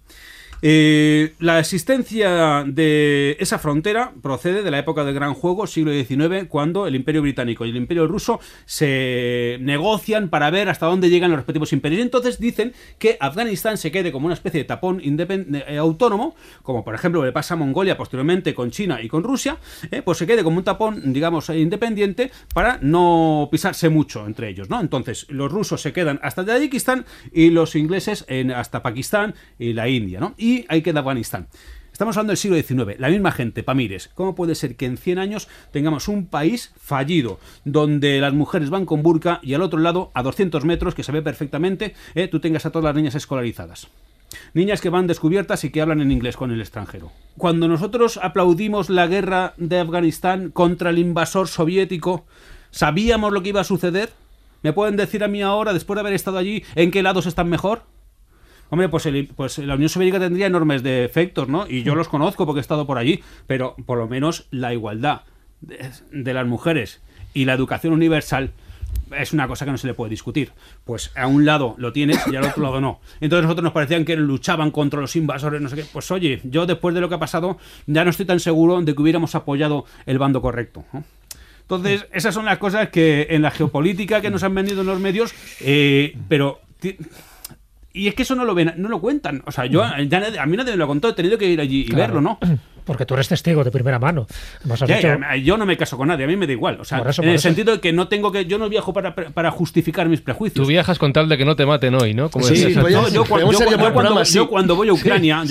La existencia de esa frontera procede de la época del Gran Juego, siglo XIX, cuando el Imperio Británico y el Imperio Ruso se negocian para ver hasta dónde llegan los respectivos imperios. Y entonces dicen que Afganistán se quede como una especie de tapón autónomo, como por ejemplo le pasa a Mongolia posteriormente con China y con Rusia, pues se quede como un tapón, digamos, independiente para no pisarse mucho entre ellos, ¿no? Entonces los rusos se quedan hasta Tayikistán y los ingleses hasta Pakistán y la India, ¿no? Y ahí queda Afganistán. Estamos hablando del siglo XIX, la misma gente, Pamires. ¿Cómo puede ser que en 100 años tengamos un país fallido, donde las mujeres van con burka y al otro lado, a 200 metros, que se ve perfectamente, tú tengas a todas las niñas escolarizadas? Niñas que van descubiertas y que hablan en inglés con el extranjero. Cuando nosotros aplaudimos la guerra de Afganistán contra el invasor soviético, ¿sabíamos lo que iba a suceder? ¿Me pueden decir a mí ahora, después de haber estado allí, en qué lados están mejor? Hombre, pues la Unión Soviética tendría enormes defectos, ¿no? Y yo los conozco porque he estado por allí, pero por lo menos la igualdad de las mujeres y la educación universal es una cosa que no se le puede discutir. Pues a un lado lo tienes y al otro lado no. Entonces nosotros nos parecían que luchaban contra los invasores, no sé qué. Pues oye, yo después de lo que ha pasado ya no estoy tan seguro de que hubiéramos apoyado el bando correcto, ¿no? Entonces, esas son las cosas que en la geopolítica que nos han vendido en los medios, pero... Y es que eso no lo ven, no lo cuentan. O sea, a mí nadie me lo ha contado, he tenido que ir allí y verlo, ¿no? Porque tú eres testigo de primera mano. Yo no me caso con nadie, a mí me da igual. O sea, en el sentido de que no tengo que... Yo no viajo para justificar mis prejuicios. Tú viajas con tal de que no te maten hoy, ¿no? Como yo cuando voy a Ucrania,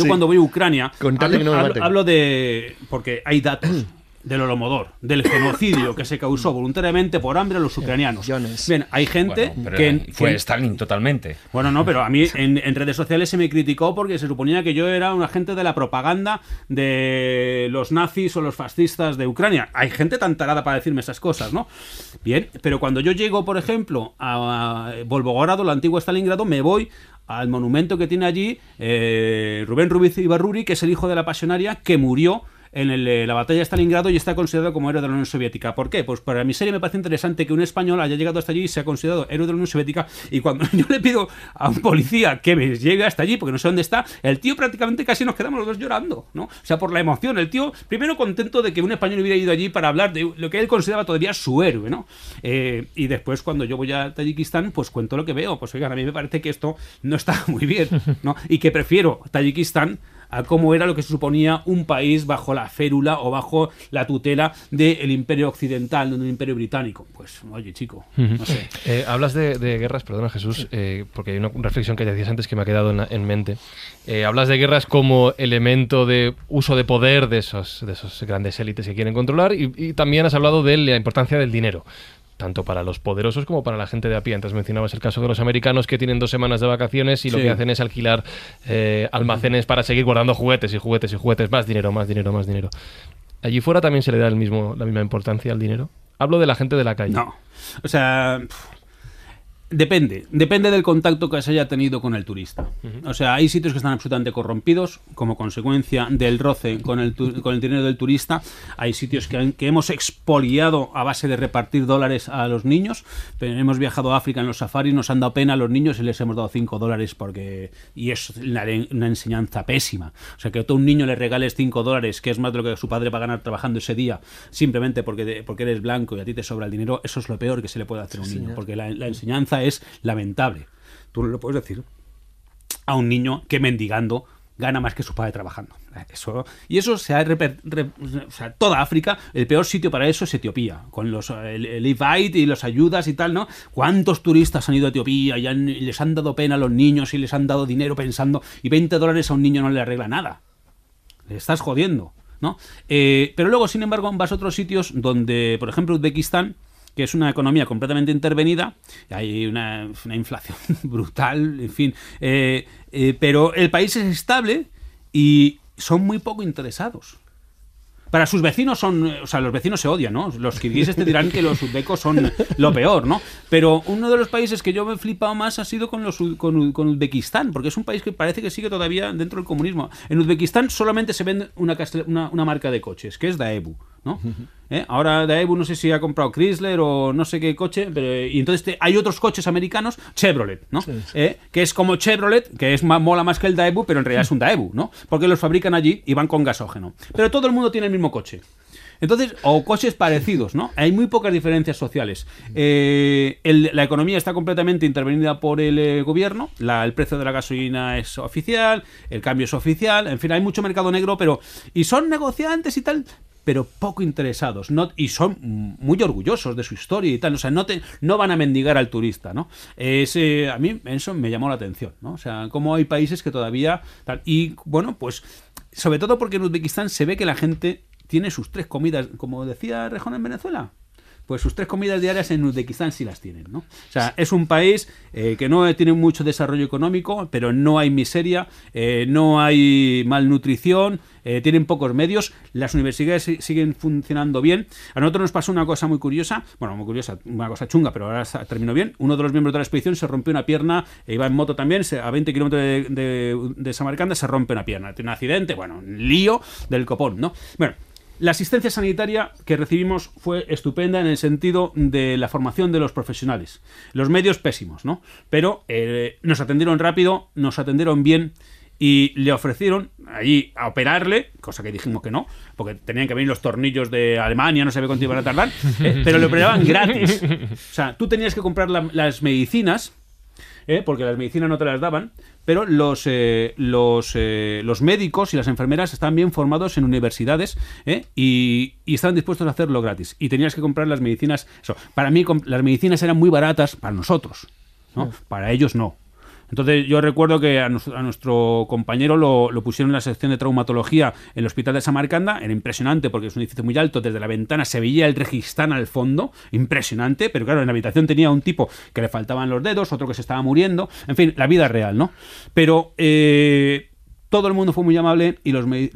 hablo de... Porque hay datos del Holodomor, del genocidio que se causó voluntariamente por hambre a los ucranianos. Bien, hay gente que fue Stalin totalmente. Bueno, no, pero a mí en redes sociales se me criticó porque se suponía que yo era un agente de la propaganda de los nazis o los fascistas de Ucrania. Hay gente tan tarada para decirme esas cosas, ¿no? Bien, pero cuando yo llego, por ejemplo, a Volgogrado, la antigua Stalingrado, me voy al monumento que tiene allí Rubén Ruiz Ibarruri, que es el hijo de la pasionaria que murió en la batalla de Stalingrado y está considerado como héroe de la Unión Soviética. ¿Por qué? Pues para mi serie me parece interesante que un español haya llegado hasta allí y sea considerado héroe de la Unión Soviética, y cuando yo le pido a un policía que me llegue hasta allí porque no sé dónde está, el tío prácticamente casi nos quedamos los dos llorando, ¿no? O sea, por la emoción. El tío, primero contento de que un español hubiera ido allí para hablar de lo que él consideraba todavía su héroe, ¿no? Y después, cuando yo voy a Tayikistán, pues cuento lo que veo. Pues oigan, a mí me parece que esto no está muy bien, ¿no? Y que prefiero Tayikistán a cómo era lo que se suponía un país bajo la férula o bajo la tutela del Imperio Occidental, no del Imperio Británico. Pues, oye, chico, no sé. Hablas de guerras, perdona Jesús, porque hay una reflexión que te decías antes que me ha quedado en mente. Hablas de guerras como elemento de uso de poder de esos grandes élites que quieren controlar y también has hablado de la importancia del dinero, tanto para los poderosos como para la gente de a pie. Antes mencionabas el caso de los americanos que tienen 2 semanas de vacaciones y lo que hacen es alquilar almacenes para seguir guardando juguetes y juguetes y juguetes. Más dinero, más dinero, más dinero. ¿Allí fuera también se le da la misma importancia al dinero? Hablo de la gente de la calle. No, o sea... Depende del contacto que se haya tenido con el turista. O sea, hay sitios que están absolutamente corrompidos como consecuencia del roce con el dinero del turista. Hay sitios que hemos expoliado a base de repartir dólares a los niños. Pero hemos viajado a África en los safaris, nos han dado pena a los niños y les hemos dado $5 y es una enseñanza pésima. O sea, que a todo un niño le regales $5, que es más de lo que su padre va a ganar trabajando ese día, simplemente porque eres blanco y a ti te sobra el dinero, eso es lo peor que se le puede hacer a un niño, porque la enseñanza es lamentable. Tú no lo puedes decir a un niño que mendigando gana más que su padre trabajando. Eso se ha o sea, toda África, el peor sitio para eso es Etiopía, con el Levite y las ayudas y tal, ¿no? ¿Cuántos turistas han ido a Etiopía y les han dado pena a los niños y les han dado dinero pensando y $20 a un niño no le arregla nada? Le estás jodiendo, ¿no? Pero luego, sin embargo, vas a otros sitios donde, por ejemplo, Uzbekistán, que es una economía completamente intervenida, hay una inflación brutal, en fin, pero el país es estable y son muy poco interesados. Para sus vecinos los vecinos se odian, ¿no? Los kirguises te dirán que los uzbecos son lo peor, ¿no? Pero uno de los países que yo me he flipado más ha sido con Uzbekistán, porque es un país que parece que sigue todavía dentro del comunismo. En Uzbekistán solamente se vende una marca de coches, que es Daewoo, ¿no? Ahora Daewoo no sé si ha comprado Chrysler o no sé qué coche, y entonces hay otros coches americanos, Chevrolet, ¿no? Sí. Que es como Chevrolet, que mola más que el Daewoo, pero en realidad es un Daewoo, ¿no? Porque los fabrican allí y van con gasógeno. Pero todo el mundo tiene el mismo coche. Entonces, o coches parecidos, ¿no? Hay muy pocas diferencias sociales. La economía está completamente intervenida por el gobierno, el precio de la gasolina es oficial, el cambio es oficial, en fin, hay mucho mercado negro, y son negociantes y tal, pero poco interesados, y son muy orgullosos de su historia y tal, o sea, no van a mendigar al turista, ¿no? A mí eso me llamó la atención, ¿no? O sea, cómo hay países que todavía tal, y bueno, pues sobre todo porque en Uzbekistán se ve que la gente tiene sus 3 comidas, como decía Rejón en Venezuela. Pues sus 3 comidas diarias en Uzbekistán sí las tienen, ¿no? O sea, es un país que no tiene mucho desarrollo económico, pero no hay miseria, no hay malnutrición, tienen pocos medios, las universidades siguen funcionando bien. A nosotros nos pasó una cosa muy curiosa, una cosa chunga, pero ahora terminó bien. Uno de los miembros de la expedición se rompió una pierna, iba en moto también, a 20 kilómetros de Samarcanda se rompe una pierna, tiene un accidente, lío del copón, ¿no? Bueno, la asistencia sanitaria que recibimos fue estupenda en el sentido de la formación de los profesionales. Los medios pésimos, ¿no? Pero nos atendieron rápido, nos atendieron bien y le ofrecieron allí a operarle, cosa que dijimos que no, porque tenían que venir los tornillos de Alemania, no sabía cuánto iban a tardar, pero le operaban gratis. O sea, tú tenías que comprar las medicinas, porque las medicinas no te las daban, pero los médicos y las enfermeras estaban bien formados en universidades y estaban dispuestos a hacerlo gratis. Y tenías que comprar las medicinas. Para mí, las medicinas eran muy baratas para nosotros, ¿no? Para ellos no. Entonces yo recuerdo que a nuestro compañero lo pusieron en la sección de traumatología en el hospital de Samarcanda. Era impresionante porque es un edificio muy alto, desde la ventana se veía el Registán al fondo, impresionante, pero claro, en la habitación tenía un tipo que le faltaban los dedos, otro que se estaba muriendo, en fin, la vida real, ¿no? Pero todo el mundo fue muy amable y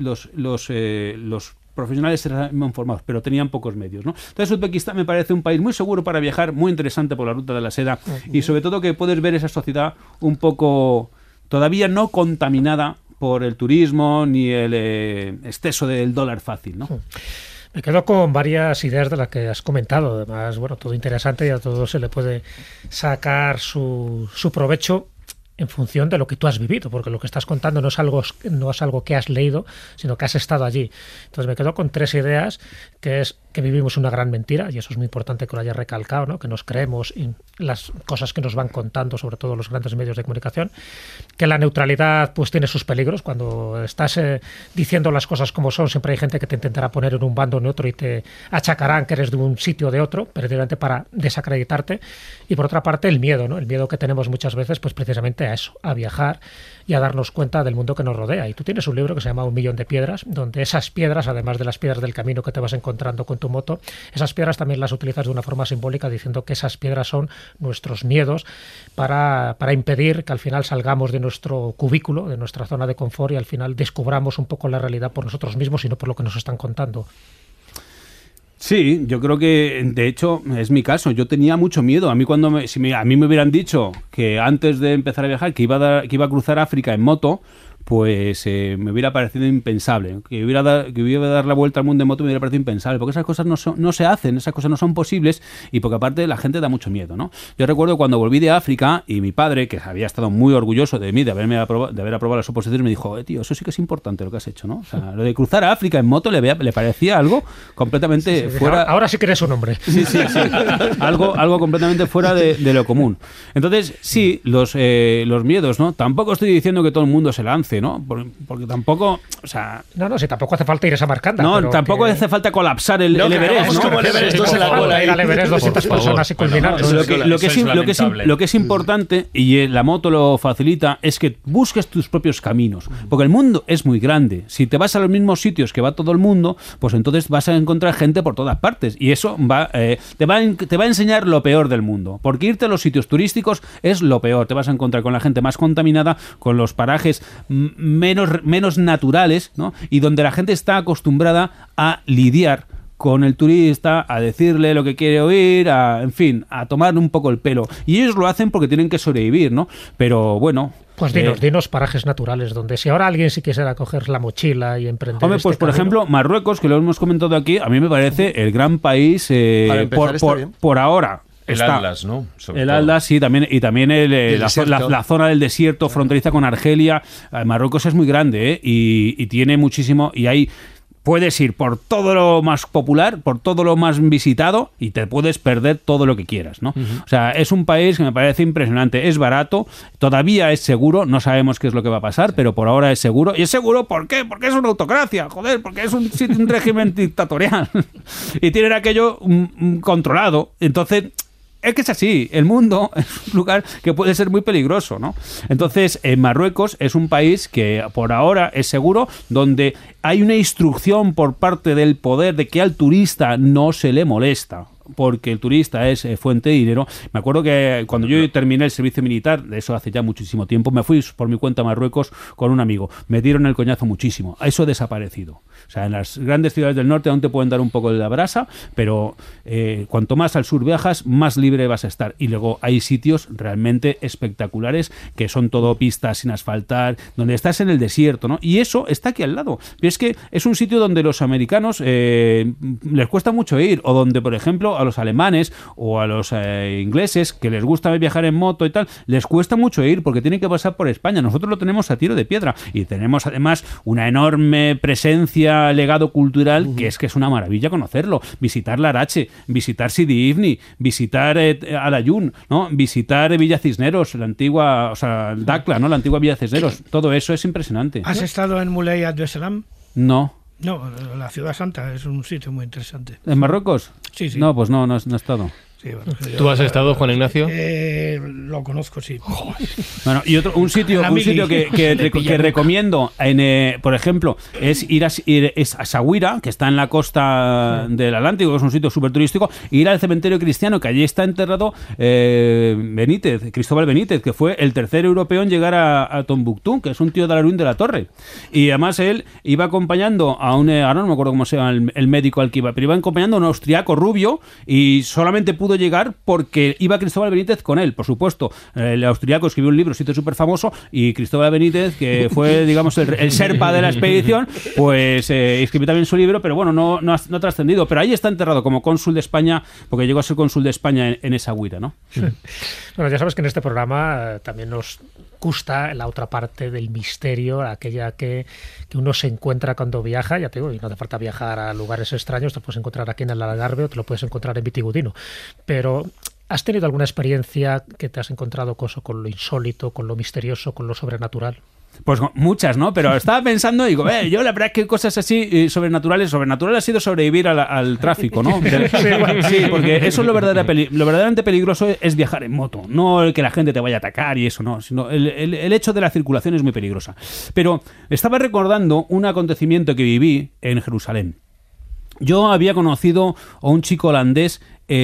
los profesionales eran formados, pero tenían pocos medios, ¿no? Entonces Uzbekistán me parece un país muy seguro para viajar, muy interesante por la ruta de la seda y sobre todo que puedes ver esa sociedad un poco todavía no contaminada por el turismo ni el exceso del dólar fácil, ¿no? Me quedo con varias ideas de las que has comentado, además, todo interesante y a todo se le puede sacar su provecho en función de lo que tú has vivido, porque lo que estás contando no es algo que has leído, sino que has estado allí. Entonces me quedo con 3 ideas, que es que vivimos una gran mentira, y eso es muy importante que lo haya recalcado, ¿no? Que nos creemos las cosas que nos van contando, sobre todo los grandes medios de comunicación, que la neutralidad pues tiene sus peligros. Cuando estás diciendo las cosas como son, siempre hay gente que te intentará poner en un bando o en otro y te achacarán que eres de un sitio o de otro, precisamente para desacreditarte. Y por otra parte, el miedo, ¿no? El miedo que tenemos muchas veces, pues precisamente a eso, a viajar y a darnos cuenta del mundo que nos rodea. Y tú tienes un libro que se llama 1.000.000 de piedras, donde esas piedras, además de las piedras del camino que te vas encontrando con tu moto, esas piedras también las utilizas de una forma simbólica, diciendo que esas piedras son nuestros miedos para impedir que al final salgamos de nuestro cubículo, de nuestra zona de confort, y al final descubramos un poco la realidad por nosotros mismos y no por lo que nos están contando. Sí, yo creo que de hecho es mi caso. Yo tenía mucho miedo. A mí a mí me hubieran dicho que antes de empezar a viajar que iba a cruzar África en moto, pues me hubiera parecido impensable. Que iba a dar la vuelta al mundo en moto me hubiera parecido impensable, porque esas cosas no se hacen, esas cosas no son posibles, y porque aparte la gente da mucho miedo, ¿no? Yo recuerdo cuando volví de África y mi padre, que había estado muy orgulloso de mí, de haber aprobado las oposiciones, me dijo, tío, eso sí que es importante lo que has hecho, ¿no? O sea, lo de cruzar a África en moto le parecía algo completamente fuera... Ahora sí que eres un hombre. Sí. Algo completamente fuera de lo común. Entonces, sí, los miedos, ¿no? Tampoco estoy diciendo que todo el mundo se lance, ¿no? Porque tampoco, o sea... No, si tampoco hace falta ir a esa marcanda. No, tampoco hace falta colapsar el Everest, ¿no? Como el Everest, no se la cola ir al Everest 200 personas y culminar. Lo que es importante, y la moto lo facilita, es que busques tus propios caminos. Porque el mundo es muy grande. Si te vas a los mismos sitios que va todo el mundo, pues entonces vas a encontrar gente por todas partes. Y eso te va a enseñar lo peor del mundo. Porque irte a los sitios turísticos es lo peor. Te vas a encontrar con la gente más contaminada, con los parajes menos naturales, ¿no? Y donde la gente está acostumbrada a lidiar con el turista, a decirle lo que quiere oír, en fin, a tomar un poco el pelo. Y ellos lo hacen porque tienen que sobrevivir, ¿no? Pero bueno... Pues dinos parajes naturales, donde si ahora alguien sí quisiera coger la mochila y emprender... Hombre, pues por ejemplo, Marruecos, que lo hemos comentado aquí, a mí me parece el gran país por ahora. El Atlas, ¿no? El Atlas, sí, también, y también la zona del desierto fronteriza con Argelia. Marruecos es muy grande, ¿eh? Y tiene muchísimo, y hay... Puedes ir por todo lo más popular, por todo lo más visitado, y te puedes perder todo lo que quieras, ¿no? O sea, es un país que me parece impresionante. Es barato, todavía es seguro, no sabemos qué es lo que va a pasar, pero por ahora es seguro. ¿Y es seguro por qué? Porque es una autocracia, joder, porque es un régimen dictatorial. Y tienen aquello controlado. Entonces... Es que es así, el mundo es un lugar que puede ser muy peligroso, ¿no? Entonces, Marruecos es un país que por ahora es seguro, donde hay una instrucción por parte del poder de que al turista no se le molesta, porque el turista es fuente de dinero. Me acuerdo que cuando yo terminé el servicio militar, de eso hace ya muchísimo tiempo, me fui por mi cuenta a Marruecos con un amigo. Me dieron el coñazo muchísimo. Eso ha desaparecido. O sea, en las grandes ciudades del norte aún te pueden dar un poco de la brasa, pero cuanto más al sur viajas, más libre vas a estar. Y luego hay sitios realmente espectaculares que son todo pistas sin asfaltar, donde estás en el desierto, ¿no? Y eso está aquí al lado. Pero es que es un sitio donde los americanos les cuesta mucho ir, o donde, por ejemplo, a los alemanes o a los ingleses que les gusta viajar en moto y tal, les cuesta mucho ir porque tienen que pasar por España. Nosotros lo tenemos a tiro de piedra y tenemos además una enorme presencia, legado cultural, que es una maravilla conocerlo. Visitar Larache, visitar Sidi Ifni, visitar Alayún, ¿no? Visitar Villa Cisneros, la antigua, o sea, Dakhla, ¿no? La antigua Villa Cisneros. Todo eso es impresionante. ¿Has estado en Moulay Abdeslam? No. No, la Ciudad Santa es un sitio muy interesante. ¿En Marruecos? Sí. No, pues no he estado. Sí, bueno, ¿Tú has estado, Juan Ignacio? Lo conozco, sí. Bueno, y un sitio que recomiendo, por ejemplo, es ir a Sahuira, que está en la costa del Atlántico, que es un sitio súper turístico, e ir al cementerio cristiano, que allí está enterrado Cristóbal Benítez, que fue el tercer europeo en llegar a Tombuctú, que es un tío de Alaruín de la Torre. Y además él iba acompañando a ahora no me acuerdo cómo se llama el médico al que iba, pero iba acompañando a un austriaco rubio y solamente pudo llegar porque iba Cristóbal Benítez con él, por supuesto. El austriaco escribió un libro, sitio súper famoso, y Cristóbal Benítez, que fue, digamos, el serpa de la expedición, pues escribió también su libro, pero bueno, no ha trascendido. Pero ahí está enterrado como cónsul de España, porque llegó a ser cónsul de España en esa Huira, ¿no? Sí. Bueno, ya sabes que en este programa también nos gusta la otra parte del misterio, aquella que uno se encuentra cuando viaja, ya te digo, y no hace falta viajar a lugares extraños, te puedes encontrar aquí en el Algarve o te lo puedes encontrar en Vitigudino. Pero ¿has tenido alguna experiencia que te has encontrado con lo insólito, con lo misterioso, con lo sobrenatural? Pues muchas, ¿no? Pero estaba pensando y digo, yo la verdad es que cosas así sobrenatural ha sido sobrevivir al tráfico, ¿no? Sí, porque eso es lo verdaderamente peligroso es viajar en moto, no el que la gente te vaya a atacar y eso, no, sino el hecho de la circulación es muy peligrosa. Pero estaba recordando un acontecimiento que viví en Jerusalén. Yo había conocido a un chico holandés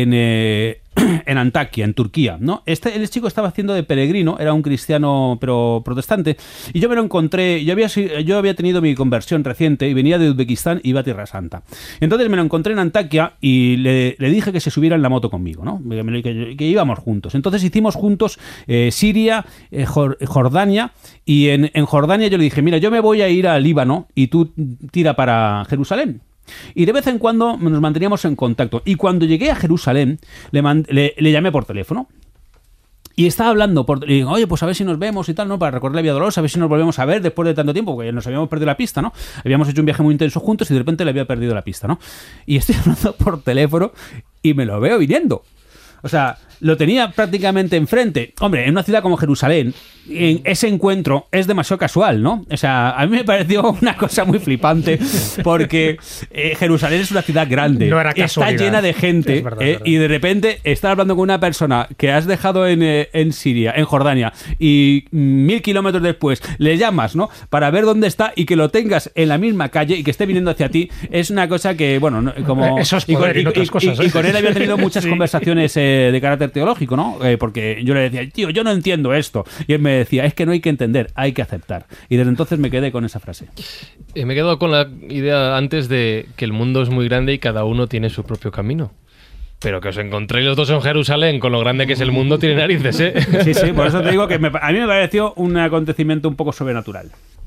en Antakya, en Turquía, ¿no? El chico estaba haciendo de peregrino, era un cristiano pero protestante, y yo me lo encontré, yo había tenido mi conversión reciente y venía de Uzbekistán y iba a Tierra Santa. Entonces me lo encontré en Antakya y le dije que se subiera en la moto conmigo, ¿no? Que íbamos juntos. Entonces hicimos juntos Siria, Jordania, y en Jordania yo le dije, mira, yo me voy a ir al Líbano y tú tira para Jerusalén. Y de vez en cuando nos manteníamos en contacto. Y cuando llegué a Jerusalén, le llamé por teléfono. Y estaba hablando, le digo, oye, pues a ver si nos vemos y tal, ¿no? Para recorrer la Vía Dolorosa, a ver si nos volvemos a ver después de tanto tiempo, porque nos habíamos perdido la pista, ¿no? Habíamos hecho un viaje muy intenso juntos y de repente le había perdido la pista, ¿no? Y estoy hablando por teléfono y me lo veo viniendo. O sea, lo tenía prácticamente enfrente. Hombre, en una ciudad como Jerusalén, ese encuentro es demasiado casual, ¿no? O sea, a mí me pareció una cosa muy flipante porque Jerusalén es una ciudad grande, no era casualidad, está llena de gente, es verdad, y de repente estar hablando con una persona que has dejado en Siria, en Jordania, y 1000 kilómetros después le llamas, ¿no? Para ver dónde está y que lo tengas en la misma calle y que esté viniendo hacia ti, es una cosa que, bueno, como... Eso es poder y otras cosas. Y con él había tenido muchas conversaciones de carácter teológico, ¿no? Porque yo le decía, tío, yo no entiendo esto. Y él me decía, es que no hay que entender, hay que aceptar. Y desde entonces me quedé con esa frase. Me he quedado con la idea antes de que el mundo es muy grande y cada uno tiene su propio camino. Pero que os encontréis los dos en Jerusalén con lo grande que es el mundo, tiene narices, ¿eh? Sí, sí, por eso te digo que a mí me pareció un acontecimiento un poco sobrenatural.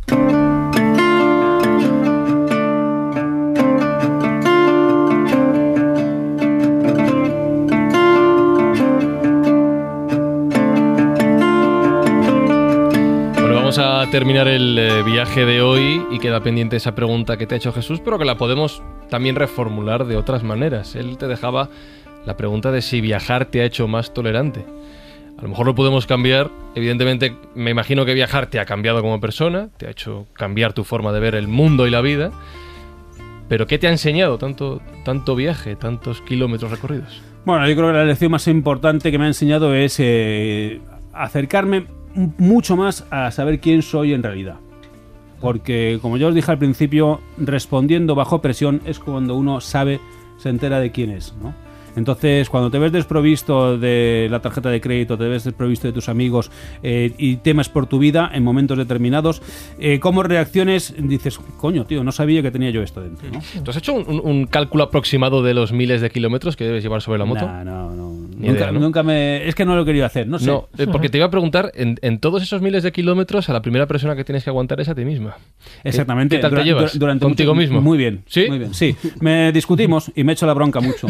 A terminar el viaje de hoy y queda pendiente esa pregunta que te ha hecho Jesús, pero que la podemos también reformular de otras maneras. Él te dejaba la pregunta de si viajar te ha hecho más tolerante. A lo mejor lo podemos cambiar. Evidentemente, me imagino que viajar te ha cambiado como persona, te ha hecho cambiar tu forma de ver el mundo y la vida. Pero ¿qué te ha enseñado tanto viaje, tantos kilómetros recorridos? Bueno, yo creo que la lección más importante que me ha enseñado es acercarme mucho más a saber quién soy en realidad. Porque, como ya os dije al principio, respondiendo bajo presión es cuando uno se entera de quién es, ¿no? Entonces, cuando te ves desprovisto de la tarjeta de crédito, te ves desprovisto de tus amigos y temes por tu vida en momentos determinados, ¿cómo reacciones? Dices, coño, tío, no sabía que tenía yo esto dentro, ¿no? ¿Tú has hecho un cálculo aproximado de los miles de kilómetros que debes llevar sobre la moto? No. Nunca es que no lo he querido hacer, no sé. No, porque te iba a preguntar, en todos esos miles de kilómetros, a la primera persona que tienes que aguantar es a ti misma. Exactamente. ¿Qué tal te llevas? ¿Contigo mismo? Muy bien. ¿Sí? Muy bien, sí. Me discutimos y me echo la bronca mucho.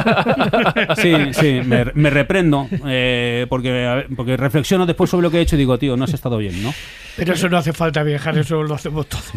Sí, me reprendo porque reflexiono después sobre lo que he hecho y digo, tío, no has estado bien, ¿no? Pero eso no hace falta viajar, eso lo hacemos todos.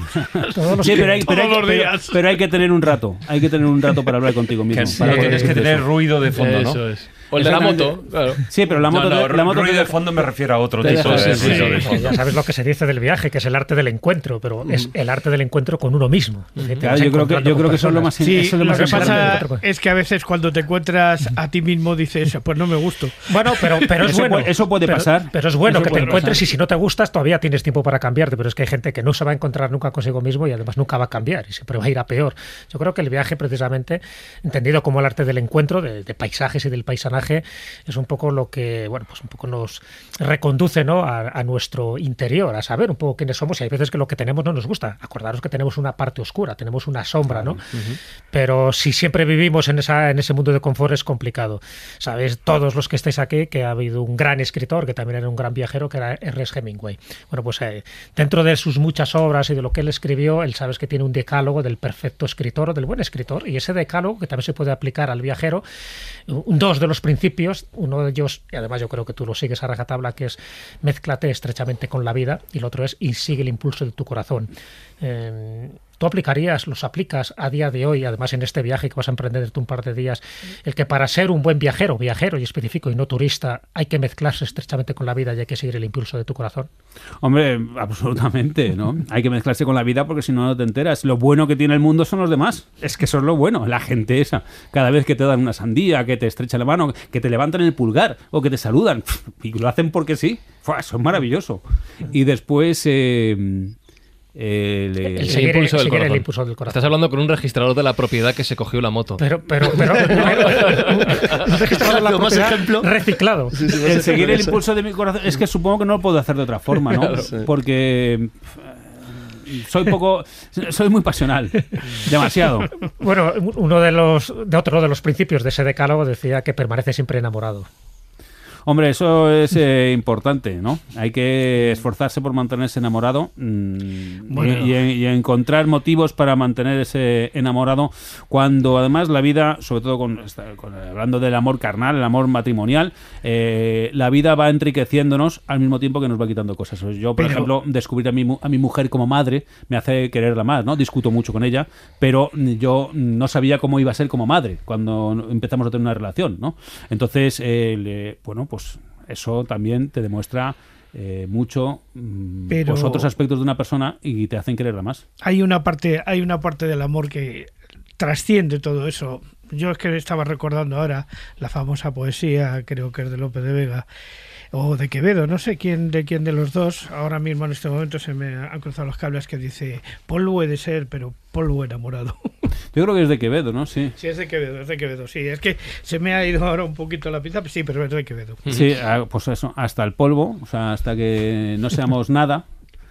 Pero hay que tener un rato, para hablar contigo mismo. Para tienes que tener ruido de fondo, ¿no? Eso es. O el de la moto, claro. Sí, pero la moto... ruido de fondo me refiero a otro tipo de ruido de fondo. Ya sabes lo que se dice del viaje, que es el arte del encuentro, pero es el arte del encuentro con uno mismo. Claro, yo creo que eso es lo más importante. Sí, lo que pasa es que a veces cuando te encuentras a ti mismo dices, pues no me gusto. Bueno, pero es bueno. Eso puede pasar. Pero es bueno que te encuentres y si no te gustas todavía tienes tiempo para cambiarte, pero es que hay gente que no se va a encontrar nunca consigo mismo y además nunca va a cambiar y siempre va a ir a peor. Yo creo que el viaje, precisamente, entendido como el arte del encuentro, de paisajes y del paisanaje, es un poco lo que, bueno, pues un poco nos reconduce, ¿no?, a nuestro interior, a saber un poco quiénes somos, y hay veces que lo que tenemos no nos gusta. Acordaros que tenemos una parte oscura, tenemos una sombra, ¿no? Pero si siempre vivimos en ese mundo de confort es complicado. Sabéis, todos los que estáis aquí, que ha habido un gran escritor, que también era un gran viajero, que era Ernest Hemingway. Bueno, pues dentro de sus muchas obras y de lo que él escribió, él sabes que tiene un decálogo del perfecto escritor o del buen escritor, y ese decálogo, que también se puede aplicar al viajero, dos de los principios principios, uno de ellos, y además yo creo que tú lo sigues a rajatabla, que es mézclate estrechamente con la vida, y el otro es y sigue el impulso de tu corazón. ¿Tú los aplicas a día de hoy, además en este viaje que vas a emprender de un par de días, el que para ser un buen viajero y específico y no turista, hay que mezclarse estrechamente con la vida y hay que seguir el impulso de tu corazón? Hombre, absolutamente, ¿no? Hay que mezclarse con la vida porque si no, no te enteras. Lo bueno que tiene el mundo son los demás. Es que eso es lo bueno. La gente esa, cada vez que te dan una sandía, que te estrechan la mano, que te levantan el pulgar o que te saludan, y lo hacen porque sí. Eso es maravilloso. Y después... el impulso del corazón. Estás hablando con un registrador de la propiedad que se cogió la moto. Pero un registrador de la propiedad reciclado. El seguir el impulso de mi corazón es que supongo que no lo puedo hacer de otra forma, ¿no? Claro, sí. Porque soy muy pasional, demasiado. Bueno, otro de los principios de ese decálogo decía que permanece siempre enamorado. Hombre, eso es importante, ¿no? Hay que esforzarse por mantenerse enamorado y encontrar motivos para mantenerse enamorado cuando además la vida, sobre todo hablando del amor carnal, el amor matrimonial, la vida va enriqueciéndonos al mismo tiempo que nos va quitando cosas. Yo, por ejemplo, descubrir a mi mujer como madre me hace quererla más, ¿no? Discuto mucho con ella, pero yo no sabía cómo iba a ser como madre cuando empezamos a tener una relación, ¿no? Entonces, pues eso también te demuestra mucho pues otros aspectos de una persona y te hacen quererla más. Hay una parte del amor que trasciende todo eso. Yo es que estaba recordando ahora la famosa poesía, creo que es de Lope de Vega o de Quevedo, no sé quién de los dos, ahora mismo en este momento se me han cruzado los cables, que dice: polvo he de ser, pero polvo enamorado. Yo creo que es de Quevedo, ¿no? Sí. Sí, es de Quevedo, sí. Es que se me ha ido ahora un poquito la pinza, sí, pero es de Quevedo. Sí, pues eso, hasta el polvo, o sea, hasta que no seamos nada,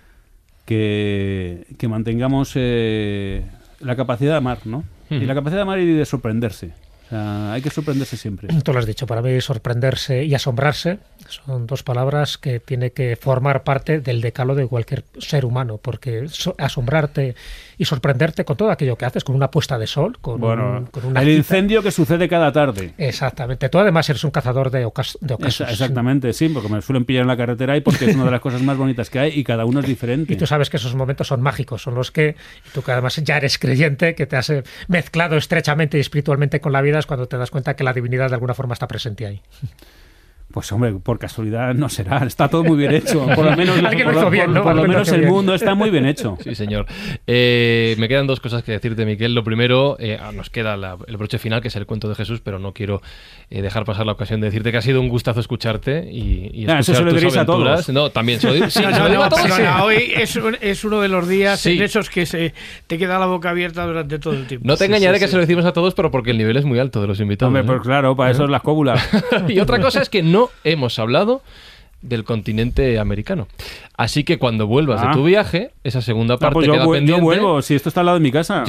que mantengamos la capacidad de amar, ¿no? Y la capacidad de amar y de sorprenderse. O sea, hay que sorprenderse siempre. Tú lo has dicho, para mí sorprenderse y asombrarse son dos palabras que tiene que formar parte del decálogo de cualquier ser humano, porque asombrarte y sorprenderte con todo aquello que haces, con una puesta de sol, con una el incendio que sucede cada tarde. Exactamente. Tú además eres un cazador de ocasos. Exactamente, sí, porque me suelen pillar en la carretera y porque es una de las cosas más bonitas que hay y cada uno es diferente. Y tú sabes que esos momentos son mágicos, son los que tú que además ya eres creyente, que te has mezclado estrechamente y espiritualmente con la vida, es cuando te das cuenta que la divinidad de alguna forma está presente ahí. Pues hombre, por casualidad no será, está todo muy bien hecho. Por lo menos el mundo está muy bien hecho. Sí, señor. Me quedan dos cosas que decirte, Miquel. Lo primero, nos queda el broche final, que es el cuento de Jesús, pero no quiero dejar pasar la ocasión de decirte que ha sido un gustazo escucharte y escuchar eso se lo diréis a todos. No, también se lo digo. Sí, hoy es uno de los días en esos que te queda la boca abierta durante todo el tiempo. No te engañaré que se lo decimos a todos, pero porque el nivel es muy alto de los invitados. Hombre, pues claro, para eso es la escóbula. Y otra cosa es que no hemos hablado del continente americano. Así que cuando vuelvas de tu viaje, esa segunda parte pues queda pendiente. Yo vuelvo, si esto está al lado de mi casa.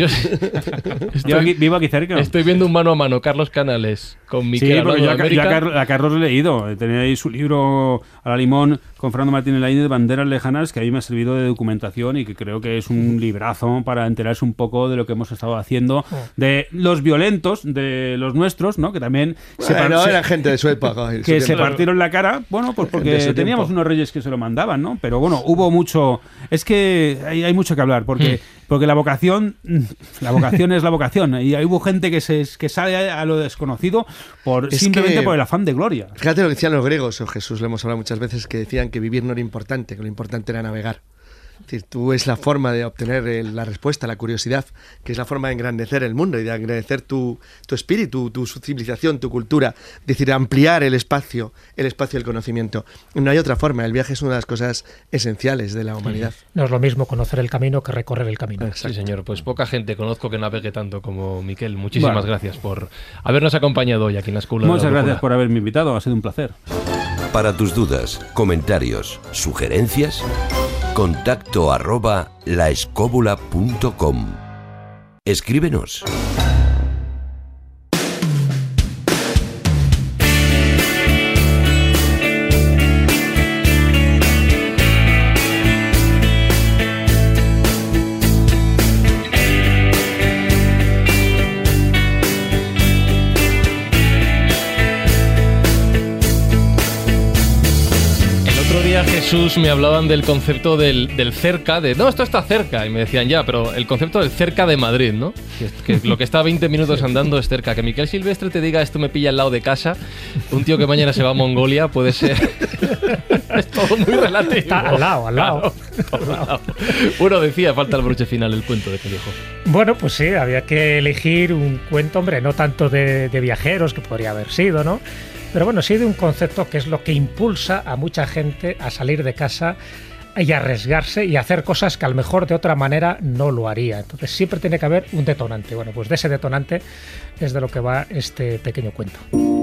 Vivo aquí cerca. Estoy viendo un mano a mano, Carlos Canales, con Miquel hablando de América. A Carlos le he leído. Tenía ahí su libro a la limón con Fernando Martínez Laínez de Banderas Lejanas, que a mí me ha servido de documentación y que creo que es un librazo para enterarse un poco de lo que hemos estado haciendo, de los violentos, de los nuestros, ¿no? Que también era gente de su época. Que se partieron la cara, bueno, pues porque teníamos unos reyes que se lo mandaban, ¿no? Pero bueno, hubo mucho... Es que hay mucho que hablar, porque la vocación es la vocación, y hubo gente que sale a lo desconocido simplemente por el afán de gloria. Fíjate lo que decían los griegos, o Jesús, lo hemos hablado muchas veces, que decían que vivir no era importante, que lo importante era navegar. Es decir, tú es la forma de obtener la respuesta, la curiosidad, que es la forma de engrandecer el mundo y de engrandecer tu espíritu, tu civilización, tu cultura. Es decir, ampliar el espacio del conocimiento. No hay otra forma. El viaje es una de las cosas esenciales de la humanidad. No es lo mismo conocer el camino que recorrer el camino. Exacto. Sí, señor. Pues poca gente conozco que navegue tanto como Miquel. Muchísimas gracias por habernos acompañado hoy aquí en la Escuela. Muchas gracias por haberme invitado. Ha sido un placer. Para tus dudas, comentarios, sugerencias, contacto@laescobula.com. Escríbenos. Jesús me hablaban del concepto del cerca, no, esto está cerca, y me decían ya, pero el concepto del cerca de Madrid, ¿no? Que lo que está a 20 minutos andando es cerca. Que Miquel Silvestre te diga esto me pilla al lado de casa, un tío que mañana se va a Mongolia puede ser... Es todo muy relativo. Está al lado. Claro, al lado. Bueno, decía, falta el broche final, el cuento de Pellejo. Bueno, pues sí, había que elegir un cuento, hombre, no tanto de viajeros, que podría haber sido, ¿no? Pero bueno, sí de un concepto que es lo que impulsa a mucha gente a salir de casa y arriesgarse y hacer cosas que a lo mejor de otra manera no lo haría. Entonces siempre tiene que haber un detonante. Bueno, pues de ese detonante es de lo que va este pequeño cuento.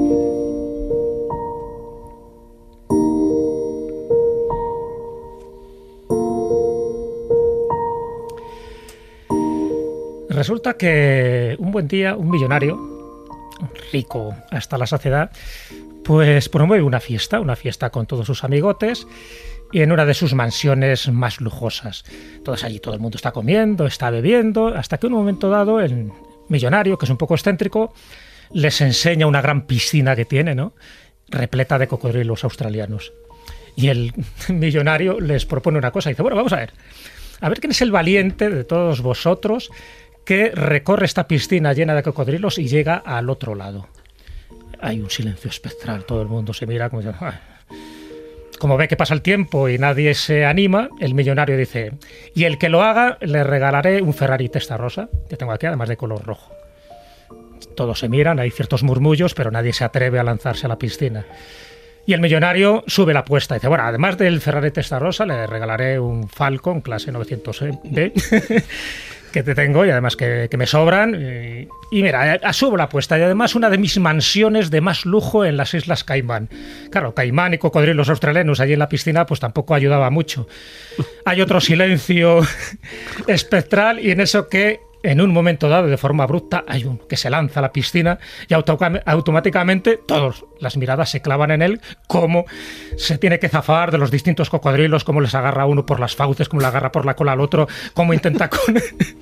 Resulta que un buen día un millonario, rico hasta la saciedad, pues promueve una fiesta con todos sus amigotes y en una de sus mansiones más lujosas. Entonces allí todo el mundo está comiendo, está bebiendo, hasta que en un momento dado el millonario, que es un poco excéntrico, les enseña una gran piscina que tiene, ¿no?, repleta de cocodrilos australianos. Y el millonario les propone una cosa, dice, bueno, vamos a ver quién es el valiente de todos vosotros que recorre esta piscina llena de cocodrilos y llega al otro lado. Hay un silencio espectral, todo el mundo se mira como diciendo, como ve que pasa el tiempo y nadie se anima, el millonario dice, y el que lo haga le regalaré un Ferrari Testarossa que tengo aquí, además de color rojo. Todos se miran, hay ciertos murmullos, pero nadie se atreve a lanzarse a la piscina. Y el millonario sube la apuesta. Dice, bueno, además del Ferrari Testarossa le regalaré un Falcon clase 900B que te tengo y además que me sobran. Y mira, subo la apuesta. Y además una de mis mansiones de más lujo en las Islas Caimán. Claro, Caimán y cocodrilos australianos allí en la piscina pues tampoco ayudaba mucho. Hay otro silencio espectral y en eso que en un momento dado, de forma abrupta, hay uno que se lanza a la piscina y automáticamente todas las miradas se clavan en él, cómo se tiene que zafar de los distintos cocodrilos, cómo les agarra uno por las fauces, cómo le agarra por la cola al otro, cómo intenta con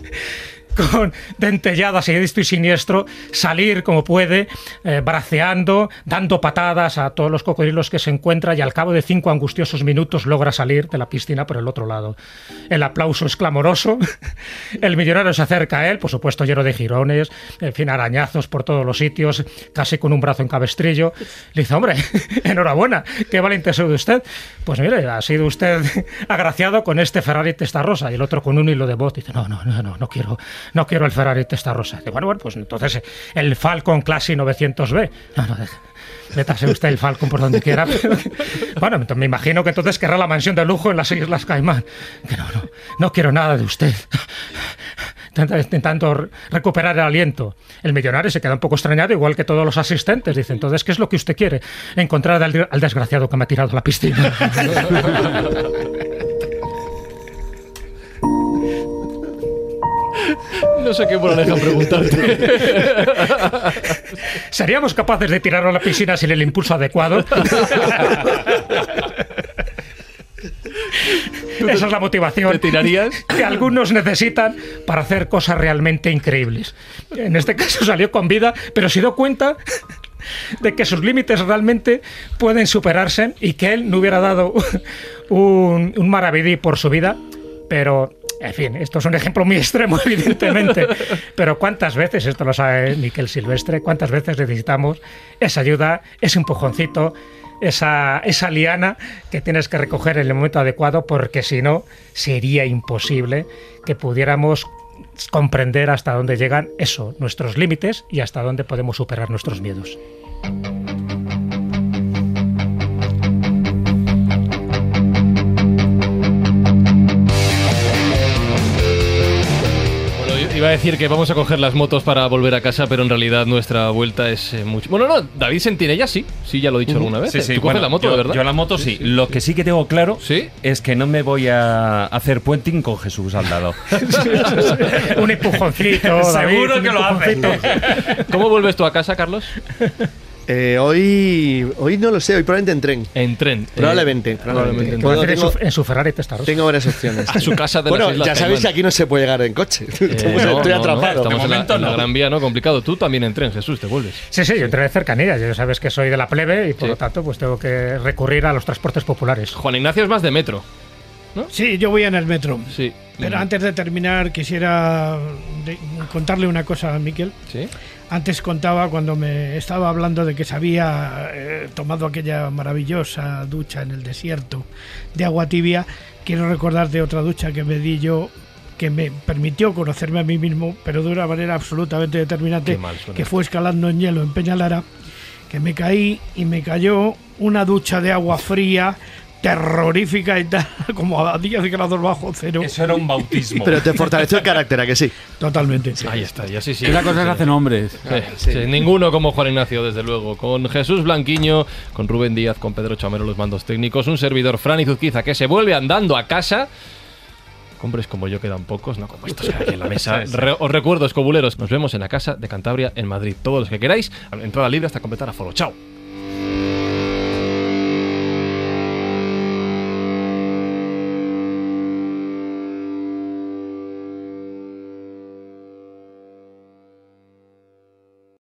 dentelladas y diestro y siniestro salir como puede, braceando, dando patadas a todos los cocodrilos que se encuentra y al cabo de 5 angustiosos minutos logra salir de la piscina por el otro lado. El aplauso es clamoroso, el millonario se acerca a él, por supuesto lleno de jirones, en fin, arañazos por todos los sitios, casi con un brazo en cabestrillo. Le dice, hombre, enhorabuena, qué valiente ha sido usted. Pues mire, ha sido usted agraciado con este Ferrari Testarossa. Y el otro con un hilo de voz dice, no quiero el Ferrari Testarossa. Dice, bueno, pues entonces el Falcon Classic 900B. No, métase usted el Falcon por donde quiera. Bueno, me imagino que entonces querrá la mansión de lujo en las Islas Caimán. Que no quiero nada de usted. Intentando recuperar el aliento. El millonario se queda un poco extrañado, igual que todos los asistentes. Dice, entonces, ¿qué es lo que usted quiere? Encontrar al desgraciado que me ha tirado a la piscina. No sé qué moraleja preguntarte. ¿Seríamos capaces de tirarlo a la piscina sin el impulso adecuado? Esa es la motivación. ¿Te tirarías? Que algunos necesitan para hacer cosas realmente increíbles. En este caso salió con vida, pero se dio cuenta de que sus límites realmente pueden superarse y que él no hubiera dado un maravedí por su vida, pero... En fin, esto es un ejemplo muy extremo, evidentemente, pero ¿cuántas veces, esto lo sabe Miquel Silvestre, cuántas veces necesitamos esa ayuda, ese empujoncito, esa liana que tienes que recoger en el momento adecuado, porque si no, sería imposible que pudiéramos comprender hasta dónde llegan nuestros límites y hasta dónde podemos superar nuestros miedos. Iba a decir que vamos a coger las motos para volver a casa, pero en realidad nuestra vuelta es mucho... Bueno, no, David Sentinella sí, ya lo he dicho alguna vez. Sí, ¿Tú coges la moto, de verdad? Yo la moto sí. Lo que sí que tengo claro es que no me voy a hacer puenting con Jesús al lado. Un empujoncito, David. Seguro que lo hace. ¿Cómo vuelves tú a casa, Carlos? Hoy no lo sé, hoy probablemente en tren. En tren. Probablemente. En su Ferrari Testarossa. Tengo varias opciones. A su casa de Bueno, las Islas ya sabéis que aquí no se puede llegar en coche. Estoy atrapado. Estamos en la Gran Vía, ¿no? Complicado. Tú también en tren, Jesús, te vuelves. Sí, yo entré de cercanía. Ya sabes que soy de la plebe y por lo tanto pues tengo que recurrir a los transportes populares. Juan Ignacio es más de metro, ¿no? Sí, yo voy en el metro. Sí. Pero antes de terminar quisiera contarle una cosa a Miquel. Sí. Antes contaba cuando me estaba hablando de que se había tomado aquella maravillosa ducha en el desierto de agua tibia. Quiero recordar de otra ducha que me di yo, que me permitió conocerme a mí mismo, pero de una manera absolutamente determinante, que fue escalando en hielo en Peñalara, que me caí y me cayó una ducha de agua fría terrorífica y tal, como a 10 grados bajo cero. Eso era un bautismo. Pero te fortaleció el carácter, ¿a que sí? Totalmente. Sí. Ahí está, ya sí. Esa cosa se hacen hombres. Sí. Ninguno como Juan Ignacio, desde luego. Con Jesús Blanquiño, con Rubén Díaz, con Pedro Chamero los mandos técnicos, un servidor, Fran Izuzquiza, que se vuelve andando a casa. Hombres como yo quedan pocos, no como estos que hay aquí en la mesa. Os recuerdo, escobuleros, nos vemos en la Casa de Cantabria en Madrid. Todos los que queráis, entrada libre hasta completar aforo. ¡Chao!